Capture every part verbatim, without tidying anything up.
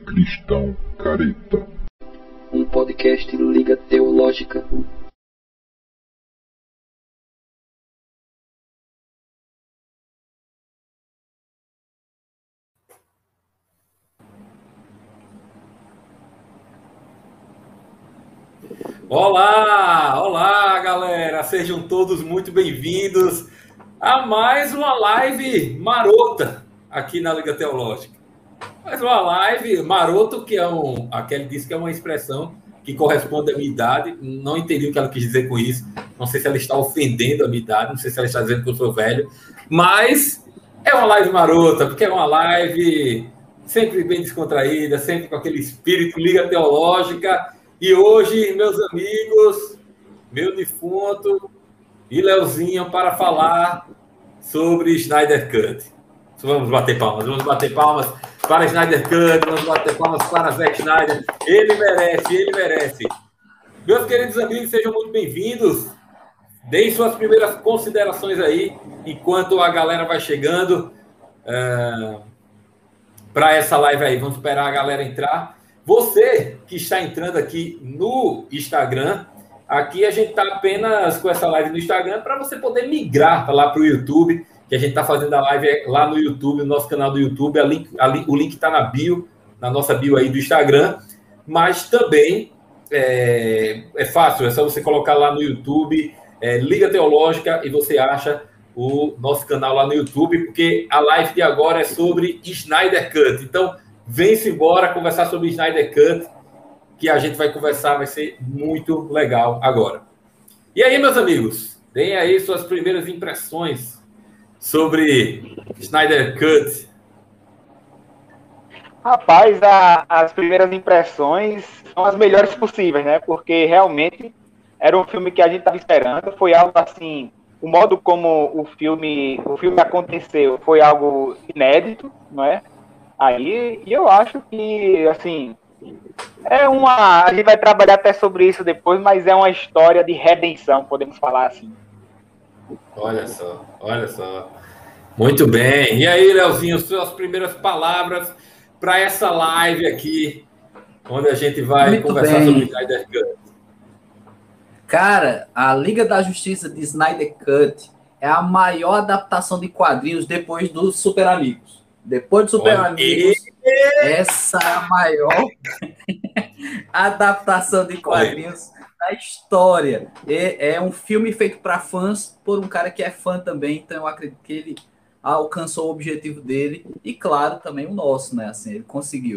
Cristão Careta. Um podcast Liga Teológica. Olá, olá galera, sejam todos muito bem-vindos a mais uma live marota aqui na Liga Teológica. Mais uma live maroto, que é um, aquele disse que é uma expressão que corresponde à minha idade, não entendi o que ela quis dizer com isso, não sei se ela está ofendendo a minha idade, não sei se ela está dizendo que eu sou velho, mas é uma live marota, porque é uma live sempre bem descontraída, sempre com aquele espírito Liga Teológica. E hoje, meus amigos, meu defunto e Leozinho, para falar sobre Snyder Cut. Vamos bater palmas, vamos bater palmas para Snyder Cut, vamos bater palmas para Zack Snyder. Ele merece, ele merece. Meus queridos amigos, sejam muito bem-vindos. Deem suas primeiras considerações aí, enquanto a galera vai chegando uh, para essa live aí. Vamos esperar a galera entrar. Você que está entrando aqui no Instagram, aqui a gente está apenas com essa live no Instagram para você poder migrar lá para o YouTube, que a gente está fazendo a live lá no YouTube, no nosso canal do YouTube. A link, a, o link está na bio, na nossa bio aí do Instagram, mas também é, é fácil, é só você colocar lá no YouTube, é, Liga Teológica, e você acha o nosso canal lá no YouTube, porque a live de agora é sobre Snyder Cut. Então, vem-se embora conversar sobre Snyder Cut, que a gente vai conversar, vai ser muito legal agora. E aí, meus amigos, deem aí suas primeiras impressões sobre Snyder Cut. Rapaz, a, as primeiras impressões são as melhores possíveis, né? Porque realmente era um filme que a gente estava esperando, foi algo assim, o modo como o filme, o filme aconteceu foi algo inédito, não é? Aí, e eu acho que, assim, é uma... A gente vai trabalhar até sobre isso depois, mas é uma história de redenção, podemos falar assim. Olha só, olha só. Muito bem. E aí, Leozinho, suas primeiras palavras para essa live aqui, onde a gente vai Muito conversar bem. sobre Snyder Cut. Cara, a Liga da Justiça de Snyder Cut é a maior adaptação de quadrinhos depois dos Super Amigos. Depois do Super Olha, Amigos, e... essa é a maior adaptação de quadrinhos da história. É, é um filme feito para fãs, por um cara que é fã também, então eu acredito que ele alcançou o objetivo dele, e claro, também o nosso, né? Assim, ele conseguiu.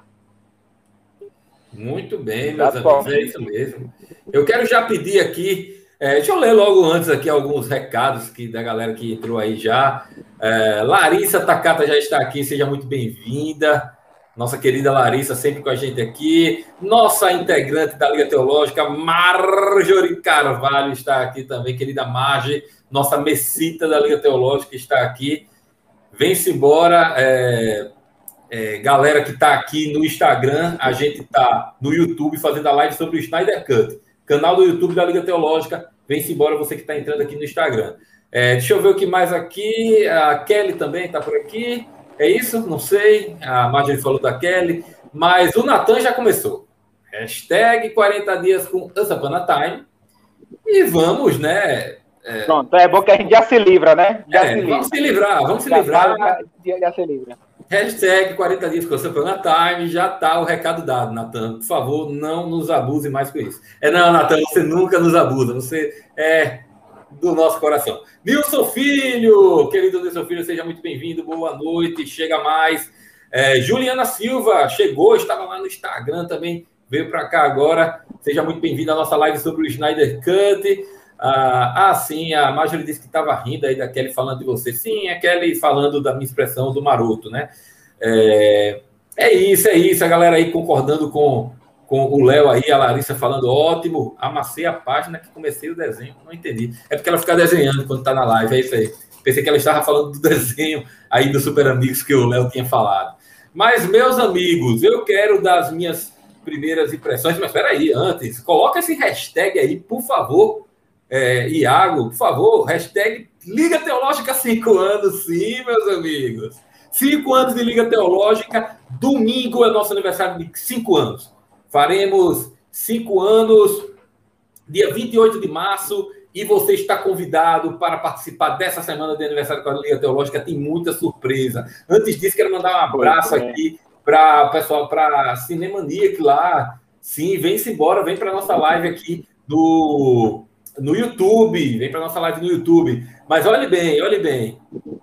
Muito bem, meus amigos, é isso mesmo. Eu quero já pedir aqui, é, deixa eu ler logo antes aqui alguns recados que, da galera que entrou aí já. É, Larissa Takata já está aqui, seja muito bem-vinda. Nossa querida Larissa, sempre com a gente aqui. Nossa integrante da Liga Teológica, Marjorie Carvalho, está aqui também. Querida Marge, nossa messita da Liga Teológica, está aqui. Vem-se embora. É, é, galera que está aqui no Instagram, a gente está no YouTube fazendo a live sobre o Snyder Cut. Canal do YouTube da Liga Teológica. Vem-se embora você que está entrando aqui no Instagram. É, deixa eu ver o que mais aqui. A Kelly também está por aqui. É isso? Não sei. A Marjorie falou da Kelly. Mas o Natan já começou. Hashtag quarenta dias com Once Upon a Time. E vamos, né? É... Pronto, é bom que a gente já se livra, né? Já é, se livra. Vamos se livrar, vamos se já livrar. Já, já se livra. Hashtag quarenta dias com Once Upon a Time. Já está o recado dado, Natan. Por favor, não nos abuse mais com isso. É, não, Natan, você nunca nos abusa. Você é do nosso coração. Nilson Filho, querido Nilson Filho, seja muito bem-vindo, boa noite, chega mais. É, Juliana Silva, chegou, estava lá no Instagram também, veio para cá agora, seja muito bem-vindo à nossa live sobre o Snyder Cut. Ah, ah, sim, a Marjorie disse que estava rindo aí da Kelly falando de você. Sim, a Kelly falando da minha expressão do maroto, né? É, é isso, é isso, a galera aí concordando com... com o Léo aí, a Larissa falando, ótimo, amassei a página que comecei o desenho, não entendi. É porque ela fica desenhando quando tá na live, é isso aí. Pensei que ela estava falando do desenho aí do Super Amigos que o Léo tinha falado. Mas, meus amigos, eu quero dar as minhas primeiras impressões, mas espera aí, antes, coloca esse hashtag aí, por favor, é, Iago, por favor, hashtag Liga Teológica cinco anos, sim, meus amigos. Cinco anos de Liga Teológica. Domingo é nosso aniversário de cinco anos. Faremos cinco anos, dia vinte e oito de março, e você está convidado para participar dessa semana de aniversário com a Liga Teológica. Tem muita surpresa. Antes disso, quero mandar um abraço aqui para o pessoal, para Cinemaniac lá. Sim, vem-se embora, vem para a nossa live aqui no, no YouTube. Vem para a nossa live no YouTube. Mas olhe bem, olhe bem.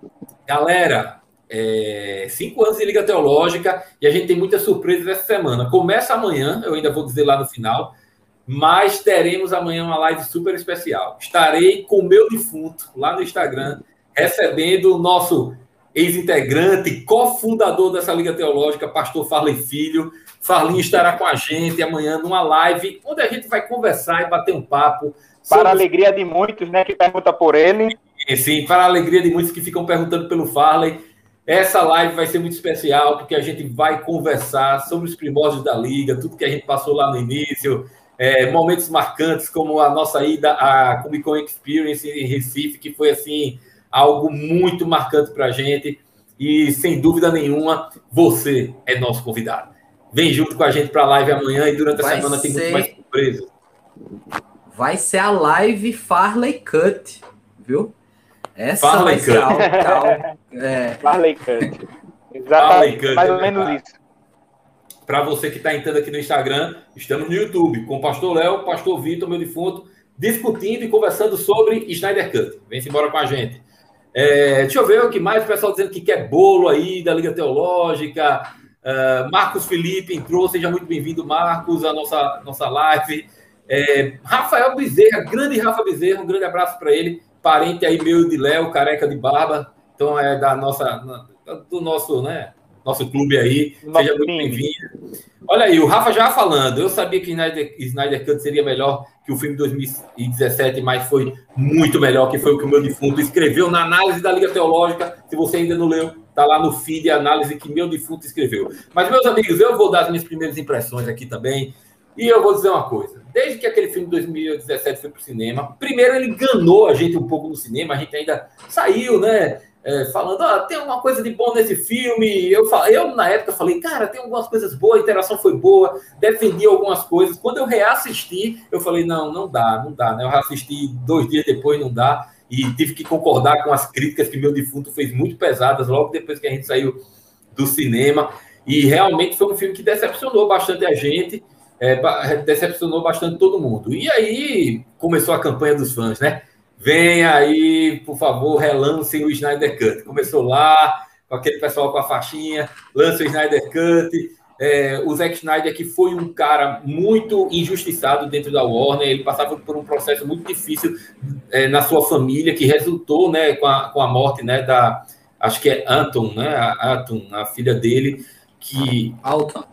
Galera, é, cinco anos de Liga Teológica e a gente tem muitas surpresas essa semana. Começa amanhã, eu ainda vou dizer lá no final, mas teremos amanhã uma live super especial. Estarei com o meu defunto lá no Instagram, recebendo o nosso ex-integrante, cofundador dessa Liga Teológica, pastor Farley Filho. Farlinho estará com a gente amanhã numa live, onde a gente vai conversar e bater um papo. Para a alegria de muitos, né, que pergunta por ele. Sim, para a alegria de muitos que ficam perguntando pelo Farley. Essa live vai ser muito especial, porque a gente vai conversar sobre os primórdios da Liga, tudo que a gente passou lá no início, é, momentos marcantes, como a nossa ida à Comic Con Experience em Recife, que foi, assim, algo muito marcante para a gente. E, sem dúvida nenhuma, você é nosso convidado. Vem junto com a gente para a live amanhã e durante a Vai semana tem ser... muito mais surpresas. Vai ser a live Farley Cut, viu? Essa Farley vai ser Cut. algo, algo, é... Farley Cut. Exatamente, Farley Cut, mais é ou menos verdade. isso. Para você que está entrando aqui no Instagram, estamos no YouTube com o pastor Léo, pastor Vitor, meu defunto, discutindo e conversando sobre Snyder Cut. Vem-se embora com a gente. É, deixa eu ver o que mais, o pessoal dizendo que quer bolo aí da Liga Teológica. Uh, Marcos Felipe entrou, seja muito bem-vindo, Marcos, à nossa, nossa live. É, Rafael Bezerra, grande Rafa Bezerra, um grande abraço para ele, parente aí meu de Léo, careca de barba, então é da nossa, do nosso, né, nosso clube aí, Nossa, seja muito bem-vindo. Olha aí, o Rafa já falando, eu sabia que Snyder, Snyder Cut seria melhor que o filme de dois mil e dezessete, mas foi muito melhor, que foi o que o meu defunto escreveu na análise da Liga Teológica. Se você ainda não leu, tá lá no feed a análise que meu defunto escreveu. Mas, meus amigos, eu vou dar as minhas primeiras impressões aqui também, e eu vou dizer uma coisa. Desde que aquele filme de dois mil e dezessete foi pro cinema, primeiro ele enganou a gente um pouco no cinema, a gente ainda saiu, né, é, falando, ah, tem alguma coisa de bom nesse filme. Eu, eu, na época, falei, cara, tem algumas coisas boas, a interação foi boa, defendi algumas coisas. Quando eu reassisti, eu falei, não, não dá, não dá, né? Eu reassisti dois dias depois, não dá, e tive que concordar com as críticas que meu defunto fez muito pesadas logo depois que a gente saiu do cinema, e realmente foi um filme que decepcionou bastante a gente, é, decepcionou bastante todo mundo. E aí começou a campanha dos fãs, né? Vem aí, por favor, relancem o Snyder Cut. Começou lá, com aquele pessoal com a faixinha, lança o Snyder Cut. É, o Zack Snyder, que foi um cara muito injustiçado dentro da Warner, ele passava por um processo muito difícil é, na sua família, que resultou, né, com, a, com a morte, né, da, acho que é Anton, né, a Anton, a filha dele, que... Alton.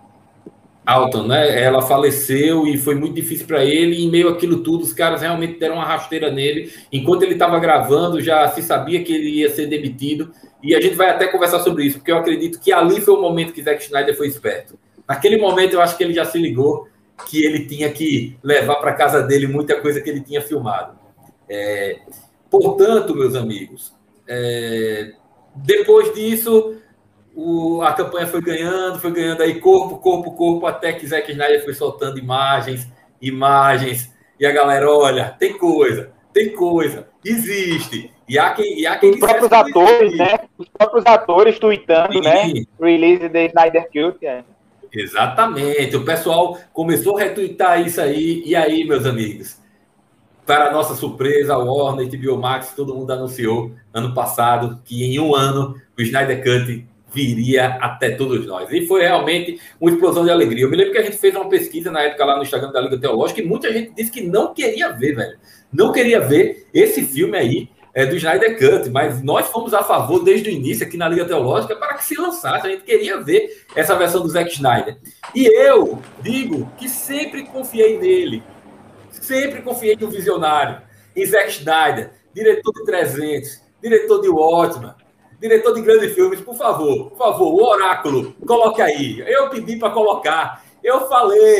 Alton, né? Ela faleceu e foi muito difícil para ele. E em meio àquilo tudo, os caras realmente deram uma rasteira nele. Enquanto ele estava gravando, já se sabia que ele ia ser demitido. E a gente vai até conversar sobre isso, porque eu acredito que ali foi o momento que Zack Snyder foi esperto. Naquele momento, eu acho que ele já se ligou que ele tinha que levar para casa dele muita coisa que ele tinha filmado. É... Portanto, meus amigos, é... depois disso... O, a campanha foi ganhando, foi ganhando aí corpo, corpo, corpo, até que Zack Snyder foi soltando imagens, imagens, e a galera, olha, tem coisa, tem coisa, existe. E há quem, e há quem Os próprios atores, né? Os próprios atores tweetando, Sim. né? Release the Snyder Cut. É. Exatamente. O pessoal começou a retweetar isso aí, e aí, meus amigos, para nossa surpresa, a Warner, H B O Max, todo mundo anunciou ano passado que em um ano o Snyder Cut viria até todos nós. E foi realmente uma explosão de alegria. Eu me lembro que a gente fez uma pesquisa na época lá no Instagram da Liga Teológica e muita gente disse que não queria ver, velho. Não queria ver esse filme aí é, do Snyder Cut, mas nós fomos a favor desde o início aqui na Liga Teológica para que se lançasse. A gente queria ver essa versão do Zack Snyder. E eu digo que sempre confiei nele. Sempre confiei no visionário, em Zack Snyder, diretor de trezentos, diretor de Watchmen, diretor de grandes filmes, por favor, por favor, o oráculo, coloque aí. Eu pedi para colocar, eu falei,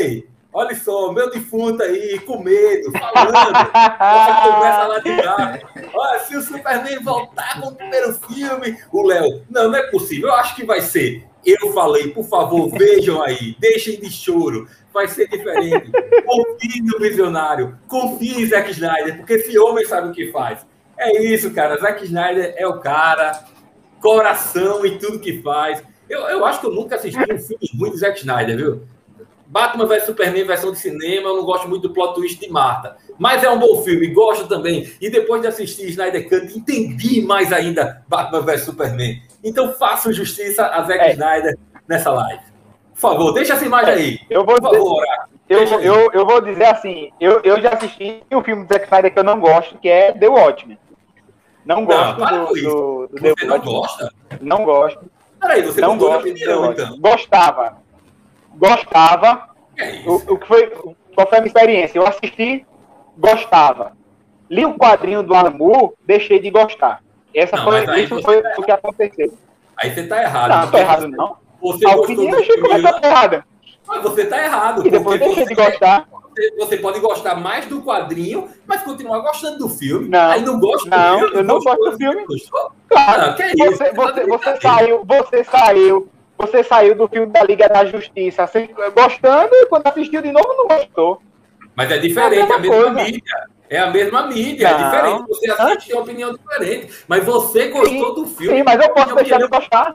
Olha só, meu defunto aí, com medo, falando. Essa conversa lá de gato. Olha, se o Superman voltar com o primeiro filme, o Léo, não, não é possível, eu acho que vai ser. Eu falei, por favor, vejam aí, deixem de choro, vai ser diferente. Confie no visionário, confie em Zack Snyder, porque esse homem sabe o que faz. É isso, cara, Zack Snyder é o cara, coração em tudo que faz. Eu, eu acho que eu nunca assisti um filme ruim de Zack Snyder, viu? Batman versus Superman, versão de cinema, eu não gosto muito do plot twist de Marta. Mas é um bom filme, gosto também. E depois de assistir Snyder Cut, entendi mais ainda Batman versus Superman. Então façam justiça a Zack é. Snyder nessa live. Por favor, deixa essa imagem aí. Eu vou, Por favor, eu, eu, eu vou dizer assim, eu, eu já assisti um filme do Zack Snyder que eu não gosto, que é The Watchmen. Não gosto não, do, do, do Você The não Watchmen. gosta? Não gosto. Peraí, você não mudou de gosto opinião, então. Gostava. Gostava. É o, o que foi, qual foi a minha experiência? Eu assisti, gostava. Li o quadrinho do Alan Moore, deixei de gostar. Essa não, foi, isso foi tá o que aconteceu. Aí você tá errado. Não, não tô errado, não. Você a opinião eu achei que vai estar errada. Mas você tá errado. E depois deixei de gostar. Você, você pode gostar mais do quadrinho, mas continuar gostando do filme. Não, aí não gosta não, do filme. eu não gostou, gosto do filme. Gostou? Claro, não, que é você, isso? você, você saiu, você saiu, você saiu do filme da Liga da Justiça assim, gostando e quando assistiu de novo não gostou. Mas é diferente, é a mesma, é a mesma mídia. É a mesma mídia, não, é diferente. Você assiste tem uma opinião diferente. Mas você gostou sim, do filme. Sim, mas eu posso deixar de gostar.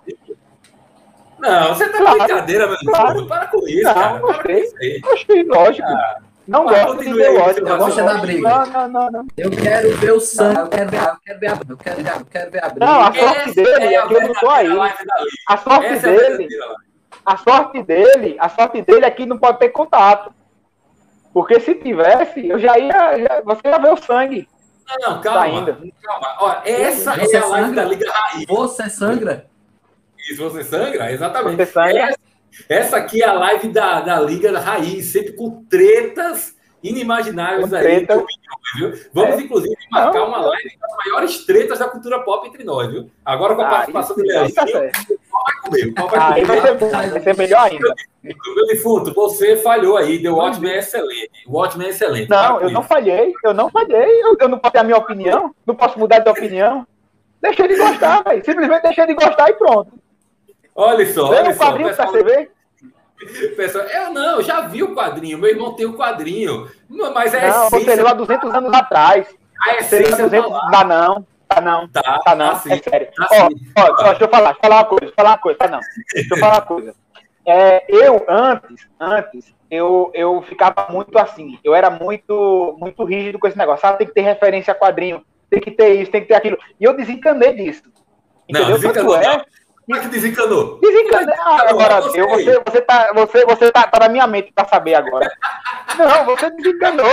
Não, você tá claro, brincadeira, meu claro. irmão. Para com isso, não, cara. Gostei, Para com gostei, lógico. Ah, não gosto de ver ótimo. Eu gosto da briga. Não, não, não, não. Eu quero ver o sangue, eu quero ver a, eu quero ver a, eu quero ver a, eu quero ver a briga. Não, a sorte dele é que eu não tô aí. A sorte Essa dele, é a sorte dele, a sorte dele é que não pode ter contato. Porque se tivesse, eu já ia, já, você ia ver o sangue. Não, não, calma. Saindo. calma. Ó, essa você é a live sangra? da Liga Raiz. Você sangra? Isso, você sangra? Exatamente. Você sangra. Essa, essa aqui é a live da, da Liga da Raiz, sempre com tretas inimagináveis Com aí. treta. Viu? Vamos, É. inclusive, marcar Não, uma não. live das maiores tretas da cultura pop entre nós, viu? Agora com a Ah, participação isso- do Léo. isso tá certo. Qual vai comer? Qual vai Ah, aí comer? vai ser, bom, vai ser melhor ainda. Meu defunto, você falhou aí. The Watchmen é excelente. O Watchmen é excelente. Não, Para com eu não isso. falhei, eu não falhei, eu, eu não posso ter a minha opinião, não posso mudar de opinião. Deixei de gostar, velho. Simplesmente deixei de gostar e pronto. Olha só, Vê olha o só. quadrinho pra pessoal- você ver. Pessoal, eu não, eu já vi o quadrinho. Meu irmão tem o quadrinho. Mas é Não, você leu há duzentos anos atrás. A Você leu há essência tá duzentos lá. Tá não, tá não, Tá, tá não, tá sim, é sério. tá Ó, sim. ó, ó, deixa eu falar, deixa eu falar uma coisa, deixa eu falar uma coisa, tá não. Deixa eu falar uma coisa. É, eu, antes, antes, eu, eu ficava muito assim, eu era muito, muito rígido com esse negócio. Ah, tem que ter referência a quadrinho, tem que ter isso, tem que ter aquilo. E eu desencanei disso. Não, Entendeu? desencanou. Tanto é, Como é que desencanou? desencanei. Ah, agora, Você eu, aí. você, você, tá, você, você tá, tá na minha mente pra saber agora. Não, você desencanou.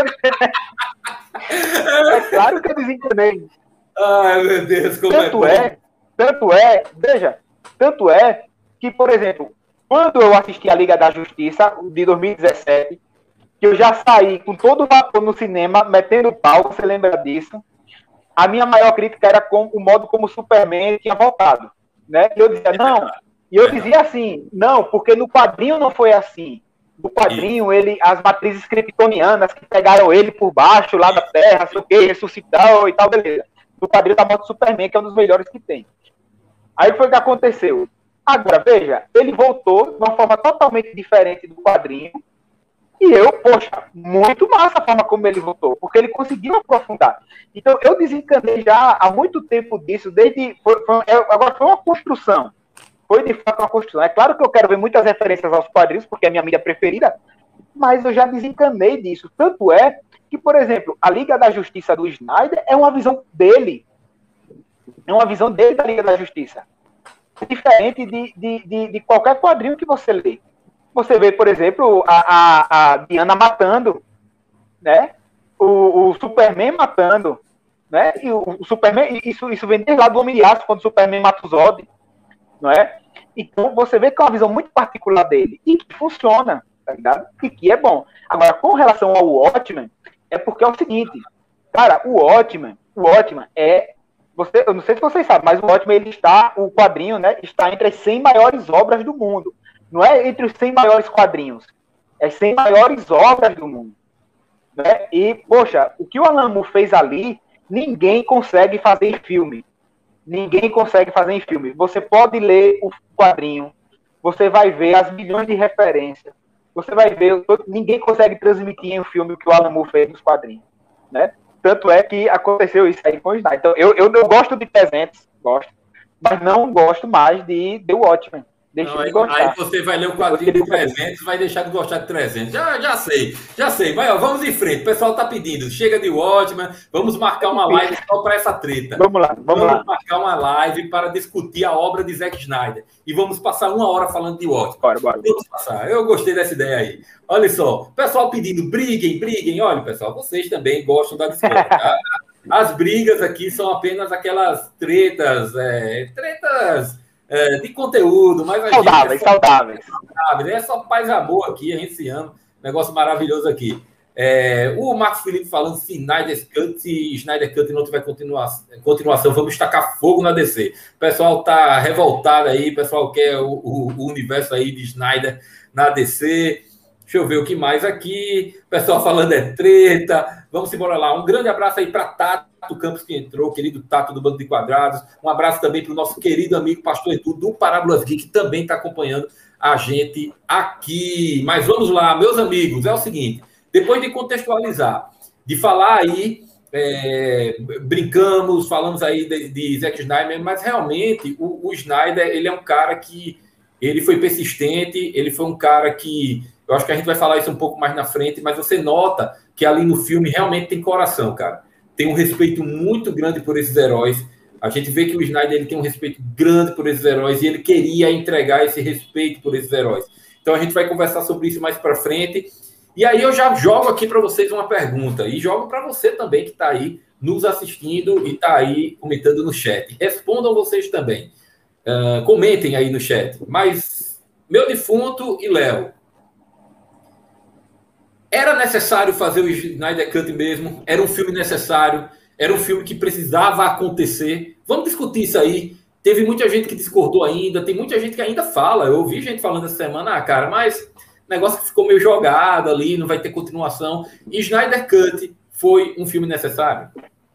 É claro que eu desencanei. Ai, meu Deus, como Tanto é, é, tanto é, veja, tanto é que, por exemplo, quando eu assisti a Liga da Justiça de dois mil e dezessete, que eu já saí com todo o vapor no cinema, metendo pau, você lembra disso? A minha maior crítica era com o modo como o Superman tinha voltado, né? E eu dizia, não, e eu dizia assim, não, porque no quadrinho não foi assim. No quadrinho, ele, as matrizes kryptonianas que pegaram ele por baixo, lá da Terra, sei o quê, ressuscitou e tal, beleza. No quadrinho da morte do Superman, que é um dos melhores que tem. Aí foi o que aconteceu. Agora, veja, ele voltou de uma forma totalmente diferente do quadrinho. E eu, poxa, muito massa a forma como ele voltou, porque ele conseguiu aprofundar. Então, eu desencanei já há muito tempo disso, desde. Foi, foi, agora foi uma construção. Foi de fato uma construção. É claro que eu quero ver muitas referências aos quadrinhos, porque é a minha mídia preferida, mas eu já desencanei disso. Tanto é que, por exemplo, a Liga da Justiça do Snyder é uma visão dele. É uma visão dele da Liga da Justiça. É diferente de, de, de, de qualquer quadrinho que você lê. Você vê, por exemplo, a, a, a Diana matando, né? O, o Superman matando, né? E o, o Superman, isso, isso vem desde lá do Homem de Aço, quando o Superman mata o Zod, não é? Então você vê que é uma visão muito particular dele e que funciona, tá ligado? E que é bom. Agora, com relação ao Watchmen, é porque é o seguinte, cara, o Watchmen, o Watchmen é, você, eu não sei se vocês sabem, mas o Watchmen, ele está, o quadrinho, né? Está entre as cem maiores obras do mundo. Não é entre os cem maiores quadrinhos. as cem maiores obras do mundo. Né? E, poxa, o que o Alan Moore fez ali, ninguém consegue fazer em filme. Ninguém consegue fazer em filme. Você pode ler o quadrinho, você vai ver as milhões de referências, você vai ver, ninguém consegue transmitir em um filme o que o Alan Moore fez nos quadrinhos, né? Tanto é que aconteceu isso aí com o Snyder. Então, eu, eu, eu gosto de trezentos, gosto, mas não gosto mais de The Watchmen. Deixa Não, de aí, gostar. aí você vai ler o quadrinho de trezentos e vai deixar de gostar de trezentos. Já, já sei, já sei. Vai, ó, vamos em frente. O pessoal tá pedindo. Chega de Watchmen, vamos marcar uma live só para essa treta. Vamos lá, vamos, vamos lá. marcar uma live para discutir a obra de Zack Snyder. E vamos passar uma hora falando de Watchmen. Bora, bora. Vamos passar. Eu gostei dessa ideia aí. Olha só, pessoal pedindo, briguem, briguem. Olha, pessoal, vocês também gostam da discussão. Tá? As brigas aqui são apenas aquelas tretas, é, tretas... É, de conteúdo, mas a saudáveis, gente é só, saudáveis. Saudáveis. É só paz e amor aqui, a gente se ama. Negócio maravilhoso aqui. É, o Marcos Felipe falando: se Snyder Cut, se Snyder Cut não tiver continuação, continuação, vamos tacar fogo na D C. O pessoal tá revoltado aí, o pessoal quer o, o, o universo aí de Snyder na D C. Deixa eu ver o que mais aqui. O pessoal falando é treta. Vamos embora lá. Um grande abraço aí para Tato Campos que entrou, querido Tato do Bando de Quadrados. Um abraço também para o nosso querido amigo Pastor Edu do Parábolas Geek, que também está acompanhando a gente aqui. Mas vamos lá, meus amigos. É o seguinte, depois de contextualizar, de falar aí, é, brincamos, falamos aí de, de Zack Snyder, mas realmente o, o Snyder, ele é um cara que ele foi persistente, ele foi um cara que... Eu acho que a gente vai falar isso um pouco mais na frente, mas você nota que ali no filme realmente tem coração, cara. Tem um respeito muito grande por esses heróis. A gente vê que o Snyder ele tem um respeito grande por esses heróis e ele queria entregar esse respeito por esses heróis. Então a gente vai conversar sobre isso mais para frente. E aí eu já jogo aqui para vocês uma pergunta. E jogo para você também que está aí nos assistindo e está aí comentando no chat. Respondam vocês também. Uh, comentem aí no chat. Mas, meu defunto e Léo, era necessário fazer o Snyder Cut mesmo? Era um filme necessário? Era um filme que precisava acontecer? Vamos discutir isso aí. Teve muita gente que discordou ainda, tem muita gente que ainda fala. Eu ouvi gente falando essa semana, ah, cara, mas o negócio que ficou meio jogado ali, não vai ter continuação. E Snyder Cut foi um filme necessário?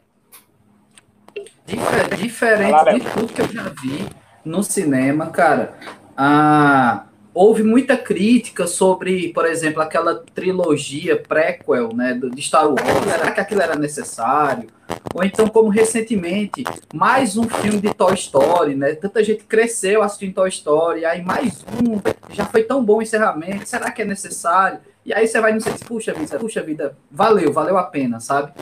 Diferente de tudo que eu já vi no cinema, cara. Ah... Houve muita crítica sobre, por exemplo, aquela trilogia prequel, né, de Star Wars. Será que aquilo era necessário? Ou então, como recentemente, mais um filme de Toy Story, né? Tanta gente cresceu assistindo Toy Story, aí mais um, já foi tão bom o encerramento, será que é necessário? E aí você vai no sentido, puxa vida, puxa vida, valeu, valeu a pena, sabe?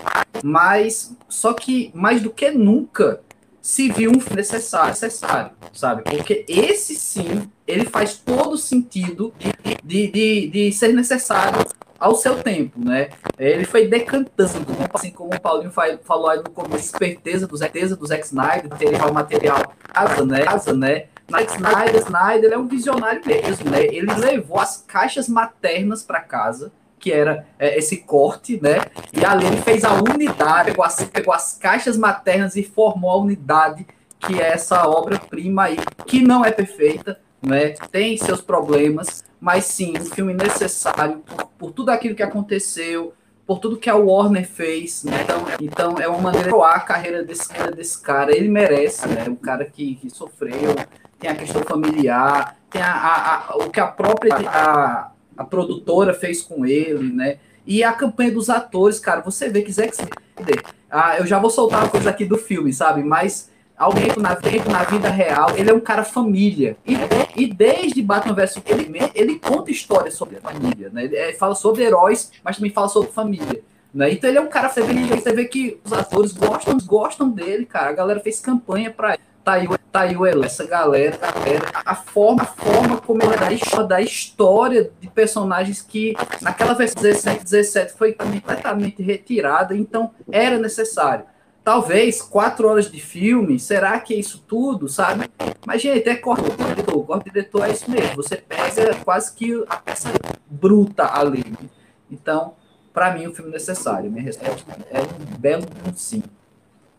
Mas, só que mais do que nunca, se viu um necessário, necessário, sabe? Porque esse sim, ele faz todo sentido de, de, de ser necessário ao seu tempo, né? Ele foi decantando, assim como o Paulinho falou aí no começo, esperteza do Zack, do Zack Snyder, material, material, casa, né? Casa, né? Zack Snyder, Snyder é um visionário mesmo, né? Ele levou as caixas maternas para casa, que era é, esse corte, né? E ali ele fez a unidade, pegou as, pegou as caixas maternas e formou a unidade, que é essa obra-prima aí, que não é perfeita, né? Tem seus problemas, mas sim, um filme necessário por, por tudo aquilo que aconteceu, por tudo que a Warner fez, né? Então, então é uma maneira de proar a carreira desse, desse cara. Ele merece, né? O cara que, que sofreu, tem a questão familiar, tem a, a, a, o que a própria... A, a produtora fez com ele, né? E a campanha dos atores, cara, você vê que Zack Snyder... Ah, eu já vou soltar uma coisa aqui do filme, sabe? Mas ao tempo na, tempo, na vida real, ele é um cara família. E, e desde Batman versus Superman, ele conta histórias sobre a família, né? Ele é, fala sobre heróis, mas também fala sobre família. Né? Então ele é um cara... Você vê, você vê que os atores gostam, gostam dele, cara. A galera fez campanha pra ele. Tá aí, tá aí o Elo, essa galera, galera a, forma, a forma como ele dá da história de personagens que naquela versão dezessete, dezessete foi completamente retirada, então era necessário. Talvez quatro horas de filme, será que é isso tudo, sabe? Mas, gente, é corte do diretor, corte do diretor é isso mesmo, você pega quase que a peça bruta ali. Então, para mim, o filme necessário, minha resposta é um belo sim.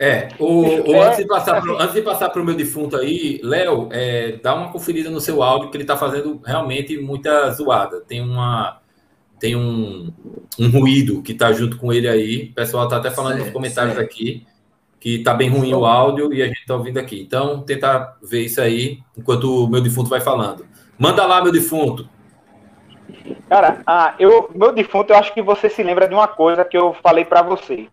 É, o, o- É, antes de passar pro, assim, antes de passar para o meu defunto aí, Léo, é, dá uma conferida no seu áudio, que ele está fazendo realmente muita zoada. Tem uma, tem um, um ruído que está junto com ele aí. O pessoal está até falando nos Certo, comentários certo. aqui que está bem ruim o áudio e a gente está ouvindo aqui. Então, tentar ver isso aí enquanto o meu defunto vai falando. Manda lá, meu defunto. cara, ah, eu, meu defunto, eu acho que você se lembra de uma coisa que eu falei pra você.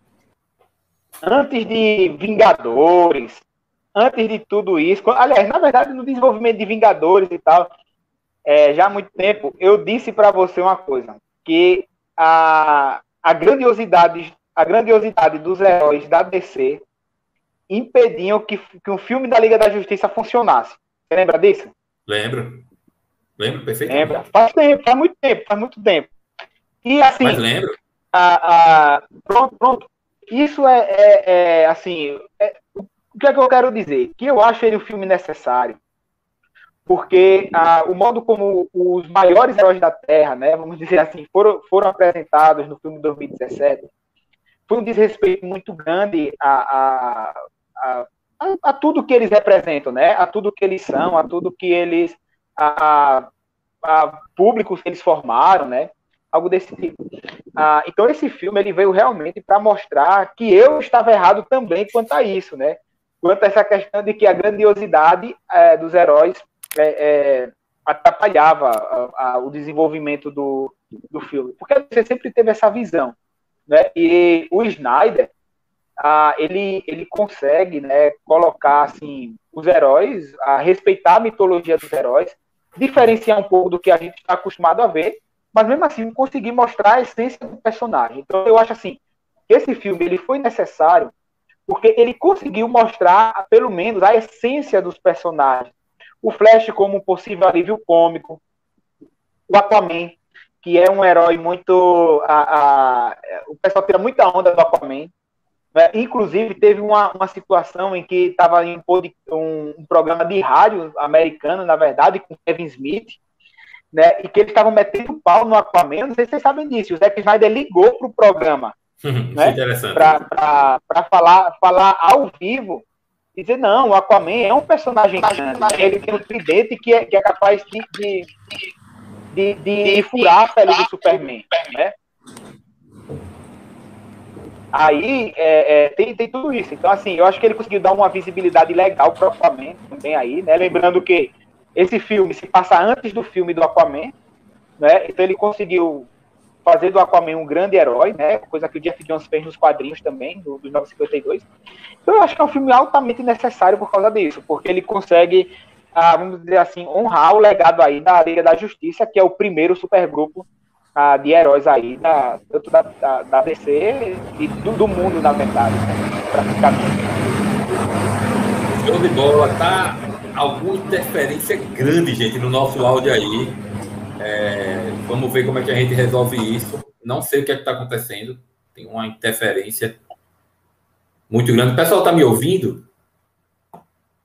Antes de Vingadores, antes de tudo isso, quando- aliás, na verdade, no desenvolvimento de Vingadores e tal, é, já há muito tempo, eu disse pra você uma coisa, que a, a grandiosidade, a grandiosidade dos heróis da D C impediam que, que um filme da Liga da Justiça funcionasse. Você lembra disso? Lembro. Lembro perfeitamente. Lembra? Faz tempo, faz muito tempo, faz muito tempo. E assim, Mas lembro. a, a, pronto, pronto. Isso é, é, é assim, é, o que é que eu quero dizer? Que eu acho ele um filme necessário, porque a, o modo como os maiores heróis da Terra, né, vamos dizer assim, foram, foram apresentados no filme de dois mil e dezessete, foi um desrespeito muito grande a, a, a, a, a tudo que eles representam, né, a tudo que eles são, a tudo que eles, a, a públicos que eles formaram, né, algo desse tipo. Ah, então esse filme ele veio realmente para mostrar que eu estava errado também quanto a isso, né? Quanto a essa questão de que a grandiosidade é, dos heróis é, é, atrapalhava a, a, o desenvolvimento do, do filme. Porque você sempre teve essa visão, né? E o Snyder, ah, ele, ele consegue, né, colocar assim, os heróis, a respeitar a mitologia dos heróis, diferenciar um pouco do que a gente está acostumado a ver, mas mesmo assim conseguir mostrar a essência do personagem. Então eu acho assim, esse filme ele foi necessário porque ele conseguiu mostrar pelo menos a essência dos personagens. O Flash como um possível alívio cômico, o Aquaman, que é um herói muito... A, a, o pessoal tira muita onda do Aquaman, né? Inclusive teve uma, uma situação em que estava em um, um programa de rádio americano, na verdade, com Kevin Smith, né, e que eles estavam metendo pau no Aquaman, não sei se vocês sabem disso, o Zack Snyder ligou pro programa, né, para falar, falar ao vivo, e dizer, não, o Aquaman é um personagem grande, né, ele tem um tridente que é, que é capaz de, de, de, de, de furar a pele do Superman, né. Aí é, é, tem, tem tudo isso, então assim, eu acho que ele conseguiu dar uma visibilidade legal pro Aquaman também aí, né, lembrando que esse filme se passa antes do filme do Aquaman, né? Então ele conseguiu fazer do Aquaman um grande herói, né? Coisa que o Jeff Jones fez nos quadrinhos também, do, dos novecentos e cinquenta e dois. Então eu acho que é um filme altamente necessário por causa disso, porque ele consegue, ah, vamos dizer assim, honrar o legado aí da Liga da Justiça, que é o primeiro supergrupo ah, de heróis aí, da, tanto da, da, da D C e do, do mundo, na verdade, né? Praticamente. Show de bola, tá? Alguma interferência grande, gente, no nosso áudio aí. É, vamos ver como é que a gente resolve isso. Não sei o que é que está acontecendo. Tem uma interferência muito grande. O pessoal está me ouvindo? O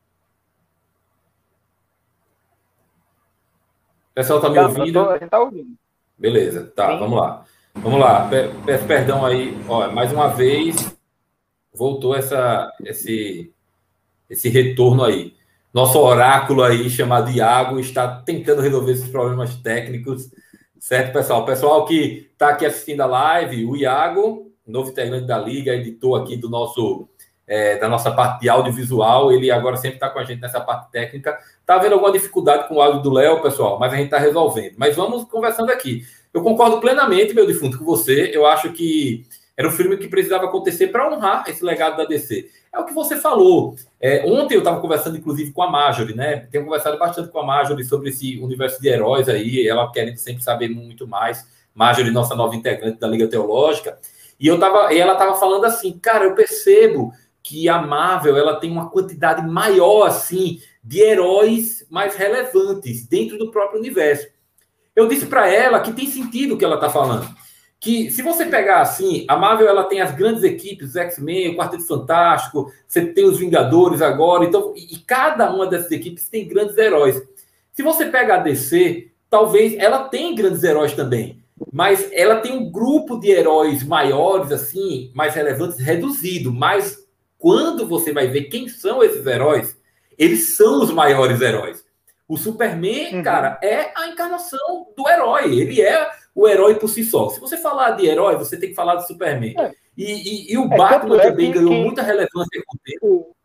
pessoal está me ouvindo? A gente está ouvindo. Beleza, tá, Sim. vamos lá. Vamos lá, peço perdão aí. Ó, mais uma vez, voltou essa, esse, esse retorno aí. Nosso oráculo aí, chamado Iago, está tentando resolver esses problemas técnicos, certo, pessoal? O pessoal que está aqui assistindo a live, o Iago, novo integrante da Liga, editor aqui do nosso, é, da nossa parte de audiovisual, ele agora sempre está com a gente nessa parte técnica. Está havendo alguma dificuldade com o áudio do Léo, pessoal, mas a gente está resolvendo. Mas vamos conversando aqui. Eu concordo plenamente, meu defunto, com você. Eu acho que era um filme que precisava acontecer para honrar esse legado da D C. É o que você falou. É, ontem eu estava conversando, inclusive, com a Marjorie, né? Tenho conversado bastante com a Marjorie sobre esse universo de heróis aí, ela querendo sempre saber muito mais. Marjorie, nossa nova integrante da Liga Teológica. E, eu tava, e ela estava falando assim, cara, eu percebo que a Marvel ela tem uma quantidade maior, assim, de heróis mais relevantes dentro do próprio universo. Eu disse para ela que tem sentido o que ela está falando. Que se você pegar assim, a Marvel ela tem as grandes equipes, os X-Men, o Quarteto Fantástico, você tem os Vingadores agora, então, e, e cada uma dessas equipes tem grandes heróis. Se você pega a D C, talvez ela tem grandes heróis também, mas ela tem um grupo de heróis maiores, assim, mais relevantes, reduzido, mais quando você vai ver quem são esses heróis, eles são os maiores heróis. O Superman, uhum. cara, é a encarnação do herói. Ele é o herói por si só. Se você falar de herói, você tem que falar de Superman. É. E, e, e o é, Batman também é que, ganhou que muita relevância com o tempo.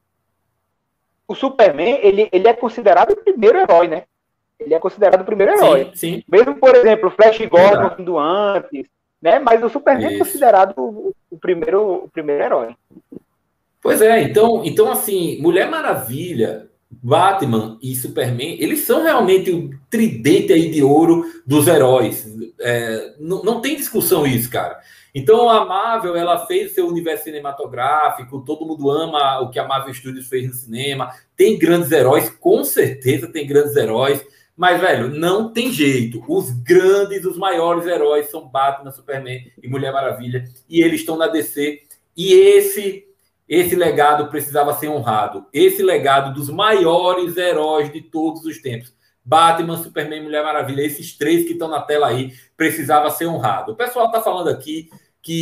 O Superman, ele, ele é considerado o primeiro herói, né? Ele é considerado o primeiro herói. Sim, sim. Mesmo, por exemplo, o Flash Gordon vindo antes, né? Mas o Superman Isso. é considerado o, o, primeiro, o primeiro herói. Pois é, então, então, assim, Mulher Maravilha, Batman e Superman, eles são realmente o tridente aí de ouro dos heróis. É, não, não tem discussão isso, cara. Então a Marvel, ela fez seu universo cinematográfico, todo mundo ama o que a Marvel Studios fez no cinema, tem grandes heróis, com certeza tem grandes heróis, mas, velho, não tem jeito. Os grandes, os maiores heróis são Batman, Superman e Mulher Maravilha, e eles estão na D C, e esse... Esse legado precisava ser honrado. Esse legado dos maiores heróis de todos os tempos. Batman, Superman, Mulher Maravilha, esses três que estão na tela aí, precisava ser honrado. O pessoal está falando aqui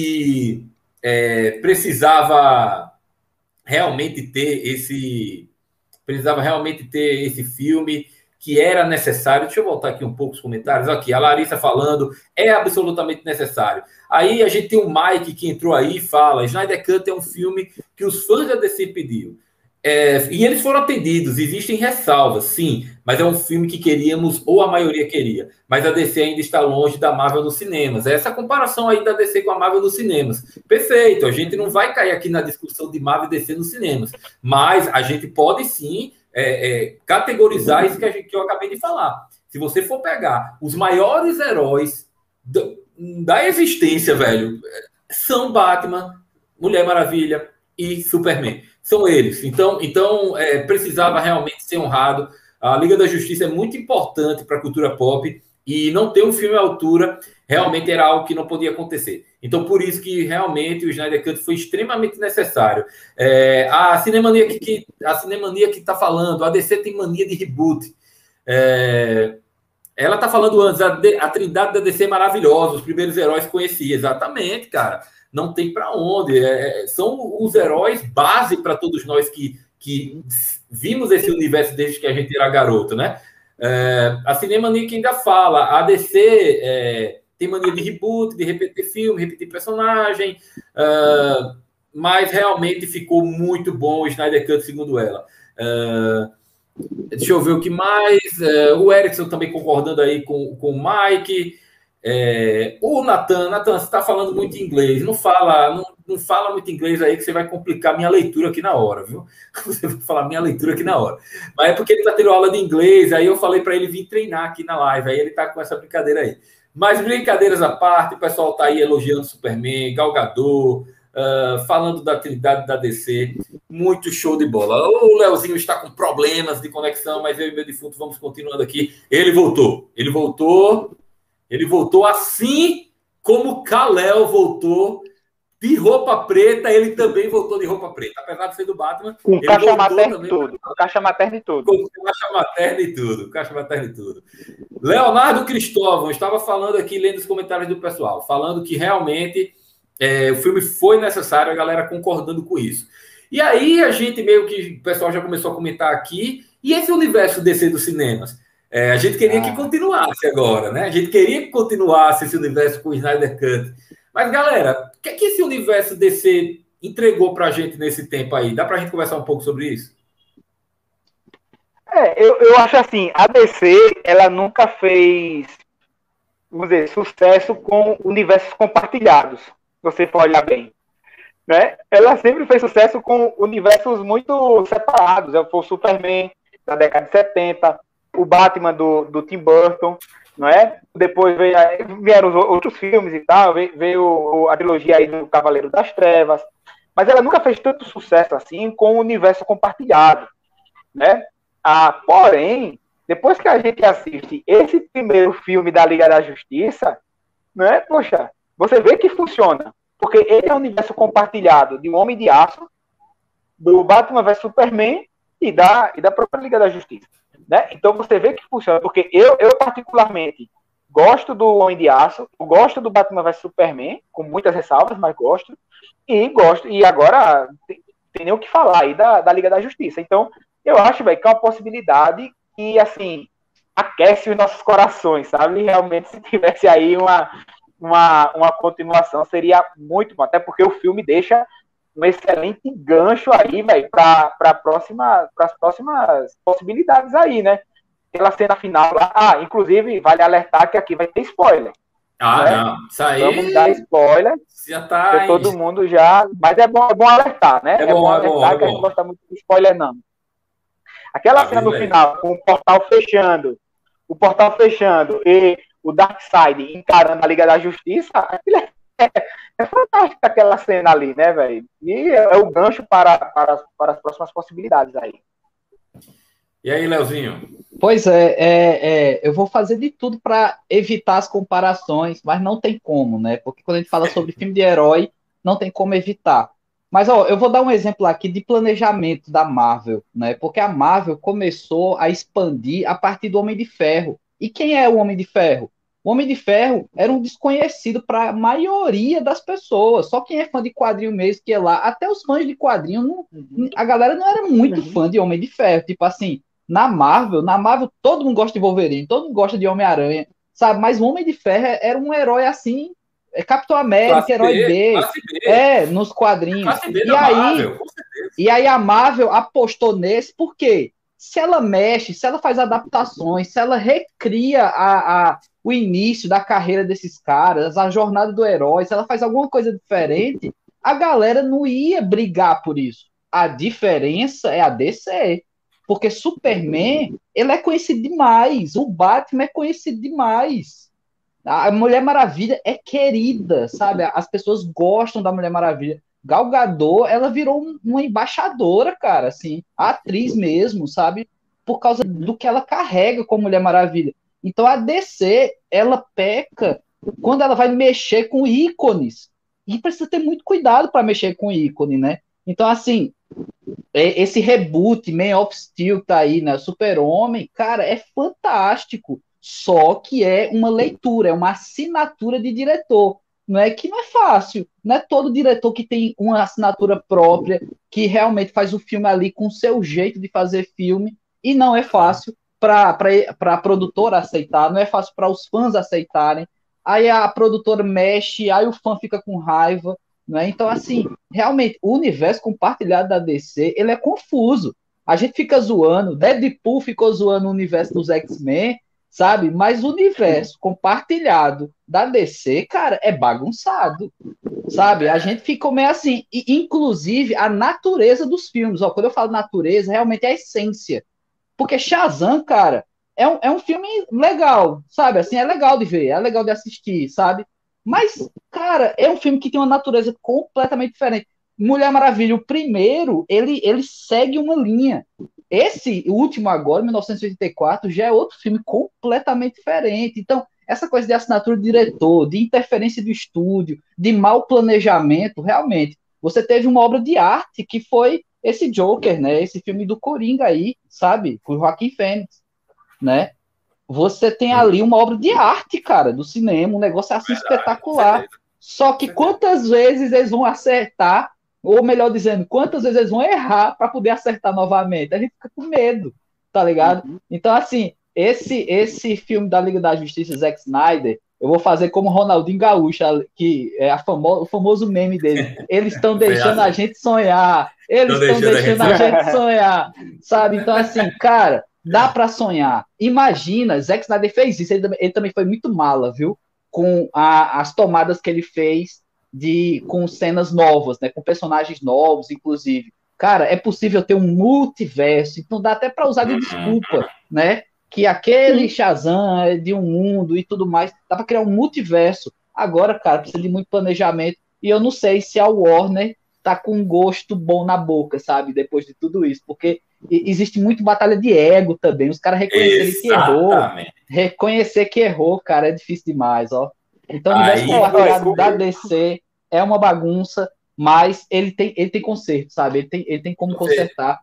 que é, precisava realmente ter esse... Precisava realmente ter esse filme, que era necessário. Deixa eu voltar aqui um pouco os comentários. Aqui, a Larissa falando, é absolutamente necessário. Aí a gente tem o Mike que entrou aí e fala, Snyder Cut é um filme que os fãs da D C pediram. É, e eles foram atendidos, existem ressalvas, sim, mas é um filme que queríamos, ou a maioria queria, mas a D C ainda está longe da Marvel nos cinemas. É essa comparação aí da D C com a Marvel nos cinemas. Perfeito, a gente não vai cair aqui na discussão de Marvel e D C nos cinemas, mas a gente pode sim é, é, categorizar isso que, a gente, que eu acabei de falar. Se você for pegar os maiores heróis do, da existência, velho, são Batman, Mulher Maravilha e Superman. São eles. Então, então é, precisava realmente ser honrado. A Liga da Justiça é muito importante para a cultura pop e não ter um filme à altura realmente era algo que não podia acontecer. Então, por isso que realmente o Snyder Cut foi extremamente necessário. É, a Cinemania que, que a Cinemania que está falando, a D C tem mania de reboot. É, ela está falando antes, a, a trindade da D C é maravilhosa, os primeiros heróis conhecia. Exatamente, cara. Não tem para onde. É, são os heróis base para todos nós que, que vimos esse universo desde que a gente era garoto, né? É, a Cinemania que ainda fala, a D C é, tem mania de reboot, de repetir filme, repetir personagem, uh, mas realmente ficou muito bom o Snyder Cut, segundo ela. Uh, deixa eu ver o que mais. Uh, o Erickson também concordando aí com, com o Mike. É, o Nathan, Nathan, você está falando muito inglês, não fala, não, não fala muito inglês aí que você vai complicar minha leitura aqui na hora, viu? Você vai falar minha leitura aqui na hora. Mas é porque ele está tendo aula de inglês, aí eu falei para ele vir treinar aqui na live, aí ele está com essa brincadeira aí. Mas brincadeiras à parte, o pessoal está aí elogiando Superman, Gal Gadot, uh, falando da Trindade da D C, muito show de bola. O Leozinho está com problemas de conexão, mas eu e meu defunto vamos continuando aqui. Ele voltou, ele voltou... Ele voltou assim como Kal-El voltou de roupa preta, ele também voltou de roupa preta. Apesar de ser do Batman, com caixa materna e tudo. Com caixa materna e tudo. Com caixa materna e tudo. Caixa materna e tudo. Leonardo Cristóvão estava falando aqui, lendo os comentários do pessoal, falando que realmente é, o filme foi necessário, a galera concordando com isso. E aí a gente meio que, o pessoal já começou a comentar aqui, e esse universo D C dos cinemas? É, a gente queria ah. que continuasse agora, né? A gente queria que continuasse esse universo com o Snyder Cut. Mas, galera, o que é que esse universo D C entregou pra gente nesse tempo aí? Dá pra gente conversar um pouco sobre isso? É, eu, eu acho assim, a D C, ela nunca fez, vamos dizer, sucesso com universos compartilhados, se você for olhar bem. Né? Ela sempre fez sucesso com universos muito separados. Foi o Superman, da década de setenta, o Batman do, do Tim Burton, não é? Depois veio, vieram os outros filmes e tal, veio, veio a trilogia aí do Cavaleiro das Trevas, mas ela nunca fez tanto sucesso assim com o universo compartilhado, né? Ah, porém, depois que a gente assiste esse primeiro filme da Liga da Justiça, né? Poxa, você vê que funciona, porque ele é um universo compartilhado de um Homem de Aço, do Batman versus Superman e da, e da própria Liga da Justiça. Né? Então você vê que funciona, porque eu, eu particularmente gosto do Homem de Aço, gosto do Batman versus Superman, com muitas ressalvas, mas gosto, e gosto, e agora tem, tem nem o que falar aí da, da Liga da Justiça. Então, eu acho, velho, que é uma possibilidade que, assim, aquece os nossos corações, sabe? Realmente, se tivesse aí uma, uma, uma continuação, seria muito bom. Até porque o filme deixa um excelente gancho aí, velho, para próxima, as próximas possibilidades aí, né? Aquela cena final lá. Ah, inclusive, vale alertar que aqui vai ter spoiler. Ah, né? não. Isso aí. Vamos dar spoiler. Já tá aí. Todo mundo já. Mas é bom, é bom alertar, né? É bom, é bom, alertar é que a bom. gente gosta muito de spoiler, não. Aquela Tá cena no bem, final, com o portal fechando, o portal fechando e o Darkseid encarando a Liga da Justiça, aquilo é, é, é fantástico aquela cena ali, né, velho? E é, é o gancho para, para, para as próximas possibilidades aí. E aí, Leozinho? Pois é, é, é, eu vou fazer de tudo para evitar as comparações, mas não tem como, né? Porque quando a gente fala sobre filme de herói, não tem como evitar. Mas ó, eu vou dar um exemplo aqui de planejamento da Marvel, né? Porque a Marvel começou a expandir a partir do Homem de Ferro. E quem é o Homem de Ferro? O Homem de Ferro era um desconhecido para a maioria das pessoas. Só quem é fã de quadrinho mesmo que é lá. Até os fãs de quadrinho, não, a galera não era muito fã de Homem de Ferro. Tipo assim, na Marvel, na Marvel todo mundo gosta de Wolverine, todo mundo gosta de Homem-Aranha, sabe? Mas o Homem de Ferro era um herói assim, é Capitão América, Classe herói B, B, classe B. é, nos quadrinhos. Classe B E da aí, Marvel, com certeza. e aí a Marvel apostou nesse, porque se ela mexe, se ela faz adaptações, se ela recria a, a, o início da carreira desses caras, a jornada do herói, se ela faz alguma coisa diferente, a galera não ia brigar por isso. A diferença é a D C. Porque Superman, ele é conhecido demais. O Batman é conhecido demais. A Mulher Maravilha é querida, sabe? As pessoas gostam da Mulher Maravilha. Gal Gadot, ela virou uma embaixadora, cara, assim, a atriz mesmo, sabe? Por causa do que ela carrega com Mulher Maravilha. Então a D C, ela peca quando ela vai mexer com ícones. E precisa ter muito cuidado para mexer com ícone, né? Então, assim, esse reboot, Man of Steel, que tá aí, né? Super-Homem, cara, é fantástico. Só que é uma leitura, é uma assinatura de diretor. Não é que não é fácil. Não é todo diretor que tem uma assinatura própria, que realmente faz o filme ali com o seu jeito de fazer filme. E não é fácil para a produtora aceitar, não é fácil para os fãs aceitarem. Aí a produtora mexe, aí o fã fica com raiva. Né? Então, assim, realmente, o universo compartilhado da D C, ele é confuso. A gente fica zoando, Deadpool ficou zoando o universo dos X-Men, sabe? Mas o universo compartilhado da D C, cara, é bagunçado, sabe? A gente ficou meio assim, e, inclusive a natureza dos filmes. Ó, quando eu falo natureza, realmente é a essência. Porque Shazam, cara, é um, é um filme legal, sabe? Assim, é legal de ver, é legal de assistir, sabe? Mas, cara, é um filme que tem uma natureza completamente diferente. Mulher Maravilha, o primeiro, ele, ele segue uma linha. Esse último agora, mil novecentos e oitenta e quatro, já é outro filme completamente diferente. Então, essa coisa de assinatura de diretor, de interferência do estúdio, de mau planejamento, realmente, você teve uma obra de arte que foi esse Joker, né? Esse filme do Coringa aí, sabe? Com o Joaquin Phoenix, né? Você tem ali uma obra de arte, cara, do cinema, um negócio assim verdade, espetacular. Só que quantas vezes eles vão acertar, ou melhor dizendo, quantas vezes eles vão errar para poder acertar novamente? A gente fica com medo, tá ligado? Uhum. Então, assim, esse, esse filme da Liga da Justiça, Zack Snyder, eu vou fazer como Ronaldinho Gaúcho, que é a famo, o famoso meme dele. Eles estão deixando a gente sonhar. Eles estão deixando a gente sonhar, sabe? Então, assim, cara, dá para sonhar. Imagina, Zack Snyder fez isso, ele, ele também foi muito mala, viu? Com a, as tomadas que ele fez de, com cenas novas, né? Com personagens novos, inclusive. Cara, é possível ter um multiverso, então dá até para usar de desculpa, né? Que aquele Shazam é de um mundo e tudo mais, dá para criar um multiverso. Agora, cara, precisa de muito planejamento, e eu não sei se a Warner tá com um gosto bom na boca, sabe? Depois de tudo isso, porque existe muito batalha de ego também, os caras reconhecerem que errou, reconhecer que errou, cara, é difícil demais, ó. Então o universo compartilhado da D C é uma bagunça, mas ele tem, ele tem conserto, sabe? Ele tem, ele tem como consertar.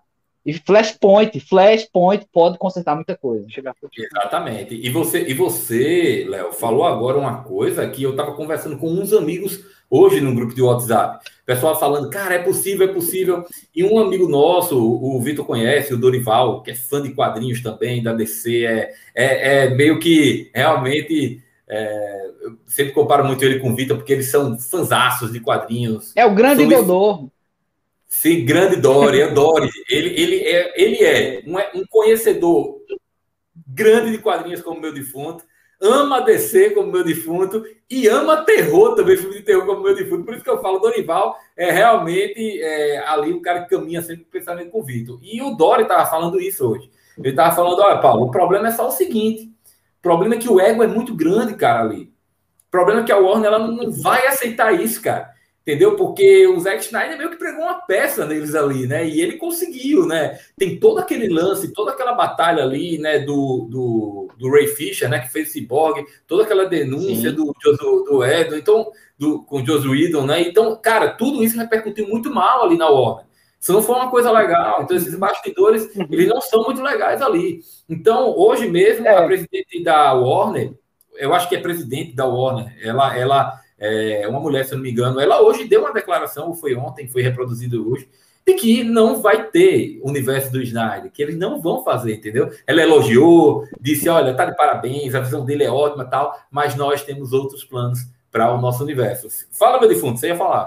E Flashpoint, Flashpoint pode consertar muita coisa. Exatamente. E você, e você, Léo, falou agora uma coisa que eu estava conversando com uns amigos hoje no grupo de WhatsApp. O pessoal falando, cara, é possível, é possível. E um amigo nosso, o Vitor conhece, o Dorival, que é fã de quadrinhos também, da D C, é, é, é meio que realmente... É, eu sempre comparo muito ele com o Vitor, porque eles são fanzaços de quadrinhos. É o grande Godot. Sim, grande Dory, é Dory. Ele, ele é, ele é um, um conhecedor grande de quadrinhos como meu defunto, ama D C como meu defunto e ama terror também, filme de terror como meu defunto. Por isso que eu falo, Dorival é realmente é, ali o cara que caminha sempre pensamento com o Vitor. E o Dory estava falando isso hoje. Ele estava falando, olha, Paulo, o problema é só o seguinte, o problema é que o ego é muito grande, cara, ali. O problema é que a Warner ela não vai aceitar isso, cara. Entendeu? Porque o Zack Snyder meio que pregou uma peça neles ali, né? E ele conseguiu, né? Tem todo aquele lance, toda aquela batalha ali, né? Do, do, do Ray Fisher, né? Que fez o Cyborg, toda aquela denúncia Sim. do do, do Edon, então, do, com o Joss Whedon, né? Então, cara, tudo isso repercutiu muito mal ali na Warner. Isso não foi uma coisa legal. Então, esses bastidores, eles não são muito legais ali. Então, hoje mesmo, é. a presidente da Warner, eu acho que é presidente da Warner, ela... ela é uma mulher, se eu não me engano, ela hoje deu uma declaração, ou foi ontem, foi reproduzido hoje, de que não vai ter universo do Snyder, que eles não vão fazer, entendeu? Ela elogiou, disse, olha, tá de parabéns, a visão dele é ótima e tal, mas nós temos outros planos para o nosso universo. Fala, meu defunto, você ia falar.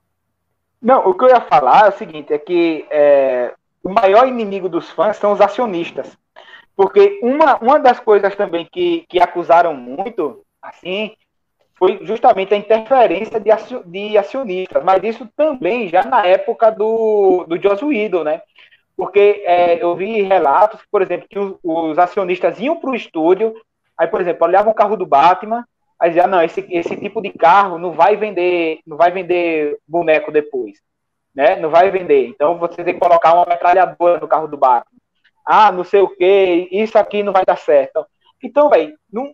Não, o que eu ia falar é o seguinte, é que é, o maior inimigo dos fãs são os acionistas, porque uma, uma das coisas também que, que acusaram muito, assim... foi justamente a interferência de, acio, de acionistas, mas isso também já na época do, do Joss Whedon, né? Porque é, eu vi relatos, por exemplo, que os, os acionistas iam para o estúdio, aí, por exemplo, olhavam o carro do Batman, aí diziam, não, esse, esse tipo de carro não vai vender, não vai vender boneco depois, né? Não vai vender, então você tem que colocar uma metralhadora no carro do Batman. Ah, não sei o que, isso aqui não vai dar certo. Então, velho,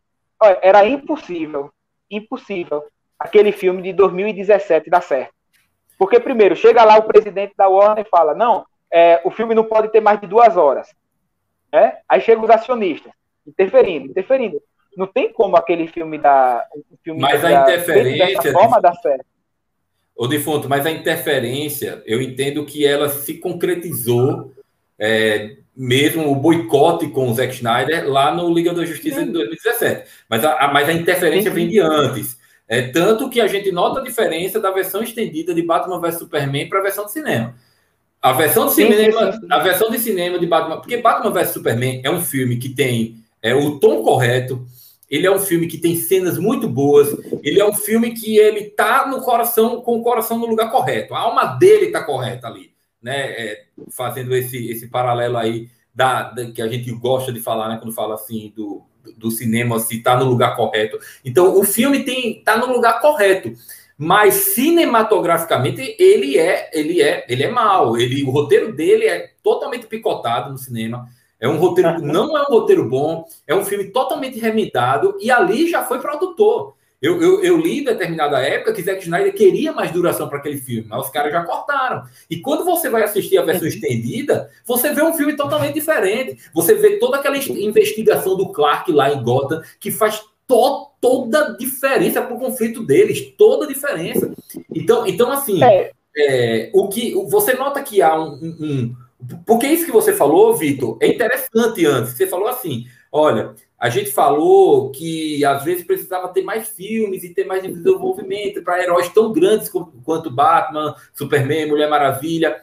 era impossível impossível aquele filme de dois mil e dezessete dar certo. Porque, primeiro, chega lá o presidente da Warner e fala, não, é, o filme não pode ter mais de duas horas. Né? Aí chegam os acionistas, interferindo, interferindo. Não tem como aquele filme da... Um filme mas da, a interferência... dessa forma dar certo. Ô, defunto, mas a interferência, eu entendo que ela se concretizou... É, mesmo o boicote com o Zack Snyder lá no Liga da Justiça Sim. de dois mil e dezessete. Mas a, mas a interferência Sim. vem de antes. É, tanto que a gente nota a diferença da versão estendida de Batman versus Superman para a versão de cinema. A versão de cinema, sim, sim, sim. a versão de cinema de Batman... Porque Batman versus Superman é um filme que tem é, o tom correto, ele é um filme que tem cenas muito boas, ele é um filme que ele tá no coração, com o coração no lugar correto. A alma dele tá correta ali. Né, é, fazendo esse, esse paralelo aí da, da, que a gente gosta de falar, né, quando fala assim do, do cinema, se está no lugar correto. Então, o filme tem tá no lugar correto, mas cinematograficamente ele é ele é ele é mau. Ele, o roteiro dele é totalmente picotado no cinema. É um roteiro, não é um roteiro bom, é um filme totalmente remendado e ali já foi produtor. Eu, eu, eu li em determinada época que Zack Snyder queria mais duração para aquele filme, mas os caras já cortaram. E quando você vai assistir a versão estendida, você vê um filme totalmente diferente. Você vê toda aquela investigação do Clark lá em Gotham, que faz to, toda a diferença para o conflito deles, toda a diferença. Então, então assim, é. É, o que, você nota que há um... um, um porque isso que você falou, Vitor, é interessante antes. Você falou assim, olha... A gente falou que, às vezes, precisava ter mais filmes e ter mais desenvolvimento para heróis tão grandes quanto Batman, Superman, Mulher Maravilha.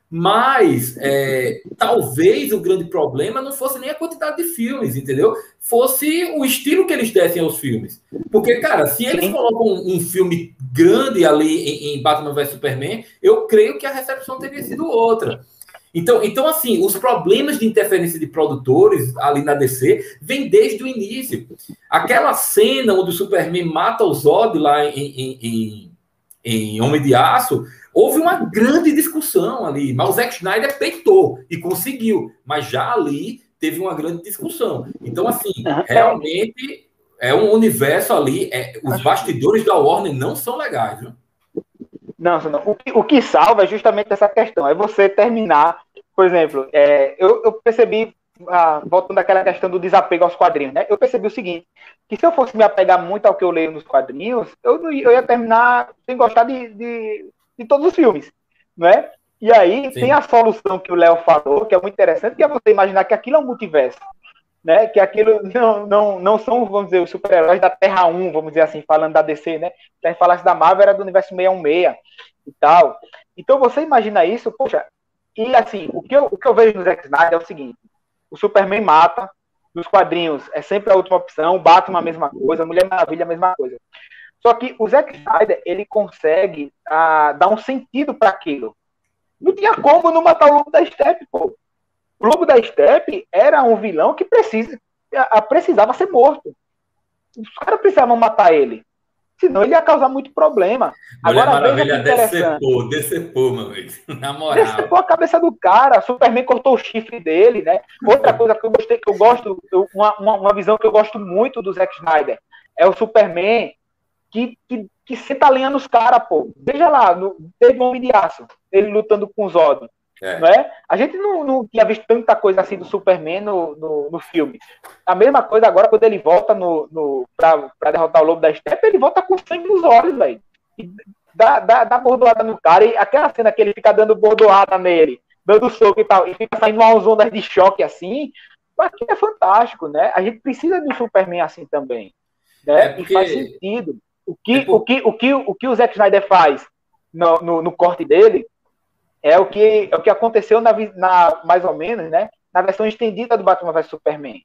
Mas, é, talvez o grande problema não fosse nem a quantidade de filmes, entendeu? Fosse o estilo que eles dessem aos filmes. Porque, cara, se eles colocam um, um filme grande ali em, em Batman versus Superman, eu creio que a recepção teria sido outra. Então, então, assim, os problemas de interferência de produtores ali na D C vêm desde o início. Aquela cena onde o Superman mata o Zod lá em, em, em, em Homem de Aço, houve uma grande discussão ali, mas o Zack Snyder peitou e conseguiu, mas já ali teve uma grande discussão. Então, assim, realmente é um universo ali, é, os bastidores da Warner não são legais, viu? Não, não. O, que, o que salva é justamente essa questão, é você terminar por exemplo, é, eu, eu percebi, ah, voltando àquela questão do desapego aos quadrinhos, né? Eu percebi o seguinte, que se eu fosse me apegar muito ao que eu leio nos quadrinhos, eu, não ia, eu ia terminar sem gostar de, de, de todos os filmes, não é? E aí Sim. tem a solução que o Léo falou, que é muito interessante, que é você imaginar que aquilo é um multiverso, né? Que aquilo não, não, não são, vamos dizer, os super-heróis da Terra um, vamos dizer assim, falando da D C, né? Se a gente falasse da Marvel, era do universo seiscentos e dezesseis e tal. Então você imagina isso, poxa, e assim, o que eu, o que eu vejo no Zack Snyder é o seguinte, o Superman mata, nos quadrinhos é sempre a última opção, o Batman a mesma coisa, a Mulher Maravilha a mesma coisa. Só que o Zack Snyder, ele consegue ah, dar um sentido para aquilo. Não tinha como não matar o Lobo da Steppe, pô. O Lobo da Steppe era um vilão que precisa, precisava ser morto. Os caras precisavam matar ele. Senão ele ia causar muito problema. Mulher Agora, Maravilha decepou, decepou, meu amigo. Na moral. Decepou a cabeça do cara. Superman cortou o chifre dele, né? Outra coisa que eu gostei, que eu gosto, uma, uma, uma visão que eu gosto muito do Zack Snyder é o Superman que, que, que senta a lenha nos caras, pô. Veja lá, no, teve um Homem de Aço, ele lutando com o Zod. É. Não é? A gente não, não tinha visto tanta coisa assim do Superman no, no, no filme. A mesma coisa agora quando ele volta no, no, pra, pra derrotar o Lobo da Steppe, ele volta com sangue nos olhos, velho. Dá, dá, dá bordoada no cara, e aquela cena que ele fica dando bordoada nele, dando soco e tal, e fica saindo umas ondas de choque assim, aquilo é fantástico, né? A gente precisa de um Superman assim também, né? É porque... E faz sentido. O que, é por... o, que, o, que, o que o Zack Snyder faz no, no, no corte dele é o que, é o que aconteceu na, na, mais ou menos, né, na versão estendida do Batman versus Superman.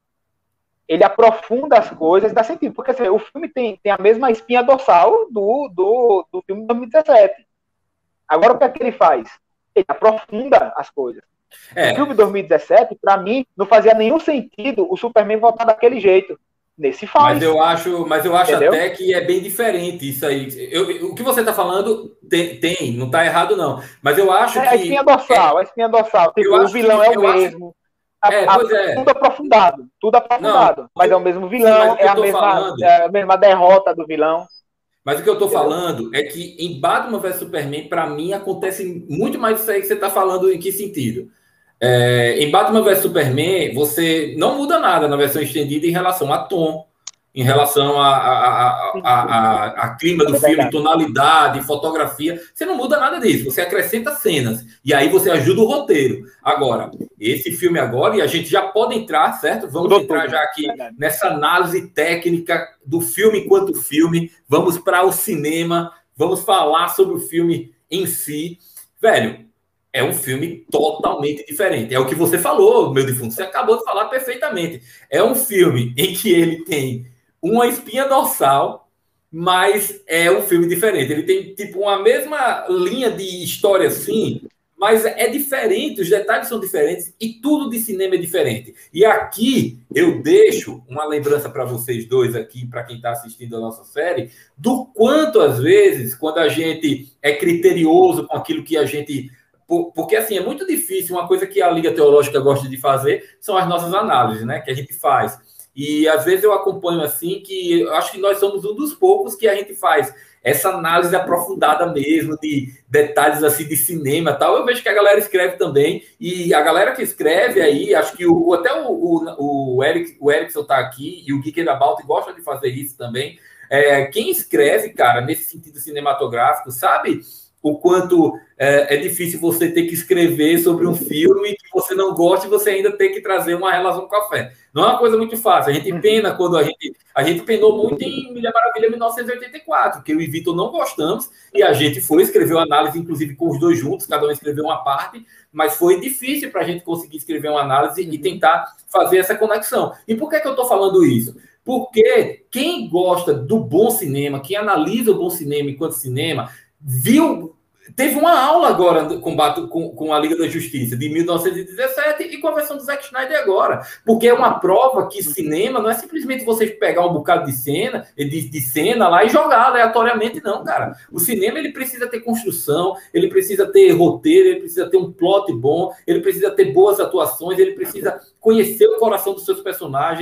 Ele aprofunda as coisas, dá sentido, porque assim, o filme tem, tem a mesma espinha dorsal do, do, do filme de dois mil e dezessete. Agora, o que é que ele faz? Ele aprofunda as coisas. É. O filme de dois mil e dezessete, para mim, não fazia nenhum sentido o Superman voltar daquele jeito. Nesse faz. Mas eu acho, mas eu acho até que é bem diferente isso aí. Eu, o que você está falando tem, tem, não está errado, não. Mas eu acho é, que. A espinha dorsal, é, a espinha dorsal. Tipo, o vilão que, é o mesmo. Acho, é, pois a, é. Tudo aprofundado. Tudo aprofundado. Não, mas é o mesmo vilão, sim, é, a mesma, falando, é a mesma derrota do vilão. Mas o que eu estou falando é que em Batman versus Superman, para mim, acontece muito mais isso aí que você está falando. Em que sentido? É, em Batman versus Superman, você não muda nada na versão estendida em relação a tom, em relação a, a, a, a, a clima do filme, tonalidade, fotografia. Você não muda nada disso, você acrescenta cenas e aí você ajuda o roteiro. Agora, esse filme agora, e a gente já pode entrar, certo? Vamos entrar já aqui nessa análise técnica do filme enquanto filme, vamos para o cinema, vamos falar sobre o filme em si. Velho, é um filme totalmente diferente. É o que você falou, meu defunto. Você acabou de falar perfeitamente. É um filme em que ele tem uma espinha dorsal, mas é um filme diferente. Ele tem, tipo, uma mesma linha de história, assim, mas é diferente. Os detalhes são diferentes e tudo de cinema é diferente. E aqui eu deixo uma lembrança para vocês dois aqui, para quem está assistindo a nossa série, do quanto, às vezes, quando a gente é criterioso com aquilo que a gente... Porque, assim, é muito difícil. Uma coisa que a Liga Teológica gosta de fazer são as nossas análises, né? Que a gente faz. E, às vezes, eu acompanho, assim, que eu acho que nós somos um dos poucos que a gente faz essa análise aprofundada mesmo, de detalhes, assim, de cinema e tal. Eu vejo que a galera escreve também. E a galera que escreve aí, acho que o, até o, o, o, Eric, o Erickson tá aqui e o Geek About gosta de fazer isso também. É, quem escreve, cara, nesse sentido cinematográfico, sabe... o quanto é, é difícil você ter que escrever sobre um filme que você não gosta e você ainda ter que trazer uma relação com a fé. Não é uma coisa muito fácil. A gente pena quando a gente... A gente penou muito em Mulher Maravilha mil novecentos e oitenta e quatro, que eu e Vitor não gostamos, e a gente foi, escreveu análise, inclusive, com os dois juntos, cada um escreveu uma parte, mas foi difícil para a gente conseguir escrever uma análise e tentar fazer essa conexão. E por que, que eu estou falando isso? Porque quem gosta do bom cinema, quem analisa o bom cinema enquanto cinema... viu, teve uma aula agora com, com, com a Liga da Justiça de mil novecentos e dezessete e com a versão do Zack Snyder agora, porque é uma prova que cinema não é simplesmente você pegar um bocado de cena, de, de cena lá e jogar aleatoriamente, não, cara. O cinema, ele precisa ter construção, ele precisa ter roteiro, ele precisa ter um plot bom, ele precisa ter boas atuações, ele precisa conhecer o coração dos seus personagens.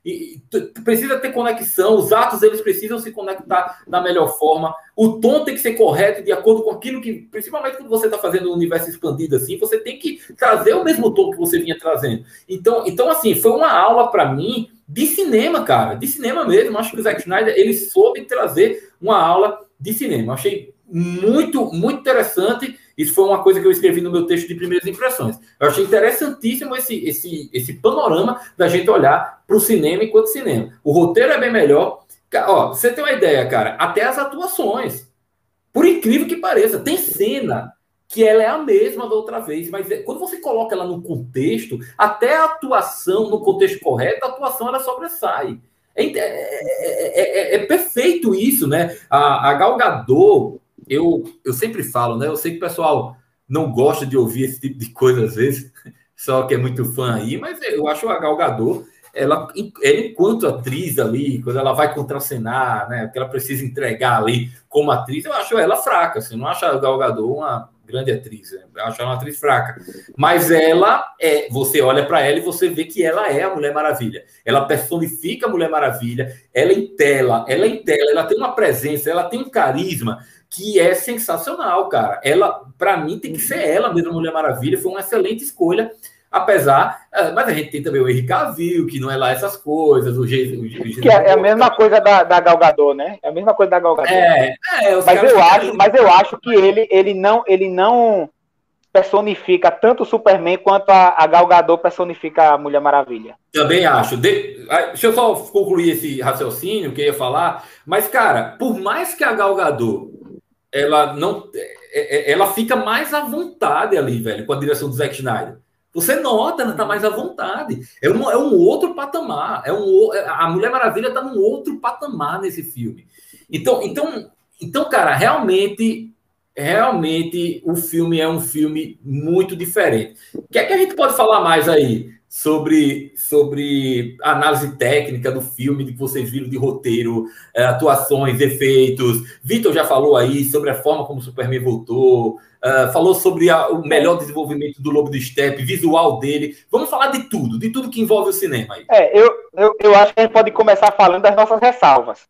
e, e precisa ter conexão, os atos eles precisam se conectar da melhor forma, o tom tem que ser correto de acordo com aquilo que, principalmente quando você está fazendo um universo expandido assim, você tem que trazer o mesmo tom que você vinha trazendo. Então, então assim, foi uma aula para mim de cinema, cara, de cinema mesmo. Acho que o Zack Snyder, ele soube trazer uma aula de cinema. Achei muito, muito interessante. Isso foi uma coisa que eu escrevi no meu texto de primeiras impressões. Eu achei interessantíssimo esse, esse, esse panorama da gente olhar para o cinema enquanto cinema. O roteiro é bem melhor. Ó, você tem uma ideia, cara, até as atuações, por incrível que pareça, tem cena que ela é a mesma da outra vez, mas quando você coloca ela no contexto, até a atuação no contexto correto, a atuação ela sobressai. É, é, é, é, é perfeito isso, né? A, a Gal Gadot, eu, eu sempre falo, né? Eu sei que o pessoal não gosta de ouvir esse tipo de coisa às vezes, só que é muito fã aí, mas eu acho a Gal Gadot, ela, ela enquanto atriz ali, quando ela vai contracenar, né? Que ela precisa entregar ali como atriz, eu acho ela fraca. Você não acha a Gal Gadot uma grande atriz, né? Eu acho ela uma atriz fraca. Mas ela é, você olha para ela e você vê que ela é a Mulher Maravilha. Ela personifica a Mulher Maravilha, ela entela, ela entela, ela tem uma presença, ela tem um carisma que é sensacional, cara. Ela, para mim, tem que ser ela mesmo, a Mulher Maravilha. Foi uma excelente escolha, apesar... Mas a gente tem também o Henry Cavill, que não é lá essas coisas, o jeito... Que é, é a mesma coisa da, da Gal Gadot, né? É a mesma coisa da Gal Gadot. É, é mas, eu acho, mas eu acho que ele, ele, não, ele não personifica tanto o Superman quanto a, a Gal Gadot personifica a Mulher Maravilha. Também acho. De... Deixa eu só concluir esse raciocínio que eu ia falar. Mas, cara, por mais que a Gal Gadot ela não, ela fica mais à vontade ali, velho, com a direção do Zack Snyder. Você nota, ela tá mais à vontade. É um, é um outro patamar. É um, a Mulher Maravilha tá num outro patamar nesse filme. Então, então, então, cara, realmente, realmente o filme é um filme muito diferente. O que é que a gente pode falar mais aí sobre, sobre a análise técnica do filme, de que vocês viram de roteiro, atuações, efeitos? Vitor já falou aí sobre a forma como o Superman voltou, uh, falou sobre a, o melhor desenvolvimento do Lobo do Steppe, visual dele. Vamos falar de tudo, de tudo que envolve o cinema aí. É, eu, eu, eu acho que a gente pode começar falando das nossas ressalvas.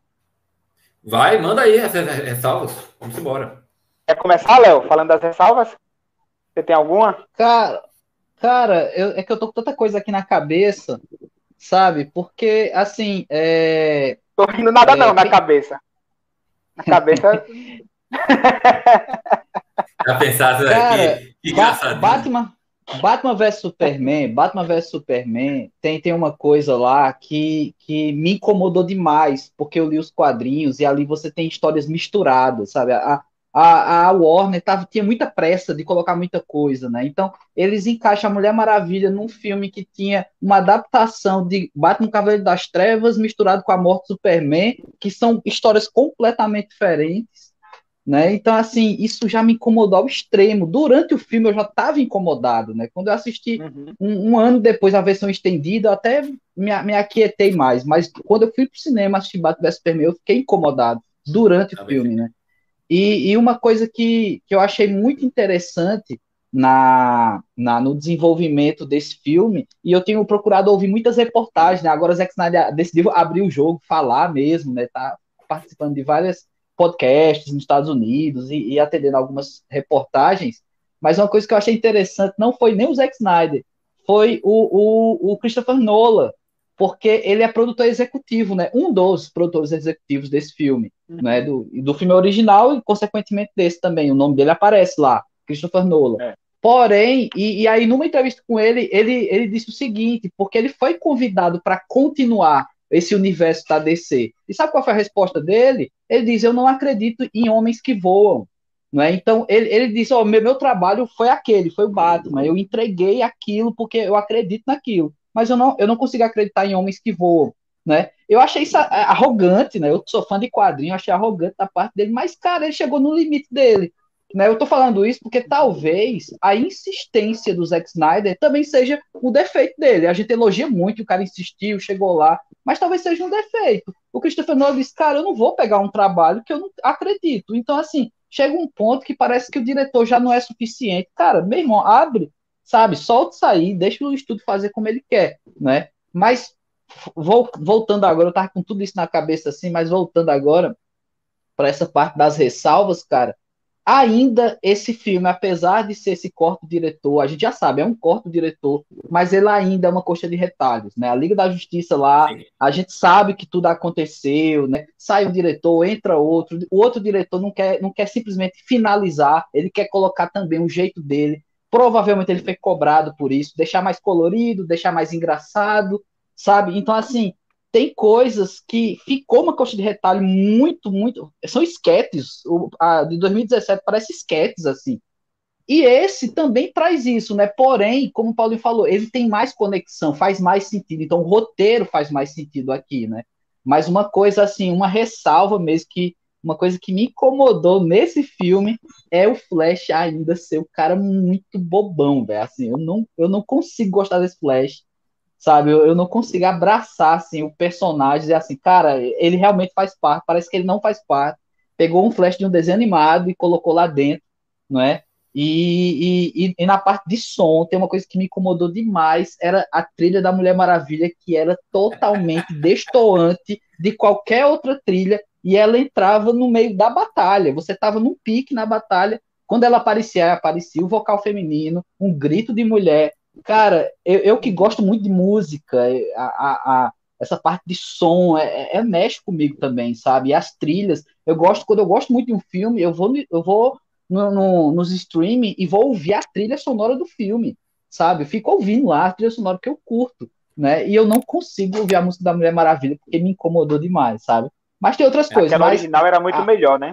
Vai, manda aí as ressalvas. Vamos embora. Quer começar, Léo, falando das ressalvas? Você tem alguma? Cara, cara eu, é que eu tô com tanta coisa aqui na cabeça, sabe? Porque, assim, é... Tô rindo nada é, não, na tem... cabeça. Na cabeça... Já pensasse, cara, que, que ba Batman, Batman versus Superman, Batman versus Superman, tem, tem uma coisa lá que, que me incomodou demais, porque eu li os quadrinhos e ali você tem histórias misturadas, sabe? A, a, a Warner tava, tinha muita pressa de colocar muita coisa, né? Então, eles encaixam a Mulher Maravilha num filme que tinha uma adaptação de Batman Cavaleiro das Trevas misturado com a morte do Superman, que são histórias completamente diferentes, né? Então, assim, isso já me incomodou ao extremo. Durante o filme eu já estava incomodado, né? Quando eu assisti uhum. um, um ano depois a versão estendida, eu até me, me aquietei mais. Mas quando eu fui pro cinema assistir Batman versus Superman, eu fiquei incomodado durante tá o filme, né? E, e uma coisa que, que eu achei muito interessante na, na, no desenvolvimento desse filme, e eu tenho procurado ouvir muitas reportagens, né? Agora o Zack Snyder decidiu abrir o jogo, falar mesmo, né? Tá participando de várias podcasts nos Estados Unidos e, e atendendo algumas reportagens, mas uma coisa que eu achei interessante não foi nem o Zack Snyder, foi o, o, o Christopher Nolan, porque ele é produtor executivo, né? Um dos produtores executivos desse filme, uhum. né? Do, do filme original e, consequentemente, desse também. O nome dele aparece lá, Christopher Nolan. É. Porém, e, e aí numa entrevista com ele, ele, ele disse o seguinte, porque ele foi convidado para continuar esse universo da D C. E sabe qual foi a resposta dele? Ele diz, eu não acredito em homens que voam. Não é? Então, ele, ele disse, oh, meu, meu trabalho foi aquele, foi o Batman. Eu entreguei aquilo porque eu acredito naquilo. Mas eu não, eu não consigo acreditar em homens que voam. Né? Eu achei isso arrogante, né? Eu sou fã de quadrinho, achei arrogante da parte dele. Mas, cara, ele chegou no limite dele. Né? Eu tô falando isso porque talvez a insistência do Zack Snyder também seja o defeito dele. A gente elogia muito, o cara insistiu, chegou lá, mas talvez seja um defeito. O Christopher Nolan disse, cara, eu não vou pegar um trabalho que eu não acredito. Então, assim, chega um ponto que parece que o diretor já não é suficiente. Cara, meu irmão, abre, sabe, solta isso aí, deixa o estúdio fazer como ele quer, né? Mas vol- voltando agora, eu tava com tudo isso na cabeça assim, mas voltando agora para essa parte das ressalvas, cara, ainda esse filme, apesar de ser esse corte diretor, a gente já sabe, é um corte diretor, mas ele ainda é uma coxa de retalhos, né? A Liga da Justiça lá, Sim. a gente sabe que tudo aconteceu, né? Sai um diretor, entra outro, o outro diretor não quer, não quer simplesmente finalizar, ele quer colocar também um jeito dele. Provavelmente ele foi cobrado por isso, deixar mais colorido, deixar mais engraçado, sabe? Então, assim, tem coisas que ficou uma coxa de retalho muito, muito. São esquetes. O, a, de dois mil e dezessete parece esquetes, assim. E esse também traz isso, né? Porém, como o Paulinho falou, ele tem mais conexão, faz mais sentido. Então, o roteiro faz mais sentido aqui, né? Mas uma coisa, assim, uma ressalva mesmo, que uma coisa que me incomodou nesse filme é o Flash ainda ser o cara muito bobão, velho. Assim, eu não, eu não consigo gostar desse Flash, sabe? Eu, eu não consigo abraçar, assim, o personagem e dizer assim, cara, ele realmente faz parte, parece que ele não faz parte. Pegou um Flash de um desenho animado e colocou lá dentro, não é? E, e, e, e na parte de som, tem uma coisa que me incomodou demais, era a trilha da Mulher Maravilha, que era totalmente destoante de qualquer outra trilha, e ela entrava no meio da batalha. Você estava num pique na batalha, quando ela aparecia, aparecia o vocal feminino, um grito de mulher. Cara, eu, eu que gosto muito de música, a, a, a, essa parte de som é, é, mexe comigo também, sabe? E as trilhas, eu gosto, quando eu gosto muito de um filme, eu vou, eu vou no, no, nos streaming e vou ouvir a trilha sonora do filme, sabe? Eu fico ouvindo lá a trilha sonora que eu curto, né? E eu não consigo ouvir a música da Mulher Maravilha porque me incomodou demais, sabe? Mas tem outras coisas. Aquela Mas, original era muito a, melhor, né?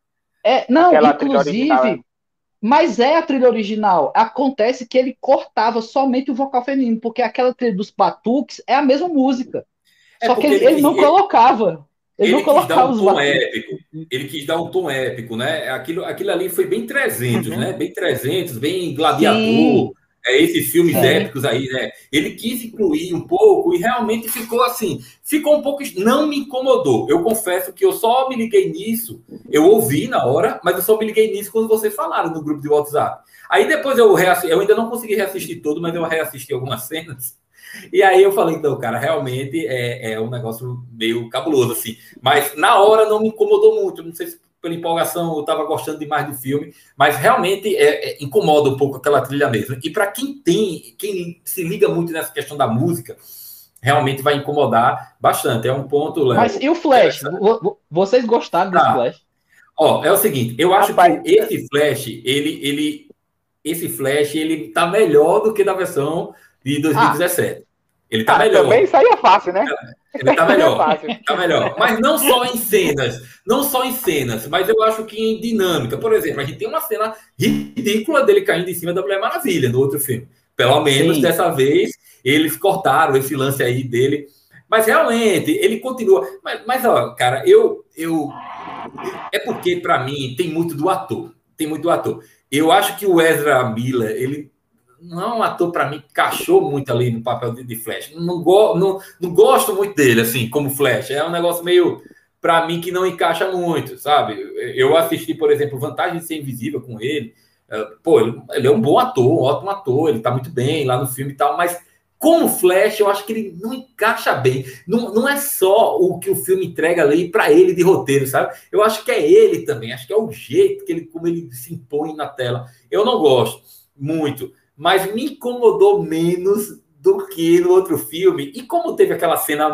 é, não, Aquela trilha original inclusive, mas é a trilha original. Acontece que ele cortava somente o vocal feminino, porque aquela trilha dos batuques é a mesma música. É Só que porque ele, ele ele quis, não ele, colocava. Ele não ele quis dar colocava um os tom batuques. épico. Ele quis dar um tom épico, né? Aquilo, aquilo ali foi bem trezentos, Uhum. né? Bem trezentos, bem Gladiador, Sim, é, esses filmes sim. épicos aí, né? Ele quis incluir um pouco e realmente ficou assim. Ficou um pouco. Não me incomodou. Eu confesso que eu só me liguei nisso. Eu ouvi na hora, mas eu só me liguei nisso quando vocês falaram no grupo de WhatsApp. Aí depois eu reassisti, eu ainda não consegui reassistir todo, mas eu reassisti algumas cenas. E aí eu falei, então, cara, realmente é, é um negócio meio cabuloso, assim. Mas na hora não me incomodou muito. Não sei se pela empolgação eu estava gostando demais do filme, mas realmente é, é, incomoda um pouco aquela trilha mesmo. E para quem tem, quem se liga muito nessa questão da música, realmente vai incomodar bastante. É um ponto, Léo. Mas e o Flash? Vo- vo- Vocês gostaram desse Tá. Flash? Ó, é o seguinte, eu acho Rapaz, que esse Flash, ele, ele, esse Flash, ele tá melhor do que da versão de Ah, dois mil e dezessete. Ele tá ah, também melhor. isso aí é fácil, né? Ele tá Isso aí é melhor. fácil. Tá melhor. Mas não só em cenas. Não só em cenas, mas eu acho que em dinâmica. Por exemplo, a gente tem uma cena ridícula dele caindo em cima da Mulher Maravilha no outro filme. Pelo menos sim. dessa vez eles cortaram esse lance aí dele. Mas realmente, ele continua. Mas, mas ó, cara, eu. eu é porque, para mim, tem muito do ator. Tem muito do ator. Eu acho que o Ezra Miller, ele não é um ator, para mim, que encaixou muito ali no papel de, de Flash. Não, go, não, não gosto muito dele, assim, como Flash. É um negócio meio, para mim, que não encaixa muito, sabe? Eu assisti, por exemplo, Vantagem de Ser Invisível com ele. Pô, ele, ele é um bom ator, um ótimo ator. Ele tá muito bem lá no filme e tal, mas como Flash, eu acho que ele não encaixa bem. Não, não é só o que o filme entrega ali para ele de roteiro, sabe? Eu acho que é ele também. Acho que é o jeito que ele, como ele se impõe na tela. Eu não gosto muito, mas me incomodou menos do que no outro filme. E como teve aquela cena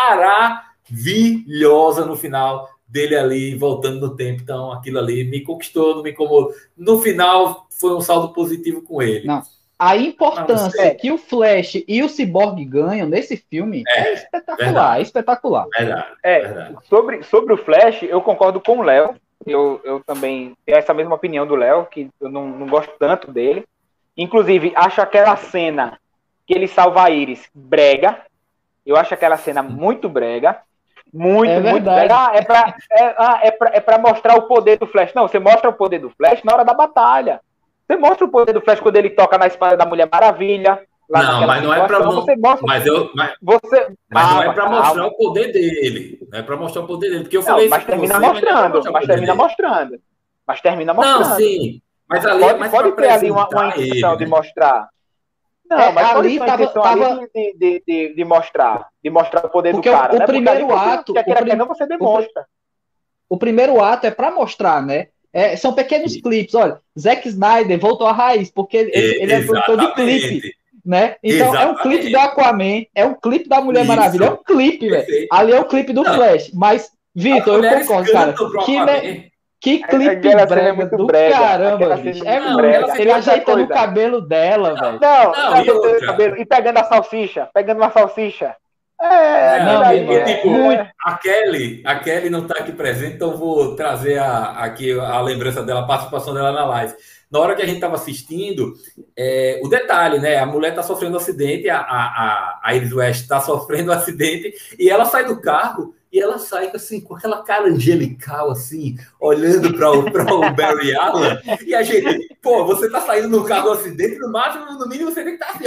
maravilhosa no final dele ali voltando no tempo, então aquilo ali me conquistou, não me incomodou. No final foi um saldo positivo com ele. Não. A importância Não, que o Flash e o Cyborg ganham nesse filme é, é espetacular, verdade. é espetacular. Verdade, É, verdade. sobre, sobre o Flash, eu concordo com o Léo. Eu, eu também tenho essa mesma opinião do Léo, que eu não, não gosto tanto dele. Inclusive, acho aquela cena que ele salva a Iris brega. Eu acho aquela cena muito brega. Muito, É muito verdade. brega. Ah, é pra, é, ah, é, pra, é pra mostrar o poder do Flash. Não, você mostra o poder do Flash na hora da batalha. Você mostra o poder do Flash quando ele toca na espada da Mulher Maravilha. Lá Não, mas não é pra não, você mostra, mas eu, mas, você, mas calma, não é para calma. mostrar o poder dele. Não é para mostrar o poder dele. Porque eu Não, falei mas isso com termina você, mostrando, mas, não é pra mostrar o mas poder termina dele. mostrando. Mas termina mostrando. Não, sim. Mas ali Pode, é mais pode para ter ali uma, uma apresentar intenção ele, de né? mostrar. Não, É, mas qual ali foi a tava- intenção tava- ali de, de, de, de mostrar? De mostrar o poder Porque do o- cara, o né? primeiro Porque ali você- ato- quer o queira, prim- quer não, você demonstra. O primeiro ato é para mostrar, né? É, são pequenos Sim. clipes. Olha, Zack Snyder voltou à raiz, porque ele, ele- ele é produtor de clipe, Exatamente. né? Então é um clipe Exatamente. do Aquaman, é um clipe da Mulher Isso. Maravilha, é um clipe, velho. Perfeito. Ali é o clipe do Não. Flash. Mas, Vitor, eu Mulheres concordo, cara. cantam pro Que, Aquaman. ne- que A- clipe aquela cena é brega muito do brega, caramba, aquela cena bicho. é É muito muito. brega. Ele Outra ajeitando coisa. o cabelo dela, velho. Não, Não, não, e outra? cabelo, e pegando a salsicha, pegando uma salsicha. É, Não, aquilo aí meu é- tipo, é- A Kelly, a Kelly não está aqui presente, então vou trazer a- aqui a lembrança dela, a participação dela na live. Na hora que a gente estava assistindo, é, o detalhe, né? A mulher está sofrendo um acidente, a, a, a, a Iris West está sofrendo um acidente, e ela sai do carro e ela sai assim, com aquela cara angelical, assim, olhando para o, pra o Barry Allen, e a gente, pô, você está saindo no carro do acidente, no máximo, no mínimo, você tem que estar assim,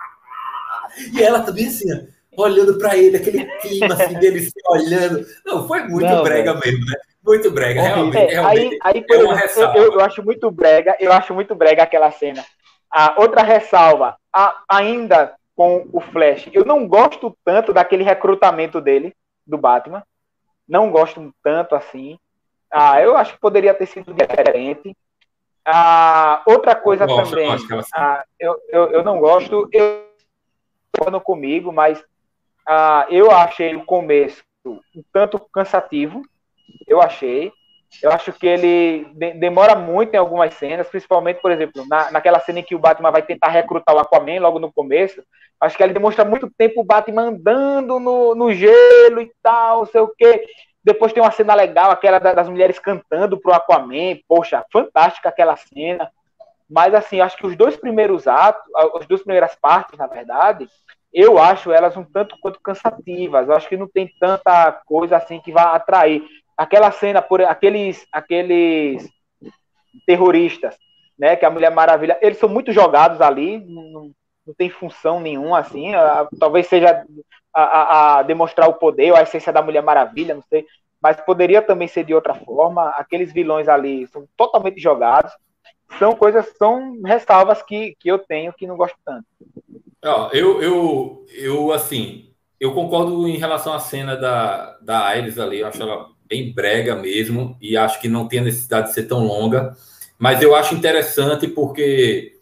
ó. E ela também assim, ó, olhando para ele, aquele clima assim dele se olhando. Não, foi muito Não, brega velho. mesmo, né? Muito brega, realmente. É, realmente aí, aí, por é uma exemplo, ressalva. eu, eu acho muito brega, eu acho muito brega aquela cena. A outra ressalva, a- ainda com o Flash, eu não gosto tanto daquele recrutamento dele, do Batman. Não gosto tanto assim. Ah, eu acho que poderia ter sido diferente. Ah, outra coisa Eu gosto, eu também, gosto daquela cena. ah, eu, eu, eu não gosto, eu não comigo, mas ah, eu achei o começo um tanto cansativo. Eu achei. Eu acho que ele de- demora muito em algumas cenas, principalmente, por exemplo, na, naquela cena em que o Batman vai tentar recrutar o Aquaman logo no começo. Acho que ele demonstra muito tempo o Batman andando no, no gelo e tal, não sei o quê. Depois tem uma cena legal, aquela da- das mulheres cantando pro Aquaman. Poxa, fantástica aquela cena. Mas, assim, acho que os dois primeiros atos, as duas primeiras partes, na verdade, eu acho elas um tanto quanto cansativas. Eu acho que não tem tanta coisa assim que vai atrair. Aquela cena, por aqueles, aqueles terroristas, né, que a Mulher Maravilha, eles são muito jogados ali, não, não tem função nenhuma, assim, a, talvez seja a, a, a demonstrar o poder, ou a essência da Mulher Maravilha, não sei, mas poderia também ser de outra forma. Aqueles vilões ali são totalmente jogados, são coisas, são ressalvas que, que eu tenho que não gosto tanto. Ó, eu, eu, eu, assim, eu concordo em relação à cena da, da Iris ali, eu acho ela bem brega mesmo, e acho que não tem a necessidade de ser tão longa, mas eu acho interessante porque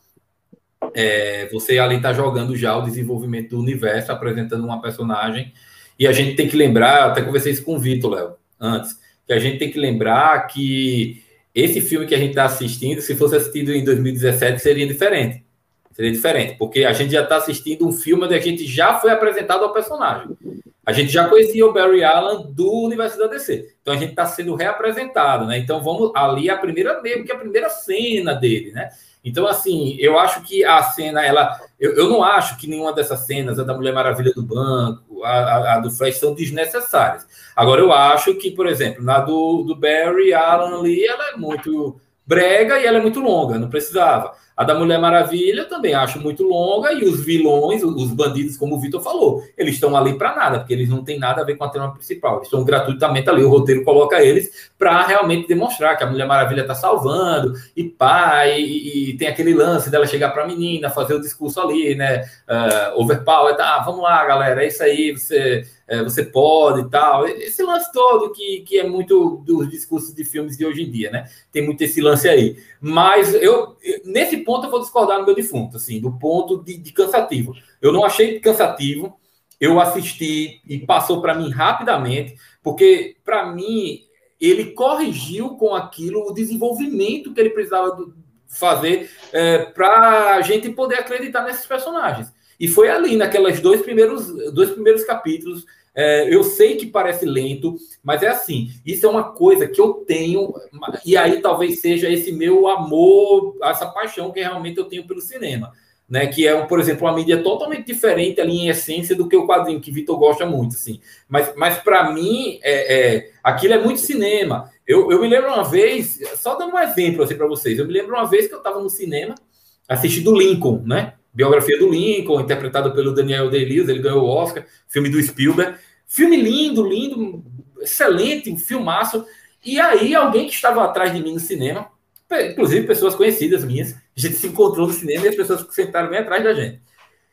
é, você ali está jogando já o desenvolvimento do universo, apresentando uma personagem, e a gente tem que lembrar, até conversei isso com o Vitor, Léo, antes, que a gente tem que lembrar que esse filme que a gente está assistindo, se fosse assistido em dois mil e dezessete, seria diferente. Seria diferente, porque a gente já está assistindo um filme onde a gente já foi apresentado ao personagem. A gente já conhecia o Barry Allen do universo da D C. Então a gente está sendo reapresentado, né? Então vamos ali a primeira, meio que a primeira cena dele, né? Então, assim, eu acho que a cena, ela. Eu, eu não acho que nenhuma dessas cenas, a da Mulher Maravilha do banco, a, a, a do Flash, são desnecessárias. Agora, eu acho que, por exemplo, na do, do Barry Allen ali, ela é muito brega e ela é muito longa, não precisava. A da Mulher Maravilha eu também acho muito longa, e os vilões, os bandidos, como o Vitor falou, eles estão ali para nada, porque eles não têm nada a ver com a trama principal. Eles estão gratuitamente ali, o roteiro coloca eles para realmente demonstrar que a Mulher Maravilha está salvando, e pá, e, e tem aquele lance dela chegar para a menina, fazer o discurso ali, né? Uh, overpower, tá, vamos lá, galera, é isso aí, você, é, você pode e tal. Esse lance todo que, que é muito dos discursos de filmes de hoje em dia, né? Tem muito esse lance aí. Mas eu, nesse ponto eu vou discordar no meu defunto, assim, do ponto de, de cansativo. Eu não achei cansativo, eu assisti e passou para mim rapidamente, porque para mim ele corrigiu com aquilo o desenvolvimento que ele precisava fazer é, para a gente poder acreditar nesses personagens. E foi ali, naqueles dois primeiros, dois primeiros capítulos. É, eu sei que parece lento, mas é assim, isso é uma coisa que eu tenho, e aí talvez seja esse meu amor, essa paixão que realmente eu tenho pelo cinema, né? Que é, por exemplo, uma mídia totalmente diferente ali em essência do que o quadrinho, que Vitor gosta muito, assim. Mas, mas para mim, é, é, aquilo é muito cinema. Eu, eu me lembro uma vez, só dando um exemplo assim para vocês, eu me lembro uma vez que eu estava no cinema assistindo Lincoln, né? Biografia do Lincoln, interpretado pelo Daniel Day-Lewis, ele ganhou o Oscar, filme do Spielberg. Filme lindo, lindo, excelente, um filmaço. E aí, alguém que estava atrás de mim no cinema, inclusive pessoas conhecidas minhas, a gente se encontrou no cinema e as pessoas sentaram bem atrás da gente.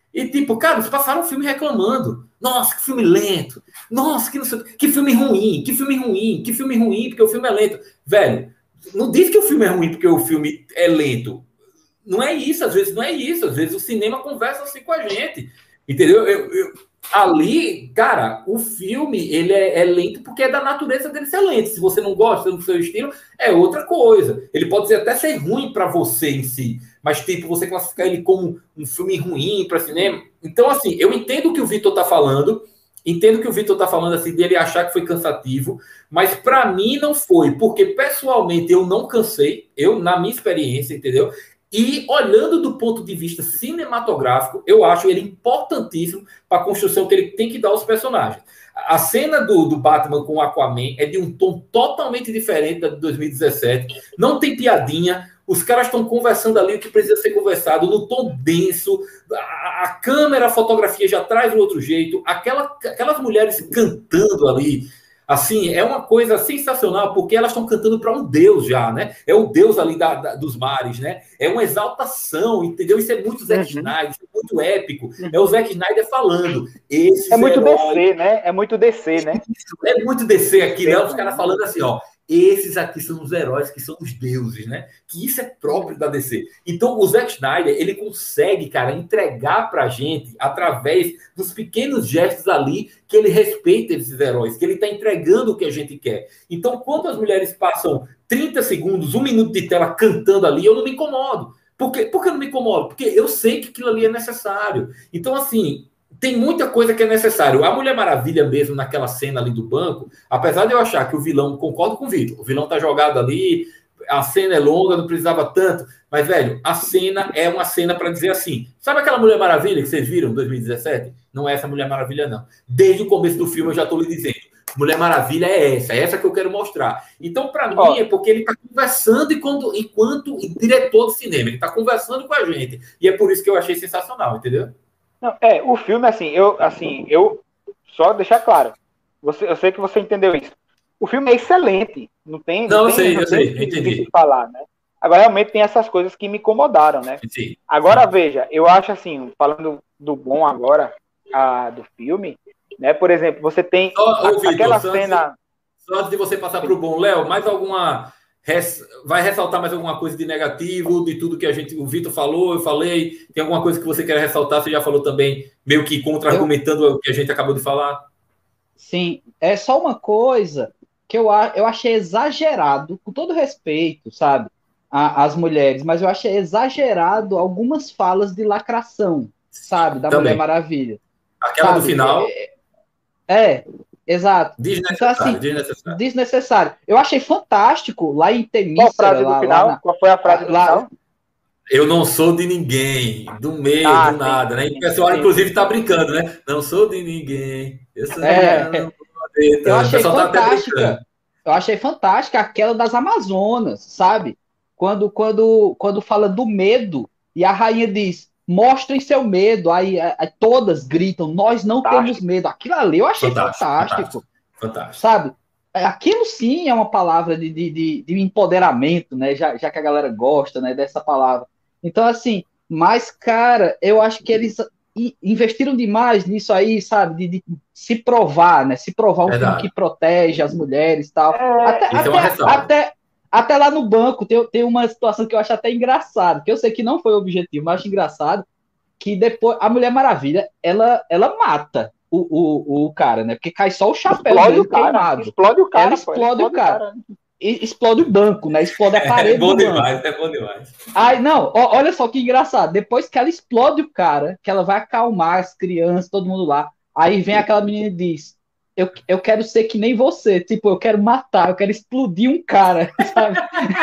E tipo, cara, eles passaram o filme reclamando. Nossa, que filme lento. Nossa, que, não sei, que filme ruim, que filme ruim, que filme ruim, porque o filme é lento. Velho, não diz que o filme é ruim porque o filme é lento. Não é isso, às vezes não é isso. Às vezes o cinema conversa assim com a gente. Entendeu? Eu, eu, ali, cara, o filme ele é, é lento porque é da natureza dele ser lento. Se você não gosta do seu estilo, é outra coisa. Ele pode ser, até ser ruim para você em si, mas tipo, você classificar ele como um filme ruim para cinema. Então, assim, eu entendo o que o Vitor tá falando, entendo o que o Vitor tá falando, assim, dele achar que foi cansativo, mas para mim não foi, porque pessoalmente eu não cansei, eu, na minha experiência, entendeu? E olhando do ponto de vista cinematográfico, eu acho ele importantíssimo para a construção que ele tem que dar aos personagens. A cena do, do Batman com o Aquaman é de um tom totalmente diferente da de dois mil e dezessete. Não tem piadinha. Os caras estão conversando ali o que precisa ser conversado, no tom denso. A, a câmera, a fotografia já traz um outro jeito. Aquela, aquelas mulheres cantando ali, assim, é uma coisa sensacional, porque elas estão cantando para um deus já, né? É o deus ali da, da, dos mares, né? É uma exaltação, entendeu? Isso é muito Zack Snyder, isso é muito épico. Uhum. É o Zack Snyder falando. É muito heróis... D C, né? É muito D C, né? Isso, é muito D C aqui, né? Os caras falando assim, ó. Esses aqui são os heróis que são os deuses, né? Que isso é próprio da D C. Então, o Zack Snyder, ele consegue, cara, entregar pra gente, através dos pequenos gestos ali, que ele respeita esses heróis, que ele tá entregando o que a gente quer. Então, quando as mulheres passam trinta segundos, um minuto de tela cantando ali, eu não me incomodo. Por quê? Por que eu não me incomodo? Porque eu sei que aquilo ali é necessário. Então, assim... Tem muita coisa que é necessário. A Mulher Maravilha mesmo, naquela cena ali do banco, apesar de eu achar que o vilão, concordo com o Vitor, o vilão tá jogado ali, a cena é longa, não precisava tanto, mas, velho, a cena é uma cena para dizer assim, sabe aquela Mulher Maravilha que vocês viram em dois mil e dezessete? Não é essa Mulher Maravilha, não. Desde o começo do filme eu já tô lhe dizendo, Mulher Maravilha é essa, é essa que eu quero mostrar. Então, para mim, é porque ele tá conversando enquanto, enquanto diretor de cinema, ele tá conversando com a gente, e é por isso que eu achei sensacional, entendeu? Não, é, o filme, assim, eu, assim, eu só deixar claro, você, eu sei que você entendeu isso. O filme é excelente, não tem... Não, não eu tem, sei, não eu tem sei, que, entendi. Que falar, né? Agora, realmente, tem essas coisas que me incomodaram, né? Sim. Agora, veja, eu acho, assim, falando do bom agora, a, do filme, né? Por exemplo, você tem só, a, Vitor, aquela só cena... Antes de, só antes de você passar para o bom, Léo, mais alguma... Vai ressaltar mais alguma coisa de negativo, de tudo que a gente, o Vitor falou, eu falei? Tem alguma coisa que você quer ressaltar? Você já falou também, meio que contra-argumentando eu... o que a gente acabou de falar? Sim, é só uma coisa que eu, eu achei exagerado, com todo respeito, sabe, às mulheres, mas eu achei exagerado algumas falas de lacração, sabe, da também. Mulher Maravilha. Aquela sabe? Do final? É, é exato. Desnecessário, então, assim, desnecessário. desnecessário. Eu achei fantástico lá em Temícera. Qual frase lá, do final? Lá na, Qual foi a frase do lá, final? Eu não sou de ninguém, do meio, ah, do sim, nada, né? E o pessoal, sim, inclusive, tá brincando, né? Não sou de ninguém. Eu sou é, de não eu achei fantástica. Tá eu achei fantástica aquela das Amazonas, sabe? Quando, quando, quando fala do medo e a rainha diz: mostrem seu medo. Aí, aí todas gritam: nós não fantástico. Temos medo. Aquilo ali eu achei fantástico. Fantástico, fantástico. fantástico. Sabe? Aquilo sim é uma palavra de, de, de, de empoderamento, né? Já, já que a galera gosta, né, dessa palavra. Então, assim, mas, cara, eu acho que eles investiram demais nisso aí, sabe? De, de se provar, né? Se provar um Verdade. Filme que protege as mulheres e tal. É, até, até, é até, até lá no banco tem, tem uma situação que eu acho até engraçada, que eu sei que não foi o objetivo, mas acho engraçado, que depois a Mulher Maravilha, ela, ela mata o, o, o cara, né? Porque cai só o chapéu explode dele o cara, queimado. Explode o cara, ela explode, pô, explode o cara. cara. E explode o banco, né? Explode a parede. É bom do demais, banco. é bom demais. Aí, não, ó, olha só que engraçado. Depois que ela explode o cara, que ela vai acalmar as crianças, todo mundo lá, aí vem aquela menina e diz: Eu, eu quero ser que nem você, tipo, eu quero matar, eu quero explodir um cara, sabe?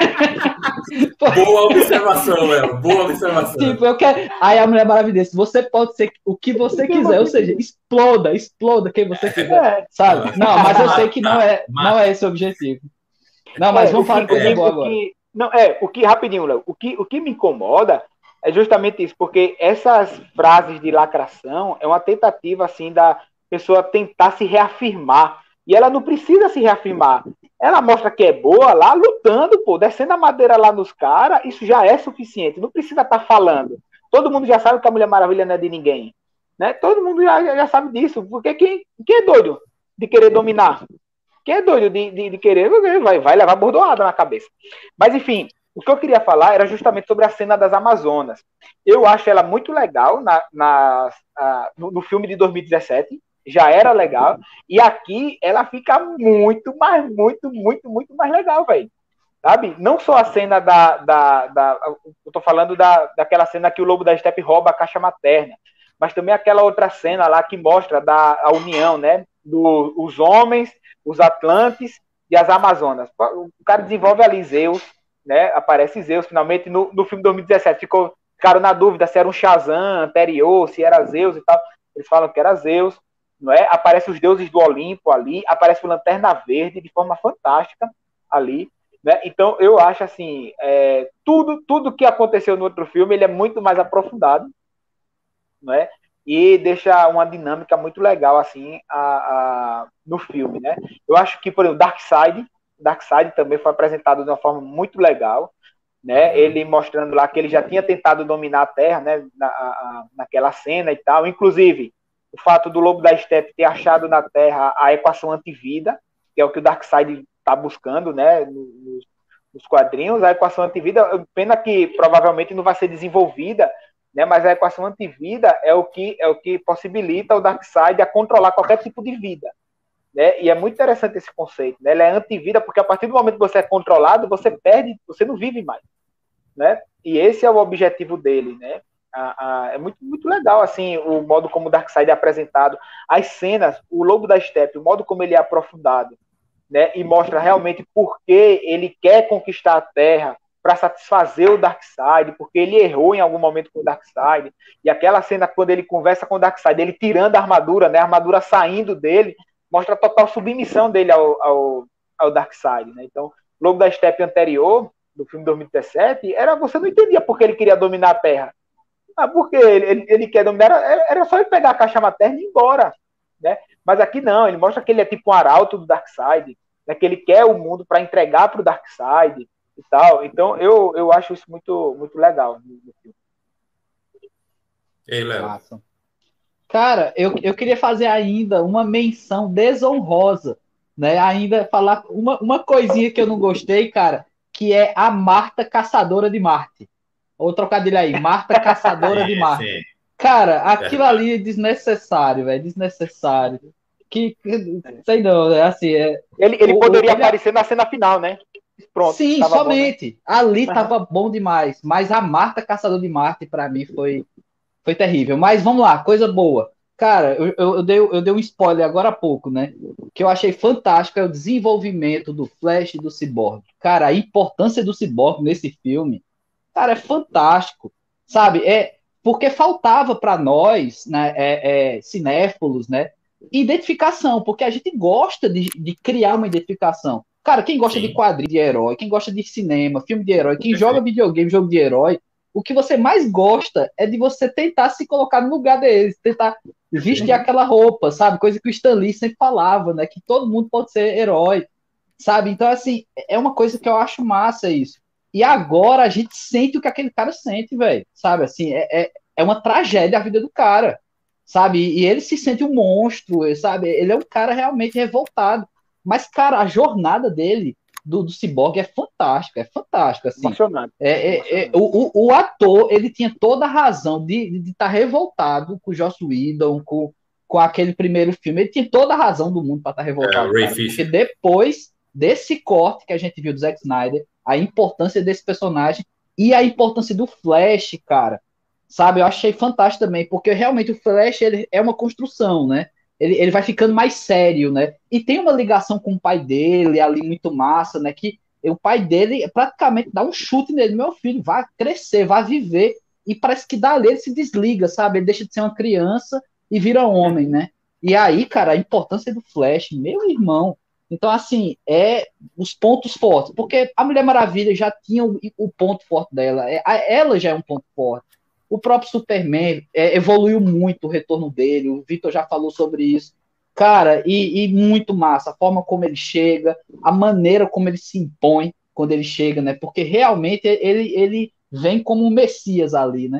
Boa observação, Léo, boa observação. Tipo, eu quero. Aí a Mulher Maravilha diz: você pode ser o que você quiser, ou seja, exploda, exploda quem você quiser, sabe? Não, mas eu sei que não é, não é esse o objetivo. Não, mas é, vamos falar de coisa boa agora. Que, não, é, o que, rapidinho, Léo, o que, o que me incomoda é justamente isso, porque essas frases de lacração é uma tentativa, assim, da pessoa tentar se reafirmar. E ela não precisa se reafirmar. Ela mostra que é boa lá, lutando, pô, descendo a madeira lá nos caras, isso já é suficiente. Não precisa estar falando. Todo mundo já sabe que a Mulher Maravilha não é de ninguém. Né? Todo mundo já, já sabe disso, porque quem, quem é doido de querer dominar? Quem é doido de, de, de querer vai, vai levar bordoada na cabeça. Mas, enfim, o que eu queria falar era justamente sobre a cena das Amazonas. Eu acho ela muito legal na, na, a, no, no filme de dois mil e dezessete, já era legal, e aqui ela fica muito, mais, muito, muito, muito mais legal, velho. Sabe? Não só a cena da, da, da. Eu tô falando da, daquela cena que o Lobo da Steppe rouba a caixa materna, mas também aquela outra cena lá que mostra da, a união, né? Dos do, homens, os Atlantes e as Amazonas. O cara desenvolve ali Zeus, né? Aparece Zeus finalmente no, no filme dois mil e dezessete. Ficou, ficaram na dúvida se era um Shazam anterior, se era Zeus e tal. Eles falam que era Zeus, não é? Aparece os deuses do Olimpo ali, aparece o Lanterna Verde de forma fantástica ali. Né? Então, eu acho assim, é, tudo, tudo que aconteceu no outro filme, ele é muito mais aprofundado, né? E deixa uma dinâmica muito legal assim a, a, no filme, né? Eu acho que, por exemplo, Darkseid, Darkseid também foi apresentado de uma forma muito legal, né? Ele mostrando lá que ele já tinha tentado dominar a Terra, né? Na, a, naquela cena e tal. Inclusive, o fato do Lobo da Steppe ter achado na Terra a equação antivida, que é o que o Darkseid está buscando, né? Nos, nos quadrinhos, a equação antivida, pena que provavelmente não vai ser desenvolvida, né? Mas a equação antivida é o que é o que possibilita o Darkseid a controlar qualquer tipo de vida, né? E é muito interessante esse conceito, né? Ele é antivida porque a partir do momento que você é controlado, você perde, você não vive mais, né? E esse é o objetivo dele, né? A, a, é muito, muito legal assim o modo como o Darkseid é apresentado, as cenas, o Lobo da Steppe, o modo como ele é aprofundado, né? E mostra realmente por que ele quer conquistar a Terra para satisfazer o Darkseid, porque ele errou em algum momento com o Darkseid, e aquela cena quando ele conversa com o Darkseid, ele tirando a armadura, né? A armadura saindo dele, mostra a total submissão dele ao, ao, ao Darkseid, né? Então, o Lobo da Steppe anterior, do filme dois mil e dezessete, era, você não entendia por que ele queria dominar a Terra. Ah, porque ele, ele, ele quer dominar, era, era só ele pegar a caixa materna e ir embora, né? Mas aqui não, ele mostra que ele é tipo um arauto do Darkseid, né? Que ele quer o mundo para entregar para o Darkseid e tal. Então, eu, eu acho isso muito, muito legal no filme. Ei, Léo. Massa. Cara, eu, eu queria fazer ainda uma menção desonrosa, né? Ainda falar uma, uma coisinha que eu não gostei, cara, que é a Marta Caçadora de Marte. Ou trocadilho aí, Marta Caçadora de Marte. Sim. Cara, aquilo ali é desnecessário, velho, desnecessário. Que, que sei não, é assim, é, Ele, ele o- poderia o- ele- aparecer na cena final, né? Pronto. sim, tava bom, né? somente. Ali Aham. tava bom demais, mas a Marta Caçador de Marte pra mim foi foi terrível. Mas vamos lá, coisa boa. Cara, eu, eu, eu dei, eu dei um spoiler agora há pouco, né? Que eu achei fantástico é o desenvolvimento do Flash e do Cyborg. Cara, a importância do Cyborg nesse filme, cara, é fantástico, sabe? É porque faltava para nós, né, é, é, cinéfilos, né, identificação, porque a gente gosta de, de criar uma identificação. Cara, quem gosta de Sim. quadrinho de herói, quem gosta de cinema, filme de herói, quem Perfeito. joga videogame, jogo de herói, o que você mais gosta é de você tentar se colocar no lugar deles, tentar vestir aquela roupa, sabe? Coisa que o Stan Lee sempre falava, né? Que todo mundo pode ser herói, sabe? Então, assim, é uma coisa que eu acho massa isso. E agora a gente sente o que aquele cara sente, velho, sabe? Assim, é, é, é uma tragédia a vida do cara, sabe? E ele se sente um monstro, sabe? Ele é um cara realmente revoltado. Mas, cara, a jornada dele, do, do Cyborg, é fantástica, é fantástica, assim. Emocionante. É, é, é, Emocionante. o, o, o ator, ele tinha toda a razão de estar revoltado com o Joss Whedon, com, com aquele primeiro filme. Ele tinha toda a razão do mundo para estar É, revoltado, o Ray cara, Fisher. porque depois desse corte que a gente viu do Zack Snyder, a importância desse personagem e a importância do Flash, cara, sabe? Eu achei fantástico também, porque realmente o Flash ele é uma construção, né? Ele, ele vai ficando mais sério, né? E tem uma ligação com o pai dele ali muito massa, né? Que o pai dele praticamente dá um chute nele, meu filho, vai crescer, vai viver, e parece que dali ele se desliga, sabe? Ele deixa de ser uma criança e vira homem, né? E aí, cara, a importância do Flash, meu irmão. Então, assim, é os pontos fortes, porque a Mulher Maravilha já tinha o, o ponto forte dela, é, a- ela já é um ponto forte. O próprio Superman é, evoluiu muito o retorno dele, o Vitor já falou sobre isso. Cara, e, e muito massa, a forma como ele chega, a maneira como ele se impõe quando ele chega, né? Porque realmente ele, ele vem como um Messias ali, né?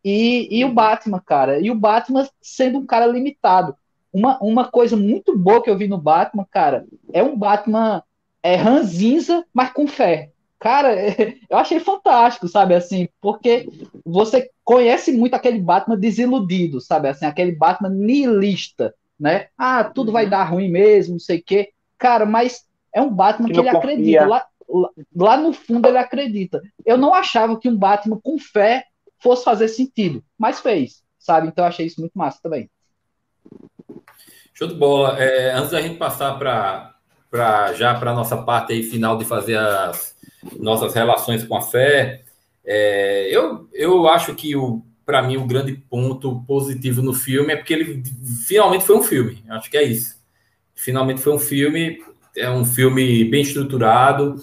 e, e o Batman, cara. E o Batman sendo um cara limitado. Uma, uma coisa muito boa que eu vi no Batman, cara, é um Batman é, ranzinza, mas com fé. Cara, eu achei fantástico, sabe, assim, porque você conhece muito aquele Batman desiludido, sabe, assim, aquele Batman nihilista, né? Ah, tudo vai dar ruim mesmo, não sei o quê. Cara, mas é um Batman que, que ele confia. acredita, lá, lá, lá no fundo ele acredita. Eu não achava que um Batman com fé fosse fazer sentido, mas fez, sabe? Então eu achei isso muito massa também. Show de bola. É, antes da gente passar para para já para a nossa parte aí final de fazer as nossas relações com a fé, é, eu, eu acho que para mim o grande ponto positivo no filme é porque ele finalmente foi um filme. Acho que é isso. Finalmente foi um filme, é um filme bem estruturado.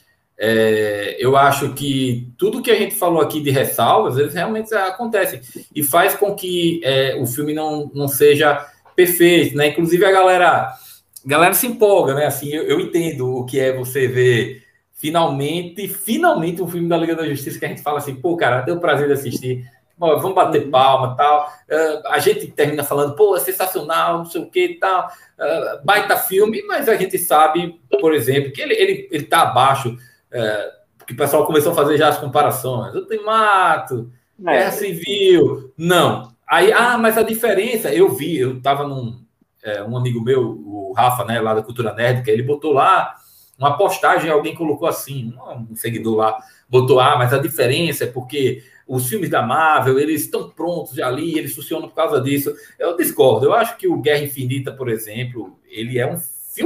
É, eu acho que tudo que a gente falou aqui de ressalvas, eles realmente acontecem e faz com que é, o filme não, não seja perfeito, né? Inclusive a galera, a galera se empolga, né? Assim, eu, eu entendo o que é você ver finalmente, finalmente um filme da Liga da Justiça que a gente fala assim, pô, cara, deu prazer de assistir, pô, vamos bater palma, tal. Uh, a gente termina falando, pô, é sensacional, não sei o que, tal, uh, baita filme, mas a gente sabe, por exemplo, que ele ele, ele tá abaixo, uh, porque o pessoal começou a fazer já as comparações, Ultimato, é. Guerra Civil, não. Aí, ah, mas a diferença, eu vi, eu tava num, é, um amigo meu, o Rafa, né, lá da Cultura Nerd, que ele botou lá uma postagem, alguém colocou assim, um seguidor lá, botou, ah, mas a diferença é porque os filmes da Marvel, eles estão prontos já ali, eles funcionam por causa disso. Eu discordo, eu acho que o Guerra Infinita, por exemplo, ele é um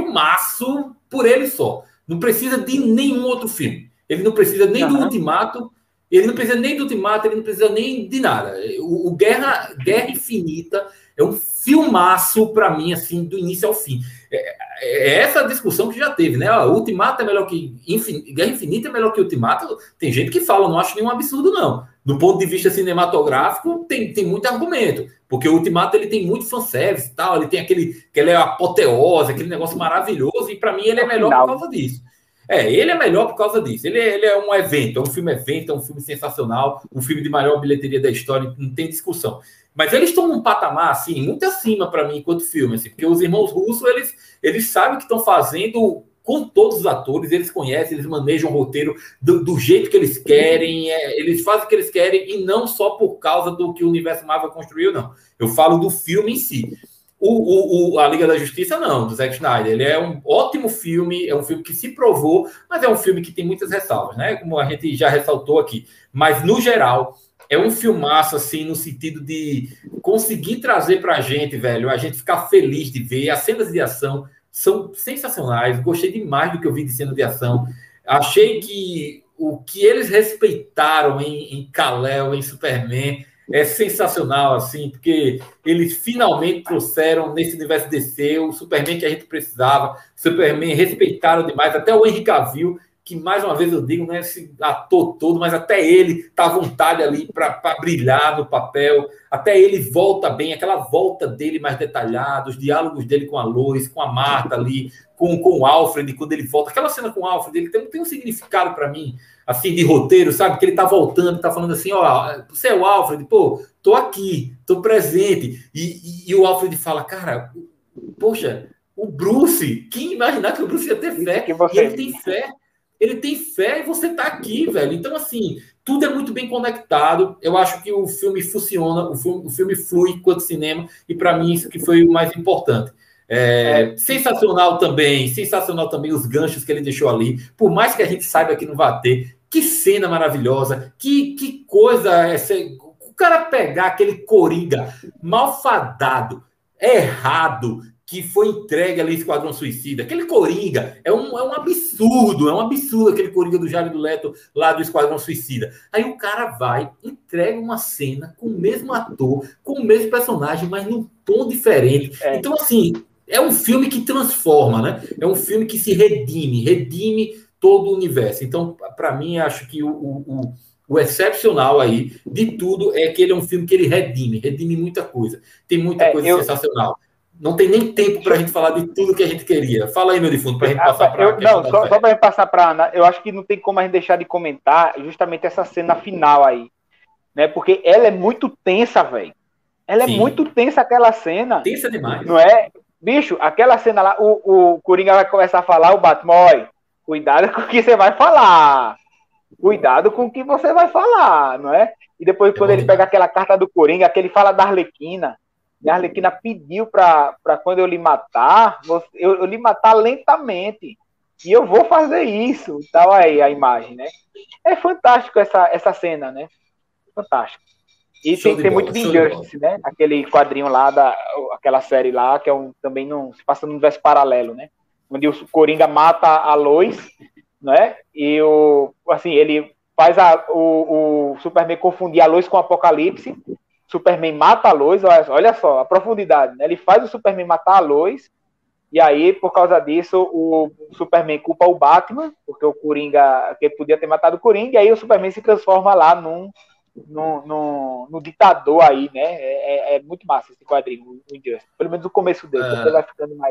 filmaço por ele só. Não precisa de nenhum outro filme. Ele não precisa nem uhum. do Ultimato, ele não precisa nem do Ultimato, ele não precisa nem de nada. O, o Guerra, Guerra Infinita é um filmaço para mim, assim, do início ao fim. É, é essa discussão que já teve, né? O Ultimato é melhor que... Infin... Guerra Infinita é melhor que Ultimato. Tem gente que fala, não acho nenhum absurdo, não. Do ponto de vista cinematográfico, tem, tem muito argumento. Porque o Ultimato, ele tem muito fanservice e tal, ele tem aquele... que ele é apoteose, aquele negócio maravilhoso, e para mim ele é melhor por causa disso. É, ele é melhor por causa disso. Ele é, ele é um evento, é um filme evento, é um filme sensacional, um filme de maior bilheteria da história, não tem discussão. Mas eles estão num patamar, assim, muito acima para mim, enquanto filme, assim, porque os irmãos Russo, eles, eles sabem o que estão fazendo com todos os atores, eles conhecem, eles manejam o roteiro do, do jeito que eles querem, é, eles fazem o que eles querem, e não só por causa do que o universo Marvel construiu, não. Eu falo do filme em si. O, o, o, a Liga da Justiça, não, do Zack Snyder. Ele é um ótimo filme, é um filme que se provou, mas é um filme que tem muitas ressalvas, né? Como a gente já ressaltou aqui. Mas, no geral, é um filmaço, assim, no sentido de conseguir trazer pra gente, velho, a gente ficar feliz de ver. As cenas de ação são sensacionais. Gostei demais do que eu vi de cena de ação. Achei que o que eles respeitaram em, em Kal-El, em Superman, é sensacional, assim, porque eles finalmente trouxeram nesse universo D C o Superman que a gente precisava. Superman respeitaram demais, até o Henry Cavill, que mais uma vez eu digo, não é esse ator todo, mas até ele tá à vontade ali para brilhar no papel, até ele volta bem, aquela volta dele mais detalhada, os diálogos dele com a Lois, com a Marta ali, com, com o Alfred, quando ele volta, aquela cena com o Alfred, ele tem, tem um significado para mim, assim, de roteiro, sabe? Que ele tá voltando, tá falando assim, ó, você é o Alfred, pô, tô aqui, tô presente. E, e, e o Alfred fala, cara, poxa, o Bruce, quem imaginar que o Bruce ia ter fé? E ele tem fé, ele tem fé e você tá aqui, velho. Então, assim, tudo é muito bem conectado. Eu acho que o filme funciona, o filme, o filme flui enquanto cinema, e para mim isso que foi o mais importante. É, sensacional também, sensacional também os ganchos que ele deixou ali, por mais que a gente saiba que não vai ter. Que cena maravilhosa, que, que coisa essa. O cara pegar aquele Coringa malfadado, errado, que foi entregue ali em Esquadrão Suicida, aquele Coringa, é um, é um absurdo, é um absurdo aquele Coringa do Jared Leto lá do Esquadrão Suicida. Aí o cara vai, entrega uma cena com o mesmo ator, com o mesmo personagem, mas num tom diferente. É. Então, assim, é um filme que transforma, né? É um filme que se redime, redime todo o universo. Então, para mim, acho que o, o, o excepcional aí de tudo é que ele é um filme que ele redime, redime muita coisa. Tem muita é, coisa eu... sensacional. Não tem nem tempo para a gente falar de tudo que a gente queria. Fala aí, meu defunto, para a gente passar para... Não, só, só para a gente passar para... Eu acho que não tem como a gente deixar de comentar justamente essa cena final aí. né? Porque ela é muito tensa, velho. Ela Sim. é muito tensa, aquela cena. Tensa demais. Não é? Bicho, aquela cena lá, o, o Coringa vai começar a falar, o Batman, olha, cuidado com o que você vai falar. Cuidado com o que você vai falar, não é? E depois, É quando ele demais. pega aquela carta do Coringa, que ele fala da Arlequina, e a Arlequina pediu para quando eu lhe matar, você, eu, eu lhe matar lentamente. E eu vou fazer isso. Tal aí a imagem, né? É fantástico essa, essa cena, né? Fantástico. E Show tem, de tem bola, muito de show de Injustice, né? Aquele quadrinho lá, da, aquela série lá, que é um, também não, se passa no universo paralelo, né? Onde o Coringa mata a Lois, né? E o, assim, ele faz a, o, o Superman confundir a Lois com o Apocalipse. Superman mata a Lois, olha, olha só a profundidade, né? Ele faz o Superman matar a Lois, e aí, por causa disso, o Superman culpa o Batman, porque o Coringa, que podia ter matado o Coringa, e aí o Superman se transforma lá num No, no, no ditador aí, né? É, é muito massa esse quadrinho, o Injustice. Pelo menos o começo dele, É. depois vai ficando mais.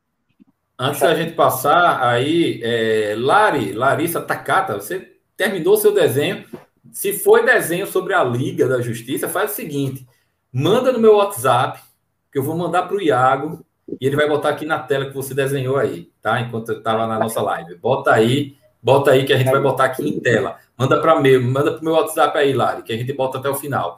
Antes da gente passar, aí, é, Lari, Larissa Takata, você terminou seu desenho. Se foi desenho sobre a Liga da Justiça, faz o seguinte: manda no meu WhatsApp, que eu vou mandar para o Iago, e ele vai botar aqui na tela que você desenhou aí, tá? Enquanto eu estava na nossa live. Bota aí, bota aí que a gente vai botar aqui em tela. Manda para meu, manda para o meu WhatsApp aí, Lari, que a gente bota até o final.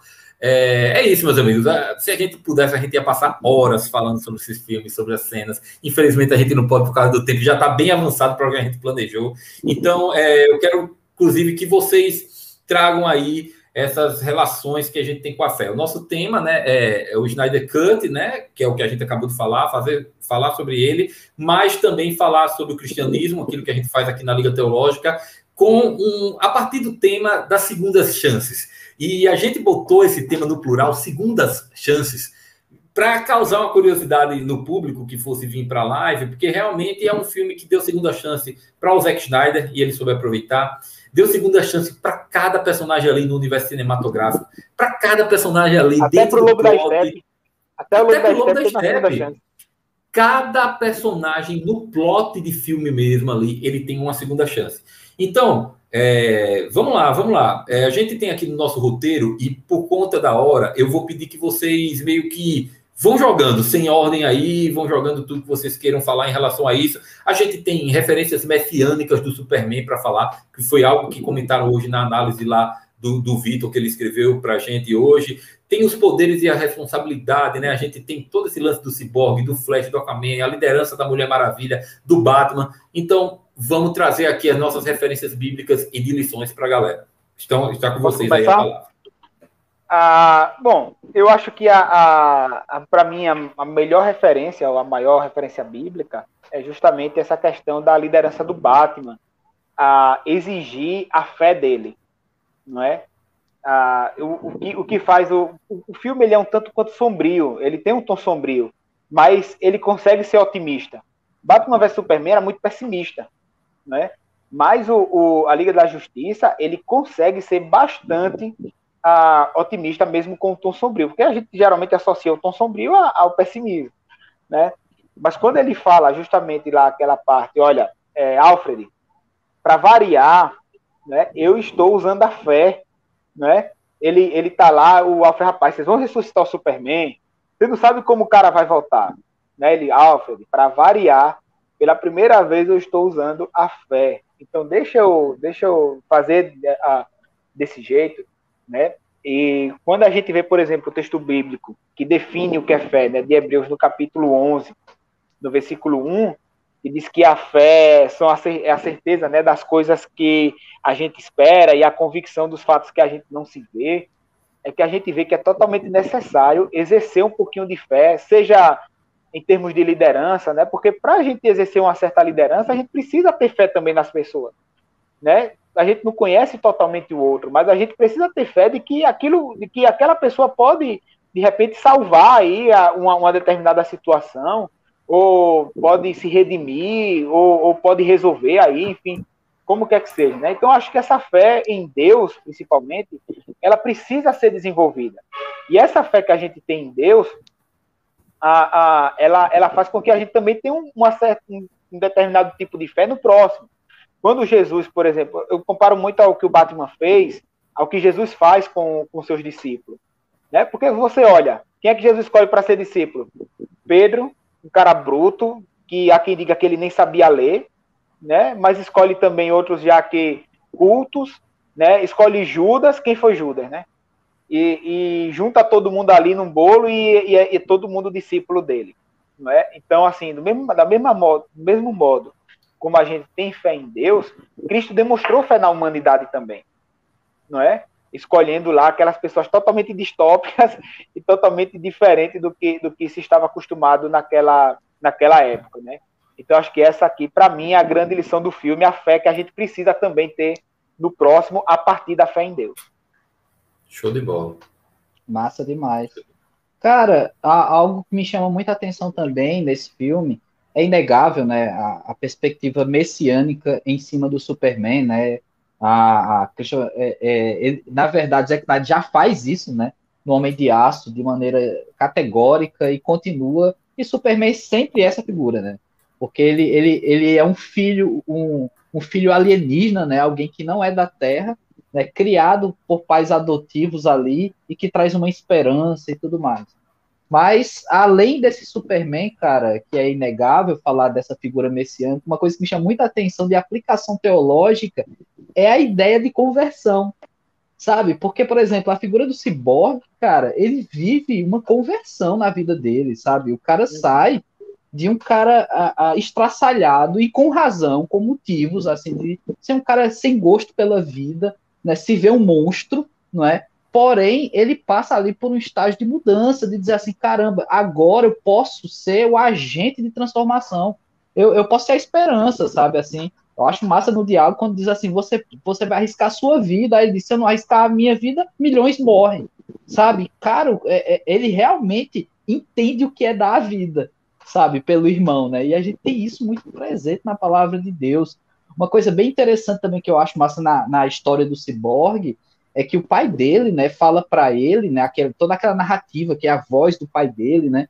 É, é isso, meus amigos. Se a gente pudesse, a gente ia passar horas falando sobre esses filmes, sobre as cenas. Infelizmente, a gente não pode por causa do tempo. Já está bem avançado para o que a gente planejou. Então, é, eu quero, inclusive, que vocês tragam aí essas relações que a gente tem com a fé. O nosso tema, né, é, é o Snyder Cut, né, que é o que a gente acabou de falar, fazer, falar sobre ele, mas também falar sobre o cristianismo, aquilo que a gente faz aqui na Liga Teológica, com um, a partir do tema das segundas chances. E a gente botou esse tema no plural, segundas chances, para causar uma curiosidade no público que fosse vir para a live, porque realmente é um filme que deu segunda chance para o Zack Snyder, e ele soube aproveitar, deu segunda chance para cada personagem ali no universo cinematográfico, para cada personagem ali Até dentro pro do Lobo da plot. Steppe. Até o Até Lobo da pro Lobo da Steppe tem uma segunda Steppe. chance. Cada personagem no plot de filme mesmo ali, ele tem uma segunda chance. Então, é, vamos lá, vamos lá. É, a gente tem aqui no nosso roteiro, e por conta da hora, eu vou pedir que vocês meio que vão jogando, sem ordem aí, vão jogando tudo que vocês queiram falar em relação a isso. A gente tem referências messiânicas do Superman para falar, que foi algo que comentaram hoje na análise lá do, do Vitor, que ele escreveu para a gente hoje. Tem os poderes e a responsabilidade, né? A gente tem todo esse lance do Cyborg, do Flash, do Aquaman, a liderança da Mulher Maravilha, do Batman. Então, vamos trazer aqui as nossas referências bíblicas e de lições para a galera. Então, está com Posso vocês aí a começar? palavra. Ah, bom, eu acho que a, a, a para mim a, a melhor referência, ou a maior referência bíblica, é justamente essa questão da liderança do Batman, a exigir a fé dele, não é? Ah, o, o, que, o que faz o, o filme, ele é um tanto quanto sombrio, ele tem um tom sombrio, mas ele consegue ser otimista. Batman versus Superman era muito pessimista, né? Mas o, o, a Liga da Justiça, ele consegue ser bastante uh, otimista mesmo com o tom sombrio, porque a gente geralmente associa o tom sombrio ao pessimismo, né? Mas quando ele fala justamente lá aquela parte, olha, é, Alfred, para variar, né, eu estou usando a fé, né? Ele, ele tá lá, o Alfred, rapaz, vocês vão ressuscitar o Superman, você não sabe como o cara vai voltar, né? Ele, Alfred, para variar, pela primeira vez eu estou usando a fé. Então deixa eu, deixa eu fazer a, desse jeito, né? E quando a gente vê, por exemplo, o texto bíblico que define o que é fé, né, de Hebreus no capítulo onze, no versículo um, que diz que a fé são a, é a certeza, né, das coisas que a gente espera e a convicção dos fatos que a gente não se vê, é que a gente vê que é totalmente necessário exercer um pouquinho de fé, seja em termos de liderança, né? Porque para a gente exercer uma certa liderança, a gente precisa ter fé também nas pessoas, né? A gente não conhece totalmente o outro, mas a gente precisa ter fé de que aquilo, de que aquela pessoa pode de repente salvar aí uma, uma determinada situação, ou pode se redimir, ou, ou pode resolver aí, enfim, como quer que seja, né? Então acho que essa fé em Deus, principalmente, ela precisa ser desenvolvida. E essa fé que a gente tem em Deus, A, a, ela, ela faz com que a gente também tenha um, uma certa, um, um determinado tipo de fé no próximo. Quando Jesus, por exemplo, eu comparo muito ao que o Batman fez, ao que Jesus faz com, com seus discípulos. Né? Porque você olha, quem é que Jesus escolhe para ser discípulo? Pedro, um cara bruto, que há quem diga que ele nem sabia ler, né? Mas escolhe também outros já que cultos, né? Escolhe Judas, quem foi Judas, né? E, e junta todo mundo ali num bolo e, e, e todo mundo discípulo dele. Não é? Então, assim, do mesmo, da mesma modo, do mesmo modo como a gente tem fé em Deus, Cristo demonstrou fé na humanidade também. Não é? Escolhendo lá aquelas pessoas totalmente distópicas e totalmente diferentes do que, do que se estava acostumado naquela, naquela época, né? Então, acho que essa aqui, para mim, é a grande lição do filme, a fé que a gente precisa também ter no próximo, a partir da fé em Deus. Show de bola. Massa demais. Cara, há algo que me chama muita atenção também nesse filme, é inegável, né, a, a perspectiva messiânica em cima do Superman, né? A, a, é, é, ele, na verdade, Zack Snyder já faz isso, né, no Homem de Aço, de maneira categórica e continua, e Superman sempre é essa figura, né, porque ele, ele, ele é um filho, um, um filho alienígena, né, alguém que não é da Terra, né, criado por pais adotivos ali, e que traz uma esperança e tudo mais. Mas, além desse Superman, cara, que é inegável falar dessa figura messiânica, uma coisa que me chama muita atenção de aplicação teológica é a ideia de conversão, sabe? Porque, por exemplo, a figura do ciborgue, cara, ele vive uma conversão na vida dele, sabe? O cara sai de um cara a, a, estraçalhado e com razão, com motivos, assim, de ser um cara sem gosto pela vida, né? Se vê um monstro, não é? Porém, ele passa ali por um estágio de mudança, de dizer assim, caramba, agora eu posso ser o agente de transformação. Eu, eu posso ser a esperança, sabe, assim. Eu acho massa no diálogo quando diz assim, você, você vai arriscar a sua vida. Aí ele diz, se eu não arriscar a minha vida, milhões morrem, sabe? Cara, é, é, ele realmente entende o que é dar a vida, sabe, pelo irmão, né? E a gente tem isso muito presente na palavra de Deus. Uma coisa bem interessante também que eu acho massa na, na história do ciborgue é que o pai dele, né, fala para ele, né, aquela, toda aquela narrativa que é a voz do pai dele, né,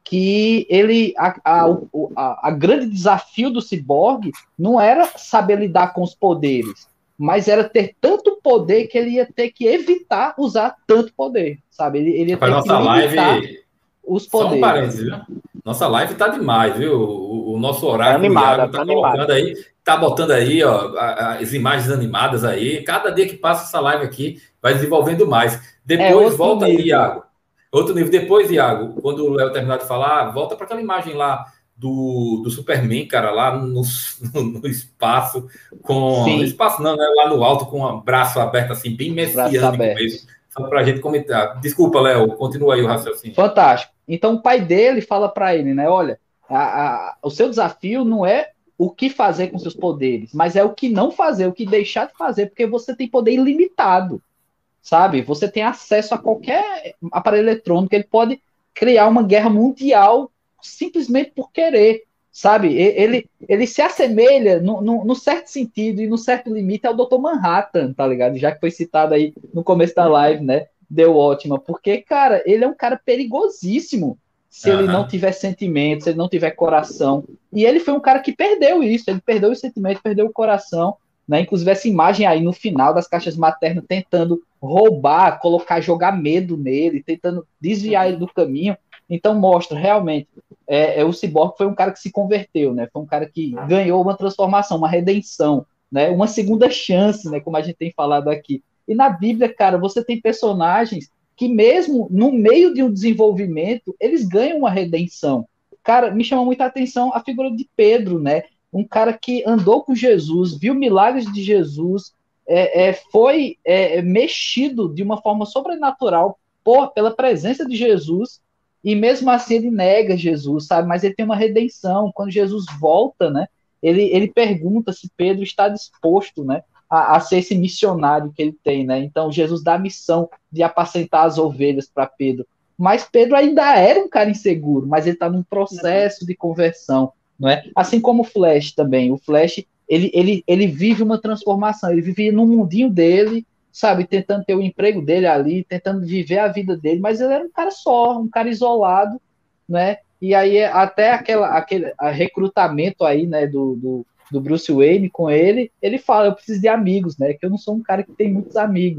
que ele, a, a, a, a grande desafio do ciborgue não era saber lidar com os poderes, mas era ter tanto poder que ele ia ter que evitar usar tanto poder, sabe? Ele, ele ia ter Rapaz, que nossa limitar live, os só um poderes. parênteses, viu? Nossa live tá demais, viu? O, o nosso horário, Tá animada, o Iago tá, tá colocando animada. aí, tá botando aí, ó, a- as imagens animadas aí. Cada dia que passa essa live aqui, vai desenvolvendo mais. É Depois outro volta aí, nível. Iago. Outro nível. Depois, Iago, quando o Léo terminar de falar, volta para aquela imagem lá do, do Superman, cara, lá no, no, no espaço, com. Sim. No espaço não, né? Lá no alto, com o braço aberto, assim, bem Braços messiânico abertos. mesmo. Só para a gente comentar. Desculpa, Léo, continua aí o raciocínio. Fantástico. Então o pai dele fala para ele, né? Olha, a, a, o seu desafio não é o que fazer com seus poderes, mas é o que não fazer, o que deixar de fazer, porque você tem poder ilimitado, sabe? Você tem acesso a qualquer aparelho eletrônico, ele pode criar uma guerra mundial simplesmente por querer, sabe? Ele, ele se assemelha, no, no, no certo sentido e no certo limite, ao doutor Manhattan, tá ligado? Já que foi citado aí no começo da live, né? Deu ótima, porque, cara, ele é um cara perigosíssimo se ele não Aham. tiver sentimentos, se ele não tiver coração. E ele foi um cara que perdeu isso, ele perdeu os sentimentos, perdeu o coração, né? Inclusive essa imagem aí no final das caixas maternas tentando roubar, colocar, jogar medo nele, tentando desviar ele do caminho. Então mostra realmente, é, é, o Cyborg foi um cara que se converteu, né? Foi um cara que ganhou uma transformação, uma redenção, né? Uma segunda chance, né? Como a gente tem falado aqui. E na Bíblia, cara, você tem personagens que mesmo no meio de um desenvolvimento, eles ganham uma redenção. Cara, me chama muita atenção a figura de Pedro, né? Um cara que andou com Jesus, viu milagres de Jesus, é, é, foi é, mexido de uma forma sobrenatural por, pela presença de Jesus, e mesmo assim ele nega Jesus, sabe? Mas ele tem uma redenção. Quando Jesus volta, né? Ele, ele pergunta se Pedro está disposto, né? A, a ser esse missionário que ele tem, né? Então Jesus dá a missão de apacentar as ovelhas para Pedro. Mas Pedro ainda era um cara inseguro, mas ele está num processo de conversão, não é? Assim como o Flash também. O Flash, ele, ele, ele vive uma transformação, ele vive no mundinho dele, sabe? Tentando ter o emprego dele ali, tentando viver a vida dele, mas ele era um cara só, um cara isolado, né? E aí até aquela, aquele a recrutamento aí, né, do, do do Bruce Wayne com ele, ele fala, eu preciso de amigos, né, que eu não sou um cara que tem muitos amigos.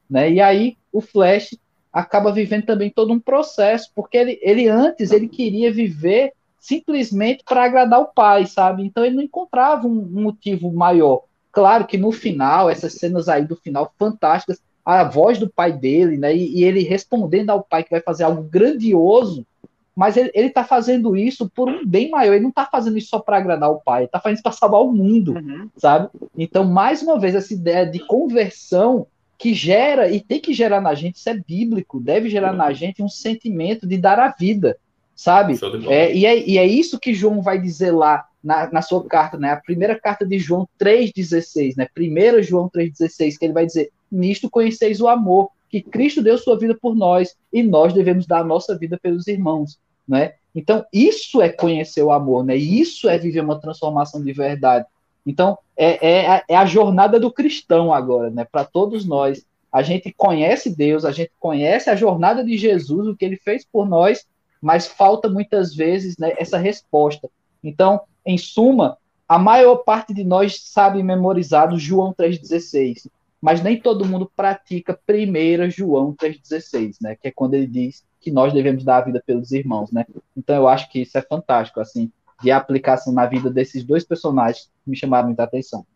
né? E aí o Flash acaba vivendo também todo um processo, porque ele, ele antes ele queria viver simplesmente para agradar o pai, sabe? Então ele não encontrava um, um motivo maior. Claro que no final, essas cenas aí do final fantásticas, a voz do pai dele, né? E, e ele respondendo ao pai que vai fazer algo grandioso, mas ele, ele tá fazendo isso por um bem maior, ele não tá fazendo isso só para agradar o pai, ele tá fazendo isso para salvar o mundo, uhum. sabe? Então, mais uma vez, essa ideia de conversão que gera, e tem que gerar na gente, isso é bíblico, deve gerar na gente um sentimento de dar a vida, sabe? É, e, é, e é isso que João vai dizer lá na, na sua carta, né? A primeira carta de João três dezesseis, né? Primeira João três dezesseis, que ele vai dizer, nisto conheceis o amor, que Cristo deu sua vida por nós, e nós devemos dar a nossa vida pelos irmãos, né? Então, isso é conhecer o amor, né? Isso é viver uma transformação de verdade. Então, é, é, é a jornada do cristão agora, né? Para todos nós. A gente conhece Deus, a gente conhece a jornada de Jesus, o que ele fez por nós, mas falta muitas vezes, né, essa resposta. Então, em suma, a maior parte de nós sabe memorizar João três dezesseis, mas nem todo mundo pratica primeira João três dezesseis, né? Que é quando ele diz que nós devemos dar a vida pelos irmãos, né? Então eu acho que isso é fantástico, assim, de aplicação na vida desses dois personagens que me chamaram muita atenção.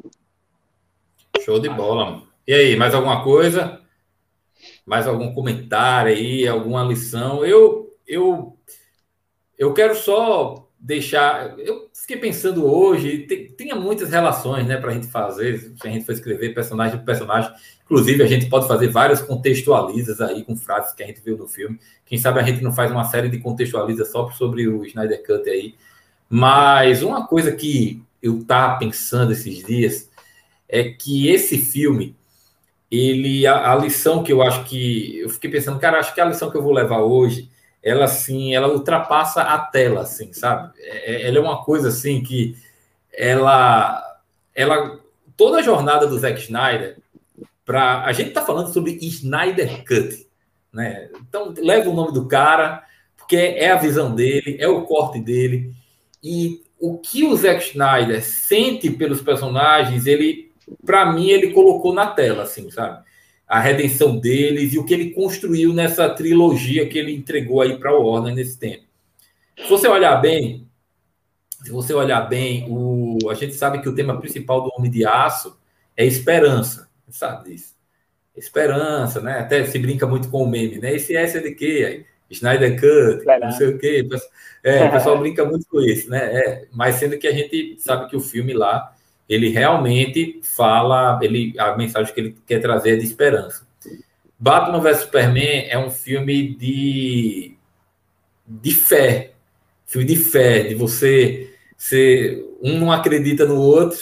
Show de bola, mano. E aí, mais alguma coisa? Mais algum comentário aí, alguma lição? Eu, eu, eu quero só deixar... Eu fiquei pensando hoje, tem, tinha muitas relações, né, para a gente fazer, se a gente for escrever personagem por personagem. Inclusive, a gente pode fazer várias contextualizas aí com frases que a gente viu no filme. Quem sabe a gente não faz uma série de contextualizas só sobre o Snyder Cut aí. Mas uma coisa que eu estava pensando esses dias é que esse filme, ele, a, a lição que eu acho que... Eu fiquei pensando, cara, acho que a lição que eu vou levar hoje, ela, assim, ela ultrapassa a tela, assim, sabe? É, ela é uma coisa, assim, que ela... ela toda a jornada do Zack Snyder, pra, a gente está falando sobre Snyder Cut, né? Então, leva o nome do cara, porque é a visão dele, é o corte dele, e o que o Zack Snyder sente pelos personagens, ele... para mim, ele colocou na tela, assim, sabe? A redenção deles e o que ele construiu nessa trilogia que ele entregou aí para o Warner nesse tempo. Se você olhar bem, se você olhar bem, o, a gente sabe que o tema principal do Homem de Aço é esperança, sabe disso? Esperança, né? Até se brinca muito com o meme, né? Esse S é de quê? Snyder Cut, não sei o quê. É, o pessoal brinca muito com isso, né? É, mas sendo que a gente sabe que o filme lá, ele realmente fala, ele, a mensagem que ele quer trazer é de esperança. Batman versus Superman é um filme de, de fé, filme de fé, de você ser, um não acredita no outro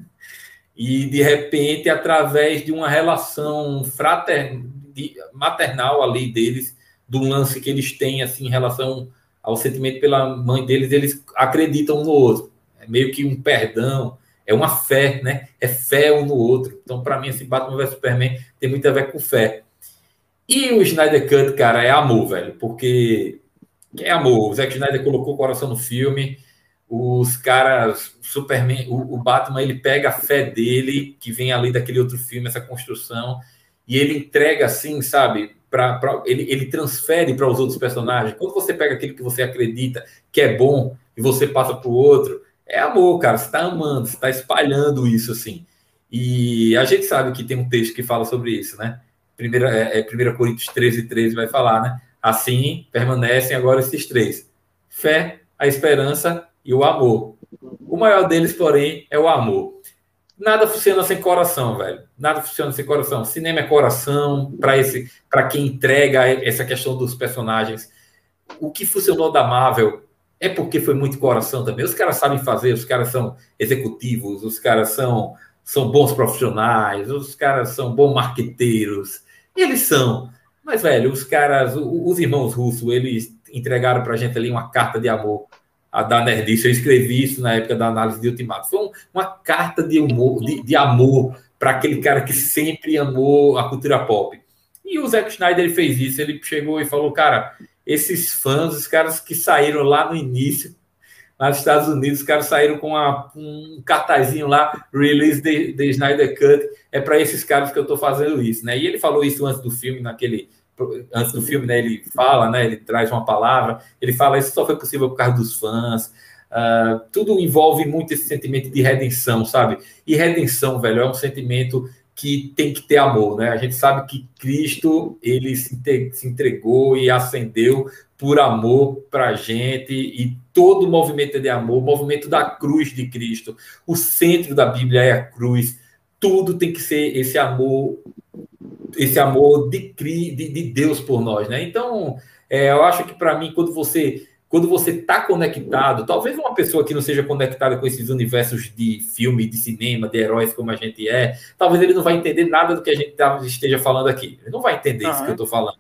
e, de repente, através de uma relação fraterna, maternal ali deles, do lance que eles têm, assim, em relação ao sentimento pela mãe deles, eles acreditam um no outro. É meio que um perdão, é uma fé, né? É fé um no outro. Então, para mim, esse Batman versus Superman tem muito a ver com fé. E o Snyder Cut, cara, é amor, velho. Porque é amor. O Zack Snyder colocou o coração no filme. Os caras, Superman, o, o Batman, ele pega a fé dele, que vem ali daquele outro filme, essa construção, e ele entrega assim, sabe? Pra, pra, ele, ele transfere para os outros personagens. Quando você pega aquilo que você acredita que é bom e você passa para o outro, é amor, cara. Você está amando, você está espalhando isso, assim. E a gente sabe que tem um texto que fala sobre isso, né? Primeira, é, é primeira Coríntios treze, treze vai falar, né? Assim permanecem agora esses três: fé, a esperança e o amor. O maior deles, porém, é o amor. Nada funciona sem coração, velho. Nada funciona sem coração. Cinema é coração, para esse, para quem entrega essa questão dos personagens. O que funcionou da Marvel é porque foi muito coração também. Os caras sabem fazer, os caras são executivos, os caras são, são bons profissionais, os caras são bons marqueteiros. Eles são. Mas, velho, os caras, os irmãos russos, eles entregaram pra gente ali uma carta de amor a da Nerdice. Eu escrevi isso na época da análise de Ultimato. Foi um, uma carta de, humor, de, de amor para aquele cara que sempre amou a cultura pop. E o Zack Snyder ele fez isso. Ele chegou e falou, cara, esses fãs, os caras que saíram lá no início, lá nos Estados Unidos, os caras saíram com uma, um cartazinho lá, Release the, the Snyder Cut, é para esses caras que eu estou fazendo isso, né? E ele falou isso antes do filme, naquele... Antes do filme, né? Ele fala, né? Ele traz uma palavra, ele fala, isso só foi possível por causa dos fãs. Uh, tudo envolve muito esse sentimento de redenção, sabe? E redenção, velho, é um sentimento que tem que ter amor, né? A gente sabe que Cristo, ele se, se entregou e ascendeu por amor pra gente, e todo o movimento é de amor, o movimento da cruz de Cristo, o centro da Bíblia é a cruz, tudo tem que ser esse amor, esse amor de, de, de Deus por nós, né? Então, é, eu acho que para mim, quando você quando você está conectado, talvez uma pessoa que não seja conectada com esses universos de filme, de cinema, de heróis como a gente é, talvez ele não vai entender nada do que a gente esteja falando aqui. Ele não vai entender uhum. isso que eu estou falando.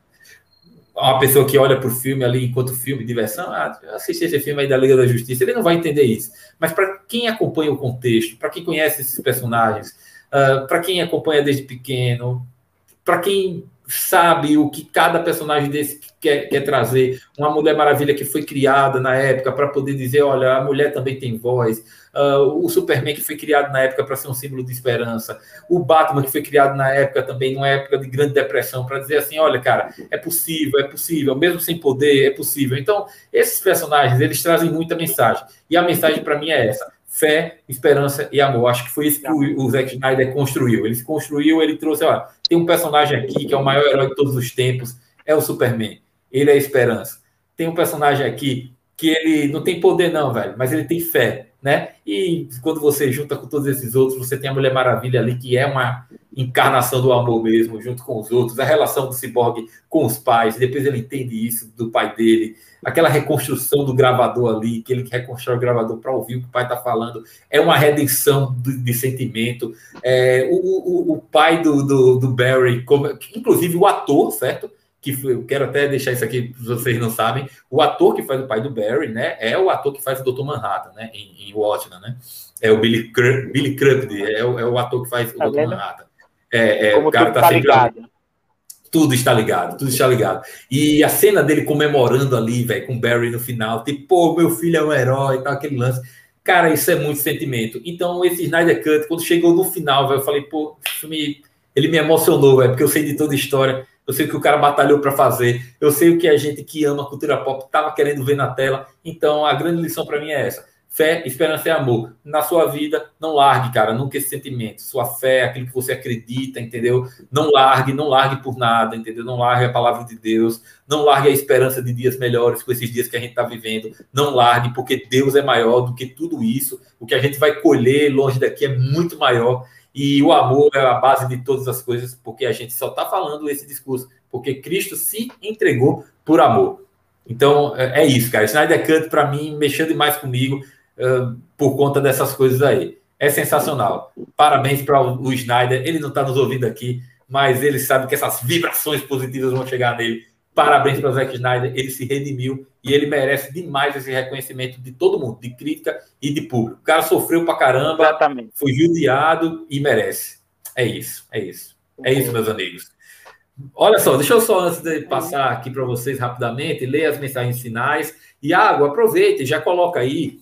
Uma pessoa que olha para o filme ali enquanto filme, diversão, ah, assiste esse filme aí da Liga da Justiça, ele não vai entender isso. Mas para quem acompanha o contexto, para quem conhece esses personagens, uh, para quem acompanha desde pequeno, para quem sabe o que cada personagem desse quer, quer trazer, uma Mulher Maravilha que foi criada na época para poder dizer, olha, a mulher também tem voz, uh, o Superman que foi criado na época para ser um símbolo de esperança, o Batman que foi criado na época também, numa época de grande depressão, para dizer assim, olha, cara, é possível, é possível, mesmo sem poder, é possível. Então, esses personagens, eles trazem muita mensagem, e a mensagem para mim é essa: fé, esperança e amor. Acho que foi isso que o, o Zack Snyder construiu. Ele se construiu, ele trouxe, olha, tem um personagem aqui que é o maior herói de todos os tempos, é o Superman. Ele é a esperança. Tem um personagem aqui que ele não tem poder não, velho, mas ele tem fé, né? E quando você junta com todos esses outros, você tem a Mulher Maravilha ali, que é uma encarnação do amor mesmo, junto com os outros, a relação do Cyborg com os pais, depois ele entende isso do pai dele, aquela reconstrução do gravador ali, que ele reconstrói o gravador para ouvir o que o pai está falando, é uma redenção de, de sentimento. É, o, o, o pai do, do, do Barry, como, inclusive o ator, certo? Que foi, eu quero até deixar isso aqui, se vocês não sabem, o ator que faz o pai do Barry, né, é o ator que faz o doutor Manhattan, né, em, em Watchmen, né, é o Billy, Cr Billy Crudup, é o, é o ator que faz o tá doutor vendo? Manhattan. É, é, Como o cara tudo tá, tá sempre ligado. Ali. Tudo está ligado, tudo está ligado. E a cena dele comemorando ali, velho, com o Barry no final, tipo, pô, meu filho é um herói e tal, aquele lance. Cara, isso é muito sentimento. Então, esse Snyder Cut, quando chegou no final, velho, eu falei, pô, isso me, ele me emocionou, velho, porque eu sei de toda a história. Eu sei o que o cara batalhou para fazer, eu sei o que a gente que ama a cultura pop estava querendo ver na tela. Então, a grande lição para mim é essa: fé, esperança e amor. Na sua vida, não largue, cara, nunca esse sentimento. Sua fé, aquilo que você acredita, entendeu? Não largue, não largue por nada, entendeu? Não largue a palavra de Deus, não largue a esperança de dias melhores com esses dias que a gente está vivendo. Não largue, porque Deus é maior do que tudo isso. O que a gente vai colher longe daqui é muito maior. E o amor é a base de todas as coisas, porque a gente só está falando esse discurso, porque Cristo se entregou por amor. Então, é isso, cara. Snyder Cut, para mim, mexeu demais comigo uh, por conta dessas coisas aí. É sensacional. Parabéns para o, o Snyder. Ele não está nos ouvindo aqui, mas ele sabe que essas vibrações positivas vão chegar nele. Parabéns para o Zack Snyder. Ele se redimiu e ele merece demais esse reconhecimento de todo mundo, de crítica e de público. O cara sofreu pra caramba, exatamente, foi judiado e merece. É isso, é isso. É isso, meus amigos. Olha só, deixa eu só, antes de passar aqui para vocês rapidamente, ler as mensagens finais. Iago, aproveite, já coloca aí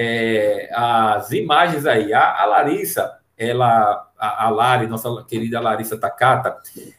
é, as imagens aí. A, a Larissa, ela, a, a Lari, nossa querida Larissa Takata,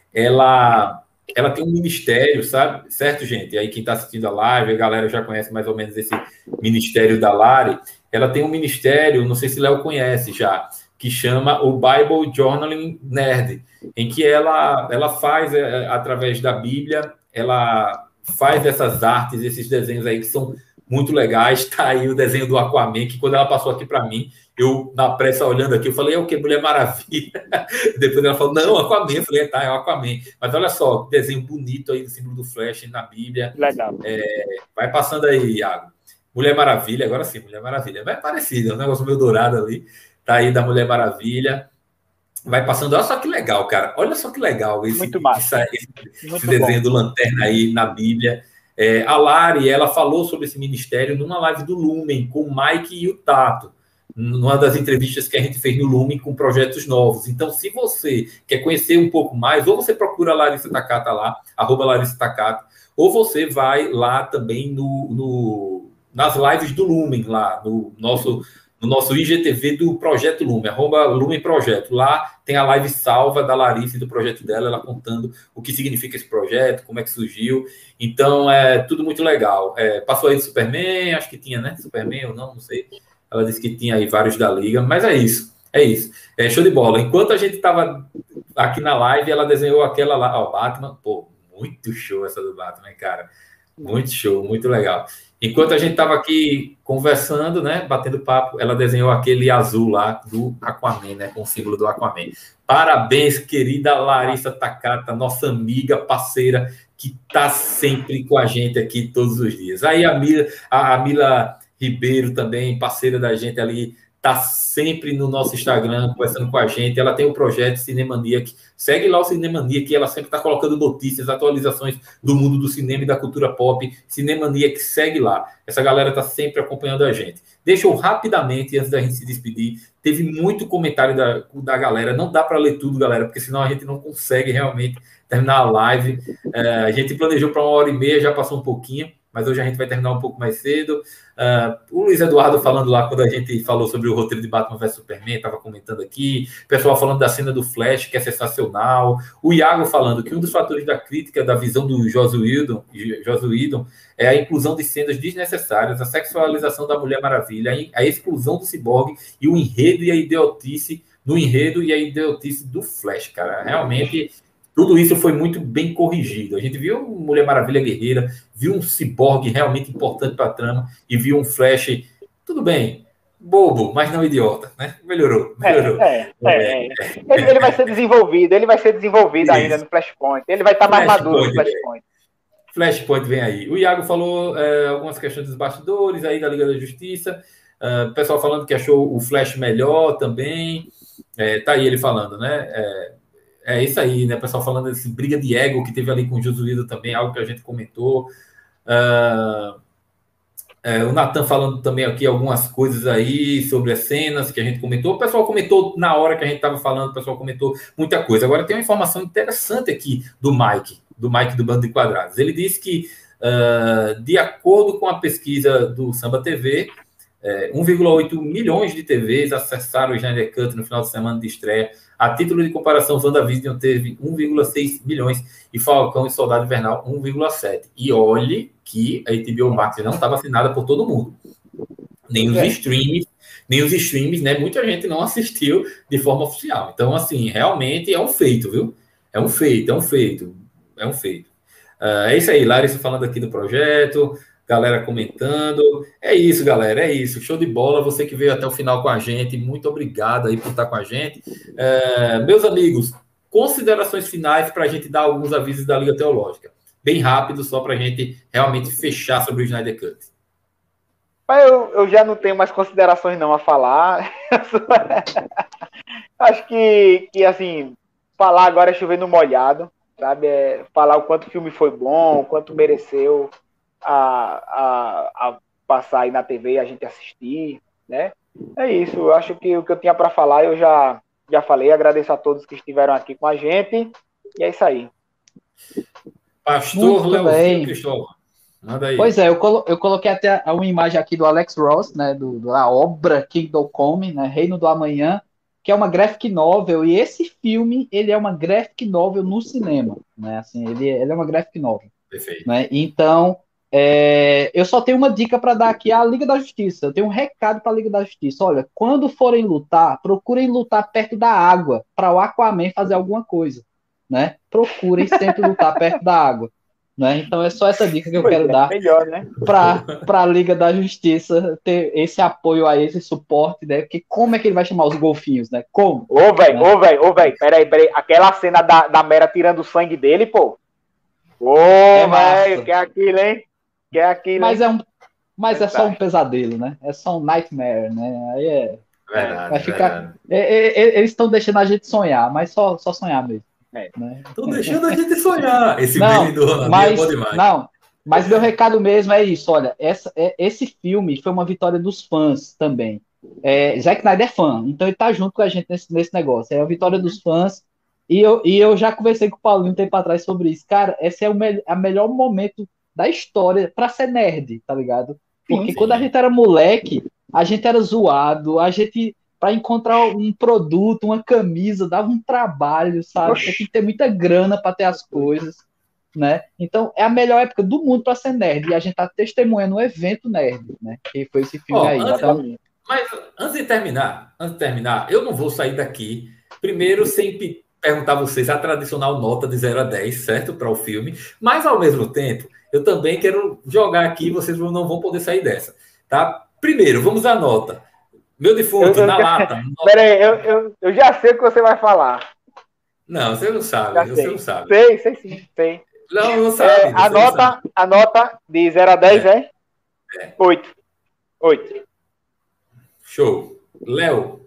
ela... ela tem um ministério, sabe? Certo, gente? Aí quem está assistindo a live, a galera já conhece mais ou menos esse ministério da Lari. Ela tem um ministério, não sei se Léo conhece já, que chama o Bible Journaling Nerd, em que ela, ela faz, é, através da Bíblia, ela faz essas artes, esses desenhos aí que são muito legais. Tá aí o desenho do Aquaman, que quando ela passou aqui para mim, eu, na pressa, olhando aqui, eu falei, é o que? Mulher Maravilha. Depois ela falou, não, Aquaman. Eu falei, tá, é o Aquaman. Mas olha só, desenho bonito aí do símbolo do Flash na Bíblia. Legal. É, vai passando aí, Iago. Mulher Maravilha, agora sim, Mulher Maravilha. Vai parecido, é um negócio meio dourado ali. Tá aí da Mulher Maravilha. Vai passando, olha só que legal, cara. Olha só que legal esse, muito massa. esse, esse, esse desenho do Lanterna aí na Bíblia. É, a Lari, ela falou sobre esse ministério numa live do Lumen, com o Mike e o Tato, numa das entrevistas que a gente fez no Lumen com projetos novos. Então, se você quer conhecer um pouco mais, ou você procura a Larissa Takata lá, arroba Larissa Takata, ou você vai lá também no, no, nas lives do Lumen, lá no nosso, no nosso I G T V do Projeto Lumen, arroba Lumen Projeto. Lá tem a live salva da Larissa e do projeto dela, ela contando o que significa esse projeto, como é que surgiu. Então, é tudo muito legal. É, passou aí do Superman, acho que tinha, né? Superman ou não, não sei. Ela disse que tinha aí vários da Liga, mas é isso. É isso. É show de bola. Enquanto a gente estava aqui na live, ela desenhou aquela lá, ó, Batman. Pô, muito show essa do Batman, cara. Muito show, muito legal. Enquanto a gente estava aqui conversando, né, batendo papo, ela desenhou aquele azul lá do Aquaman, né, com o símbolo do Aquaman. Parabéns, querida Larissa Takata, nossa amiga, parceira, que está sempre com a gente aqui todos os dias. Aí a Mila, a, a Mila Ribeiro também, parceira da gente ali, está sempre no nosso Instagram, conversando com a gente. Ela tem o projeto Cinemaniac. Segue lá o Cinemaniac, ela sempre está colocando notícias, atualizações do mundo do cinema e da cultura pop. Cinemaniac, segue lá. Essa galera está sempre acompanhando a gente. Deixa eu rapidamente, antes da gente se despedir, teve muito comentário da, da galera. Não dá para ler tudo, galera, porque senão a gente não consegue realmente terminar a live. É, a gente planejou para uma hora e meia, já passou um pouquinho, mas hoje a gente vai terminar um pouco mais cedo. Uh, o Luiz Eduardo falando lá, quando a gente falou sobre o roteiro de Batman versus Superman, estava comentando aqui. O pessoal falando da cena do Flash, que é sensacional. O Iago falando que um dos fatores da crítica da visão do Joss Whedon, Joss Whedon é a inclusão de cenas desnecessárias, a sexualização da Mulher Maravilha, a exclusão do Ciborgue e o enredo e a idiotice, no enredo e a idiotice do Flash, cara. Realmente... Tudo isso foi muito bem corrigido. A gente viu Mulher Maravilha guerreira, viu um ciborgue realmente importante para a trama e viu um Flash, tudo bem, bobo, mas não idiota, né? Melhorou, melhorou. É, é, é, é. Ele, ele vai ser desenvolvido, ele vai ser desenvolvido isso. ainda no Flashpoint. Ele vai estar tá mais maduro no Flashpoint. Flashpoint vem aí. O Iago falou é, algumas questões dos bastidores aí da Liga da Justiça. O uh, pessoal falando que achou o Flash melhor também. É, tá aí ele falando, né? É, É isso aí, né? O pessoal falando desse briga de ego que teve ali com o Josuído também, algo que a gente comentou. Uh, é, o Nathan falando também aqui algumas coisas aí sobre as cenas que a gente comentou. O pessoal comentou na hora que a gente estava falando, o pessoal comentou muita coisa. Agora tem uma informação interessante aqui do Mike, do Mike do Bando de Quadrados. Ele disse que, uh, de acordo com a pesquisa do Samba T V, é, um vírgula oito milhões de T Vs acessaram o Snyder Cut no final de semana de estreia. A título de comparação, WandaVision teve um vírgula seis milhões e Falcão e Soldado Invernal um vírgula sete. E olhe que a H B O Max não estava assinada por todo mundo. Nem os é. streams, nem os streams, né? Muita gente não assistiu de forma oficial. Então, assim, realmente é um feito, viu? É um feito, é um feito, é um feito. Uh, é isso aí, Larissa falando aqui do projeto, galera comentando. É isso, galera, é isso. Show de bola. Você que veio até o final com a gente, muito obrigado aí por estar com a gente. É, meus amigos, considerações finais para a gente dar alguns avisos da Liga Teológica. Bem rápido, só para a gente realmente fechar sobre o Snyder Cut. Eu, eu já não tenho mais considerações não a falar. Acho que, que, assim, falar agora é chover no molhado, sabe? É falar o quanto o filme foi bom, o quanto mereceu A, a, a passar aí na T V e a gente assistir, né? É isso, eu acho que o que eu tinha para falar eu já, já falei, agradeço a todos que estiveram aqui com a gente, e é isso aí. Pastor Leozinho Cristóvão, manda aí. Pois é, eu, colo eu coloquei até uma imagem aqui do Alex Ross, né, do, da obra Kingdom Come, né, Reino do Amanhã, que é uma graphic novel, e esse filme, ele é uma graphic novel no cinema, né, assim, ele, ele é uma graphic novel. Perfeito. Né, então... É, eu só tenho uma dica para dar aqui à Liga da Justiça. Eu tenho um recado para a Liga da Justiça. Olha, quando forem lutar, procurem lutar perto da água para o Aquaman fazer alguma coisa, né? Procurem sempre lutar perto da água, né? Então é só essa dica que eu pois quero é, dar melhor, né? para a Liga da Justiça ter esse apoio a esse suporte, né? Porque como é que ele vai chamar os golfinhos, né? Como? Ô, velho, né? ô, velho, ô, velho, peraí, peraí. Aquela cena da, da Mera tirando o sangue dele, pô. Ô, É velho, que é aquilo, hein? Que é aquilo, Mas, hein? é, um, mas é só um pesadelo, né? É só um nightmare, né? Aí é. Verdade, vai ficar. verdade. É, é, é, eles estão deixando a gente sonhar, mas só, só sonhar mesmo. É. Né? Estão deixando a gente sonhar. Esse não, meme do Ronaldinho mas, é bom demais. Não, mas meu recado mesmo é isso. Olha, essa, é, esse filme foi uma vitória dos fãs também. É, Zack Snyder é fã, então ele tá junto com a gente nesse, nesse negócio. É a vitória dos fãs. E eu, e eu já conversei com o Paulinho um tempo atrás sobre isso. Cara, esse é o me a melhor momento da história para ser nerd, tá ligado? Porque Sim. quando a gente era moleque, a gente era zoado, a gente, para encontrar um produto, uma camisa, dava um trabalho, sabe? Você tem que ter muita grana para ter as coisas, né? Então, é a melhor época do mundo para ser nerd. E a gente tá testemunhando um evento nerd, né? Que foi esse filme Ó, aí. antes- Então, Mas antes de terminar, antes de terminar, eu não vou sair daqui. Primeiro, sem pe- perguntar a vocês a tradicional nota de zero a dez, certo? Para o filme. Mas, ao mesmo tempo, eu também quero jogar aqui, vocês não vão poder sair dessa. Tá? Primeiro, vamos à nota. Meu defunto, Eu- eu na já- lata. nota- Pera aí, eu, eu, eu já sei o que você vai falar. Não, você não Já sabe. Você sei. não sabe. Sei, sei sim, sei. Não, não É, sabe. a, você não sabe. nota, a nota de zero a dez é? É. oito. oito. Show. Léo,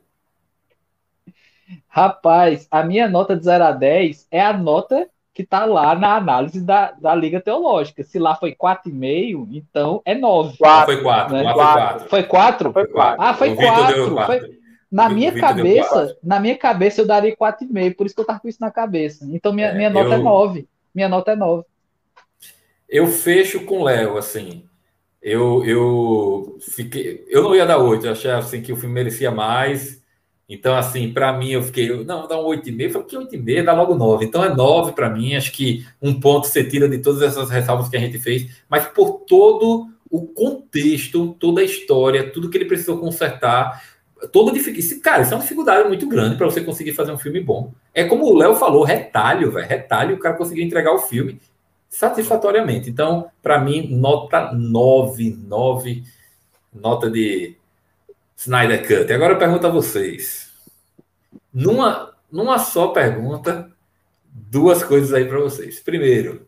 rapaz, a minha nota de zero a dez é a nota que tá lá na análise da, da Liga Teológica. Se lá foi quatro vírgula cinco, então é nove. lá quatro. foi quatro. né? Lá foi quatro. Foi quatro? Foi quatro. Ah, foi O Vitor deu quatro. quatro. Foi... Na O minha Vitor deu cabeça, quatro. na minha cabeça eu daria quatro vírgula cinco, por isso que eu tava com isso na cabeça. Então minha, É, minha nota eu- é nove. Minha nota é nove. Eu fecho com o Léo, assim. Eu, eu fiquei. Eu não ia dar oito, eu achei assim, que o filme merecia mais. Então, assim, para mim, eu fiquei. Não, vou dar um oito vírgula cinco. Eu falei, que oito vírgula cinco? Dá logo nove. Então, é nove para mim. Acho que um ponto você tira de todas essas ressalvas que a gente fez, mas por todo o contexto, toda a história, tudo que ele precisou consertar. Toda dificuldade. Cara, isso é uma dificuldade muito grande para você conseguir fazer um filme bom. É como o Léo falou, retalho, velho. Retalho, o cara conseguiu entregar o filme satisfatoriamente. Então, para mim, nota nove, nove, nota de Snyder Cut. Agora eu pergunto a vocês. Numa, numa só pergunta, duas coisas aí para vocês. Primeiro,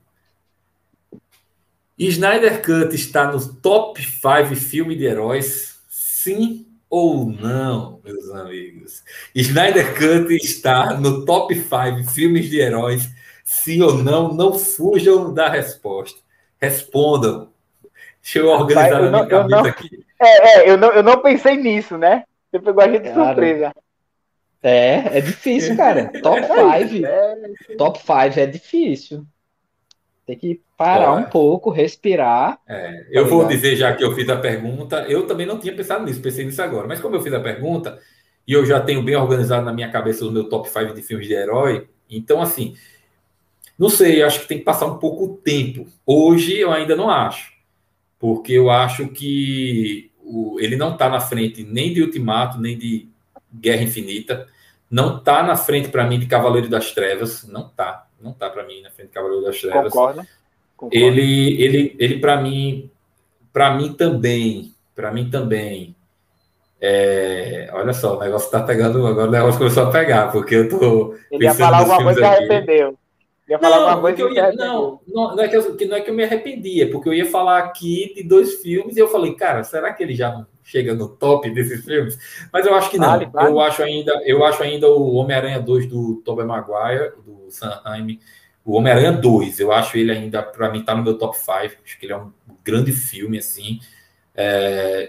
Snyder Cut está no top cinco filme de heróis? Sim ou não, meus amigos? Snyder Cut está no top cinco filmes de heróis? Sim ou não? Não fujam da resposta. Respondam. Deixa eu organizar Rapaz, eu na minha não- eu cabeça não- aqui. É, é, eu não, eu não pensei nisso, né? Você pegou a gente de Cara. surpresa. É, é difícil, cara. Top cinco. Top cinco é difícil. Tem que parar Ó, um pouco, respirar. É, eu vou ligado? dizer, já que eu fiz a pergunta, eu também não tinha pensado nisso, pensei nisso agora. Mas como eu fiz a pergunta, e eu já tenho bem organizado na minha cabeça o meu top cinco de filmes de herói, então, assim, não sei, eu acho que tem que passar um pouco o tempo. Hoje eu ainda não acho, porque eu acho que o, ele não está na frente nem de Ultimato, nem de Guerra Infinita, não está na frente para mim de Cavaleiro das Trevas, não está, não está para mim na frente de Cavaleiro das Trevas. Concordo. Concordo. Ele, ele, ele para mim, para mim também, para mim também. É, olha só, o negócio tá pegando, agora o negócio começou a pegar, porque eu tô Ele ia pensando falar nos alguma coisa e filmes se aqui. arrependeu. Ele ia falar Não, alguma coisa porque e eu se ia, arrependeu. não, não, não é que eu, que não é que eu me arrependi, é porque eu ia falar aqui de dois filmes e eu falei, cara, será que ele já não chega no top desses filmes? Mas eu acho que não. Vale, vale. Eu acho ainda, eu acho ainda o Homem-Aranha dois do Tobey Maguire, do Sam Raimi, o Homem-Aranha dois, eu acho ele ainda, para mim, tá no meu top cinco. Acho que ele é um grande filme, assim. É,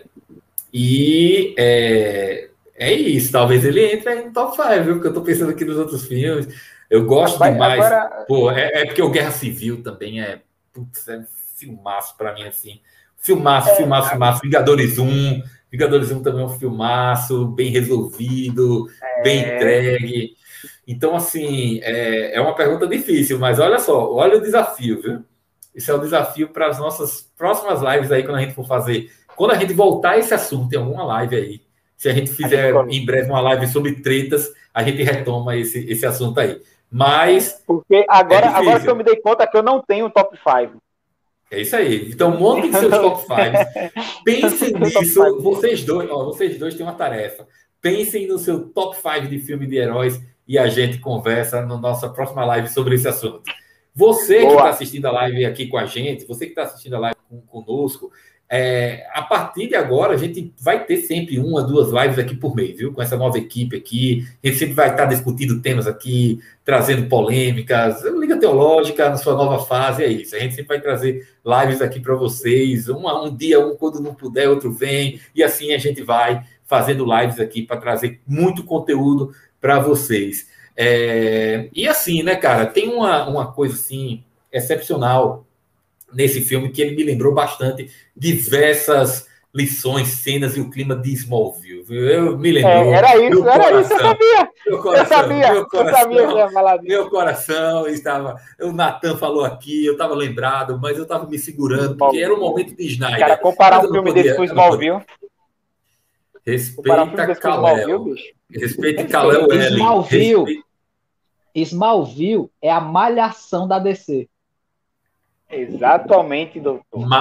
e é, é isso, talvez ele entre aí no top cinco, viu? Porque eu tô pensando aqui nos outros filmes. Eu gosto Rapaz, demais. agora- Pô, é, é porque o Guerra Civil também é, putz, é um filmaço para mim, assim. Filmaço, filmaço, filmaço. Vingadores um. Vingadores um também é um filmaço, bem resolvido, bem entregue. Então, assim, é, é uma pergunta difícil, mas olha só, olha o desafio, viu? Isso é o desafio para as nossas próximas lives aí, quando a gente for fazer. Quando a gente voltar a esse assunto, tem alguma live aí. Se a gente fizer A gente em breve uma live sobre tretas, a gente retoma esse, esse assunto aí. Mas Porque agora, É difícil. agora que eu me dei conta que eu não tenho top cinco. é isso aí. Então, montem seus top cinco. Pensem Top nisso. five. Vocês dois, ó, vocês dois têm uma tarefa. Pensem no seu top cinco de filme de heróis e a gente conversa na nossa próxima live sobre esse assunto. Você que Boa. está assistindo a live aqui com a gente, você que está assistindo a live com, conosco, é, a partir de agora a gente vai ter sempre uma, duas lives aqui por mês, viu? Com essa nova equipe aqui. A gente sempre vai estar discutindo temas aqui, trazendo polêmicas, Liga Teológica na sua nova fase, é isso. A gente sempre vai trazer lives aqui para vocês. Um, um dia, um quando não puder, outro vem. E assim a gente vai fazendo lives aqui para trazer muito conteúdo para vocês. É, e assim, né, cara, tem uma, uma coisa assim excepcional nesse filme que ele me lembrou bastante diversas lições, cenas e o clima de Smallville. Viu? Eu me lembro. É, era isso, era coração, isso, eu sabia. Meu coração, eu sabia, meu coração, eu sabia que ia falar disso. Meu coração estava. O Natan falou aqui, eu estava lembrado, mas eu estava me segurando, porque era o momento de Snyder. Cara, comparar um filme desse com Smallville. Respeita Kal-El. Respeita Kal-El L. Smallville. Smallville é a malhação da D C. Exatamente, doutor.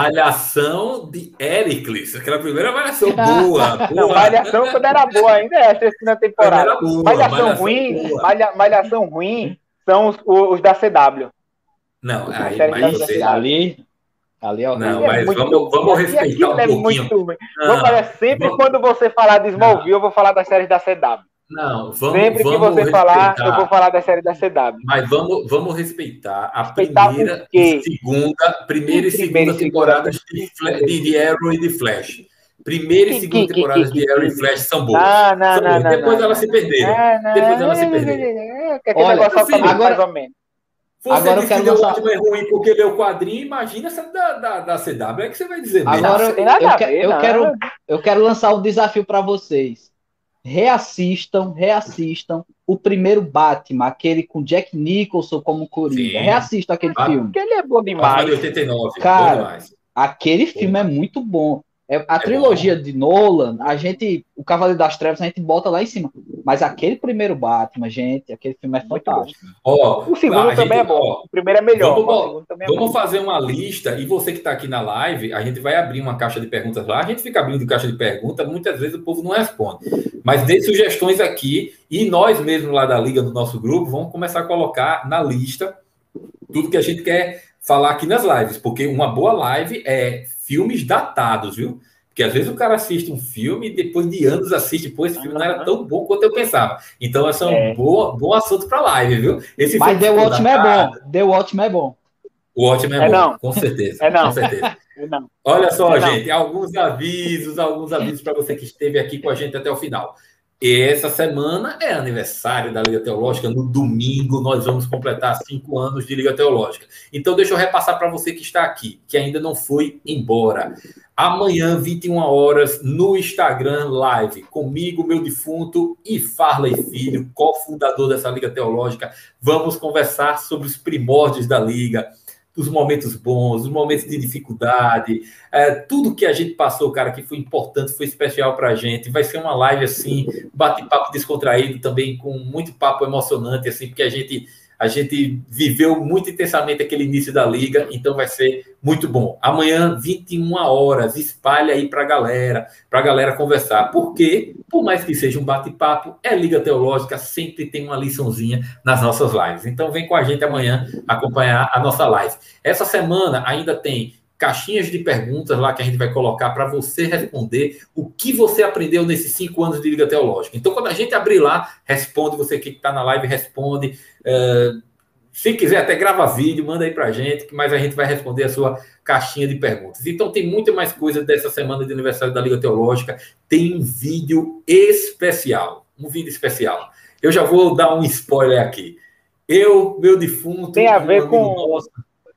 Malhação de Heracles. Aquela primeira malhação boa. boa. Não, malhação quando era boa ainda, é a terceira temporada. Boa, malhação, malhação ruim, malha, malhação ruim são os, os da C W. Não, aí, mas você... ali, ali é Não, mas é vamos, vamos respeitar um é pouquinho. Muito ruim. Não, vou sempre vamos... quando você falar de Smallville, eu vou falar das séries da C W. Não, vamos, Sempre que vamos você respeitar. falar, eu vou falar da série da C W. Mas vamos, vamos respeitar a respeitar primeira e segunda, primeira e segunda temporadas de, de, de Arrow e de Flash. Primeira e segunda temporadas de Arrow e Flash são boas. Não, não, são não, boas. não, Depois não, elas não, se perderam. Não, não, Depois elas se perderam. Olha, filho, agora, mais ou menos. Você agora disse eu quero que lançar... o Batman é ruim porque leu o quadrinho, imagina essa da, da, da C W, é que você vai dizer mesmo. Agora eu, eu, ver, quero, eu, quero, eu quero lançar um desafio para vocês. Reassistam, reassistam o primeiro Batman, aquele com Jack Nicholson como Coringa. Sim. Reassistam aquele ah, filme. Aquele é bom demais. De oitenta e nove, cara, bom demais. Aquele filme é muito bom. É, a é trilogia bom. de Nolan, a gente, o Cavaleiro das Trevas, a gente bota lá em cima. Mas aquele primeiro Batman, gente, aquele filme é fantástico. Ó, o segundo também gente, é bom. Ó, o primeiro é melhor. Vamos, é vamos bom. fazer uma lista, e você que está aqui na live, a gente vai abrir uma caixa de perguntas lá. A gente fica abrindo caixa de perguntas, muitas vezes o povo não responde. Mas dê sugestões aqui, e nós mesmos lá da Liga, do nosso grupo, vamos começar a colocar na lista tudo que a gente quer falar aqui nas lives. Porque uma boa live é filmes datados, viu? Porque às vezes o cara assiste um filme e depois de anos assiste, pô, esse filme não era tão bom quanto eu pensava. Então, esse é um é. bom, bom assunto para live, viu? Esse Mas The Watchmen é bom. The Watchmen é bom. O Watchmen é, é bom, não. com certeza. É não. Com certeza. É não. Olha só, é gente, não. alguns avisos, alguns avisos para você que esteve aqui com a gente até o final. Essa semana é aniversário da Liga Teológica. No domingo, nós vamos completar cinco anos de Liga Teológica. Então, deixa eu repassar para você que está aqui, que ainda não foi embora. Amanhã, vinte e uma horas, no Instagram Live, comigo, meu defunto e Farley Filho, cofundador dessa Liga Teológica. Vamos conversar sobre os primórdios da Liga, os momentos bons, os momentos de dificuldade, é, tudo que a gente passou, cara, que foi importante, foi especial pra gente. Vai ser uma live, assim, bate-papo descontraído também, com muito papo emocionante, assim, porque a gente, a gente viveu muito intensamente aquele início da Liga, então vai ser muito bom. Amanhã, vinte e uma horas, espalha aí pra galera, pra galera conversar. Porque, por mais que seja um bate-papo, é Liga Teológica, sempre tem uma liçãozinha nas nossas lives. Então vem com a gente amanhã acompanhar a nossa live. Essa semana ainda tem caixinhas de perguntas lá que a gente vai colocar para você responder o que você aprendeu nesses cinco anos de Liga Teológica. Então, quando a gente abrir lá, responde, você que está na live, responde. Uh, se quiser, até grava vídeo, manda aí para a gente, mas a gente vai responder a sua caixinha de perguntas. Então, tem muita mais coisa dessa semana de aniversário da Liga Teológica. Tem um vídeo especial, um vídeo especial. Eu já vou dar um spoiler aqui. Eu, meu defunto... Tem a ver com... Nosso,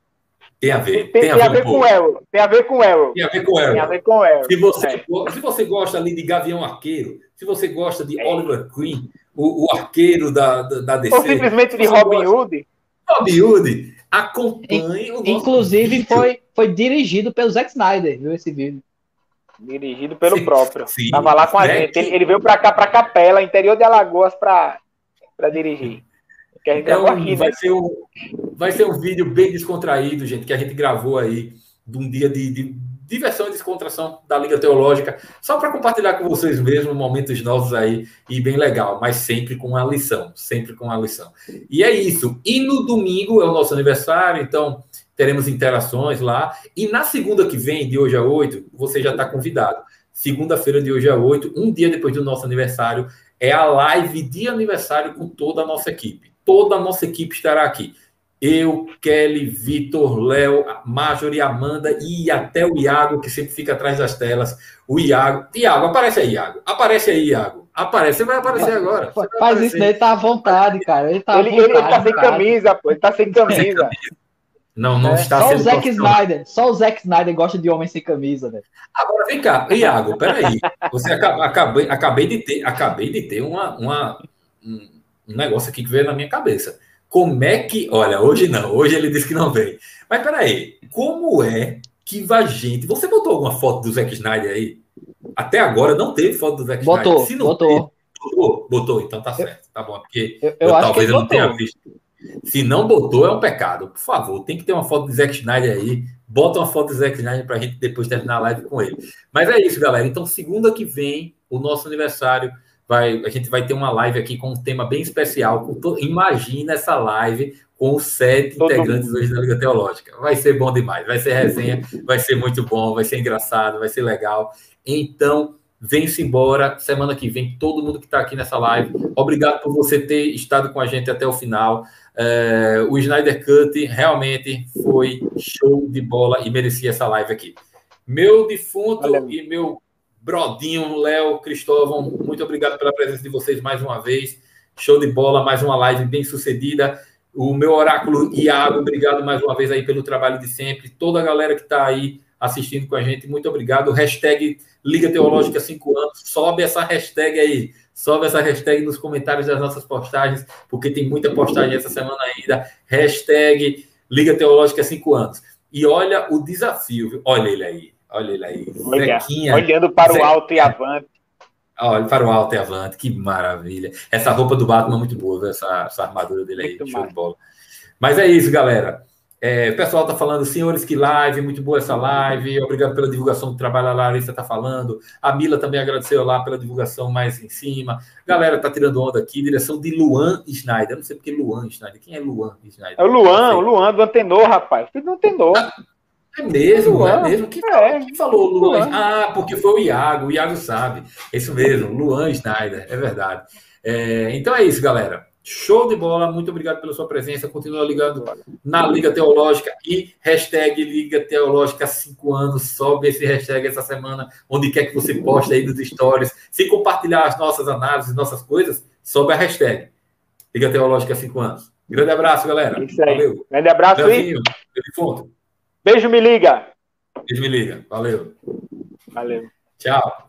Tem a ver. Tem, tem, a, ver, a ver com o Arrow. Tem a ver com o Arrow. Tem a ver com o Arrow. Tem a ver com o Arrow. Se você, é. se você gosta ali de Gavião Arqueiro, se você gosta de é. Oliver Queen, o, o arqueiro da, da, da D C... Ou simplesmente de Robin Hood. Robin Hood, acompanhe o nosso Inclusive, vídeo. foi, foi dirigido pelo Zack Snyder, viu, esse vídeo. Dirigido pelo sim, próprio. Sim, Tava lá com a né? gente. Ele, ele veio pra cá, pra Capela, interior de Alagoas, pra, pra dirigir. Que a gente então, aqui, vai, né? ser um, vai ser um vídeo bem descontraído, gente, que a gente gravou aí de um dia de, de diversão e descontração da Liga Teológica, só para compartilhar com vocês mesmo momentos novos aí e bem legal, mas sempre com uma lição, sempre com uma lição. E é isso. E no domingo é o nosso aniversário, então teremos interações lá. E na segunda que vem, de hoje a oito, você já está convidado. Segunda-feira de hoje a oito, um dia depois do nosso aniversário, é a live de aniversário com toda a nossa equipe. Toda a nossa equipe estará aqui. Eu, Kelly, Vitor, Léo, Marjorie, Amanda e até o Iago, que sempre fica atrás das telas. O Iago. Iago, aparece aí, Iago. Aparece aí, Iago. Aparece, você vai aparecer agora. Vai Faz aparecer. Isso, ele tá à vontade, cara. Ele tá, ele, à vontade, ele tá sem camisa, pô. Ele tá sem camisa. Não, não É, está Só o sendo Zack profissional. Snyder, só o Zack Snyder gosta de homem sem camisa, velho. Agora vem cá, Iago, peraí. Você acaba, acabei, acabei de ter, acabei de ter uma, uma, um, um negócio aqui que veio na minha cabeça. Como é que. Olha, hoje não, hoje ele disse que não veio. Mas peraí, como é que a gente. Você botou alguma foto do Zack Snyder aí? Até agora não teve foto do Zack Botou, Snyder. Se não botou. teve, botou, botou, então tá certo, tá bom. Porque Eu, eu, eu acho que talvez ele eu não tenha botou. visto. Se não botou, é um pecado. Por favor, tem que ter uma foto do Zack Snyder aí. Bota uma foto do Zack Snyder pra gente depois terminar a live com ele. Mas é isso, galera. Então, segunda que vem, o nosso aniversário, vai, a gente vai ter uma live aqui com um tema bem especial. Com to... Imagina essa live com os sete Todo integrantes hoje da Liga Teológica. Vai ser bom demais. Vai ser resenha, vai ser muito bom, vai ser engraçado, vai ser legal. Então, vem-se embora. Semana que vem, todo mundo que está aqui nessa live. Obrigado por você ter estado com a gente até o final. É, o Snyder Cut realmente foi show de bola e merecia essa live aqui. Meu defunto Valeu. e meu brodinho, Léo, Cristóvão, muito obrigado pela presença de vocês mais uma vez. Show de bola, mais uma live bem sucedida. O meu oráculo Iago, obrigado mais uma vez aí pelo trabalho de sempre. Toda a galera que está aí assistindo com a gente, muito obrigado. Hashtag Liga Teológica cinco anos. Sobe essa hashtag aí. Sobe essa hashtag nos comentários das nossas postagens, porque tem muita postagem essa semana ainda. Hashtag Liga Teológica cinco anos. E olha o desafio, viu? Olha ele aí. Olha ele aí. Olha, Zequinha. olhando para Zequinha. o alto e avante. Olha, para o alto e avante. Que maravilha. Essa roupa do Batman é muito boa, viu? Essa, essa armadura dele aí. Muito Show massa. de bola. Mas é isso, galera. É, o pessoal está falando, senhores, que live, muito boa essa live, obrigado pela divulgação do trabalho, a Larissa está falando, a Mila também agradeceu lá pela divulgação mais em cima, galera está tirando onda aqui, direção de Luan Snyder, eu não sei porque Luan Snyder, quem é Luan Snyder? É o Luan, o Luan do Antenor, rapaz. Filho do Antenor. É mesmo, Luan, é mesmo, quem, é. falou, quem falou Luan? Luan. Ah, porque foi o Iago, o Iago sabe, é isso mesmo, Luan Snyder, é verdade. É, então é isso, galera. Show de bola, muito obrigado pela sua presença. Continua ligando na Liga Teológica e hashtag Liga Teológica cinco anos. Sobe esse hashtag essa semana, onde quer que você poste aí nos stories. Se compartilhar as nossas análises, nossas coisas, sobe a hashtag Liga Teológica cinco anos. Grande abraço, galera. Isso aí. Valeu. Grande abraço aí. Leozinho, meu defunto. Beijo, me liga. Beijo, me liga. Valeu. Valeu. Tchau.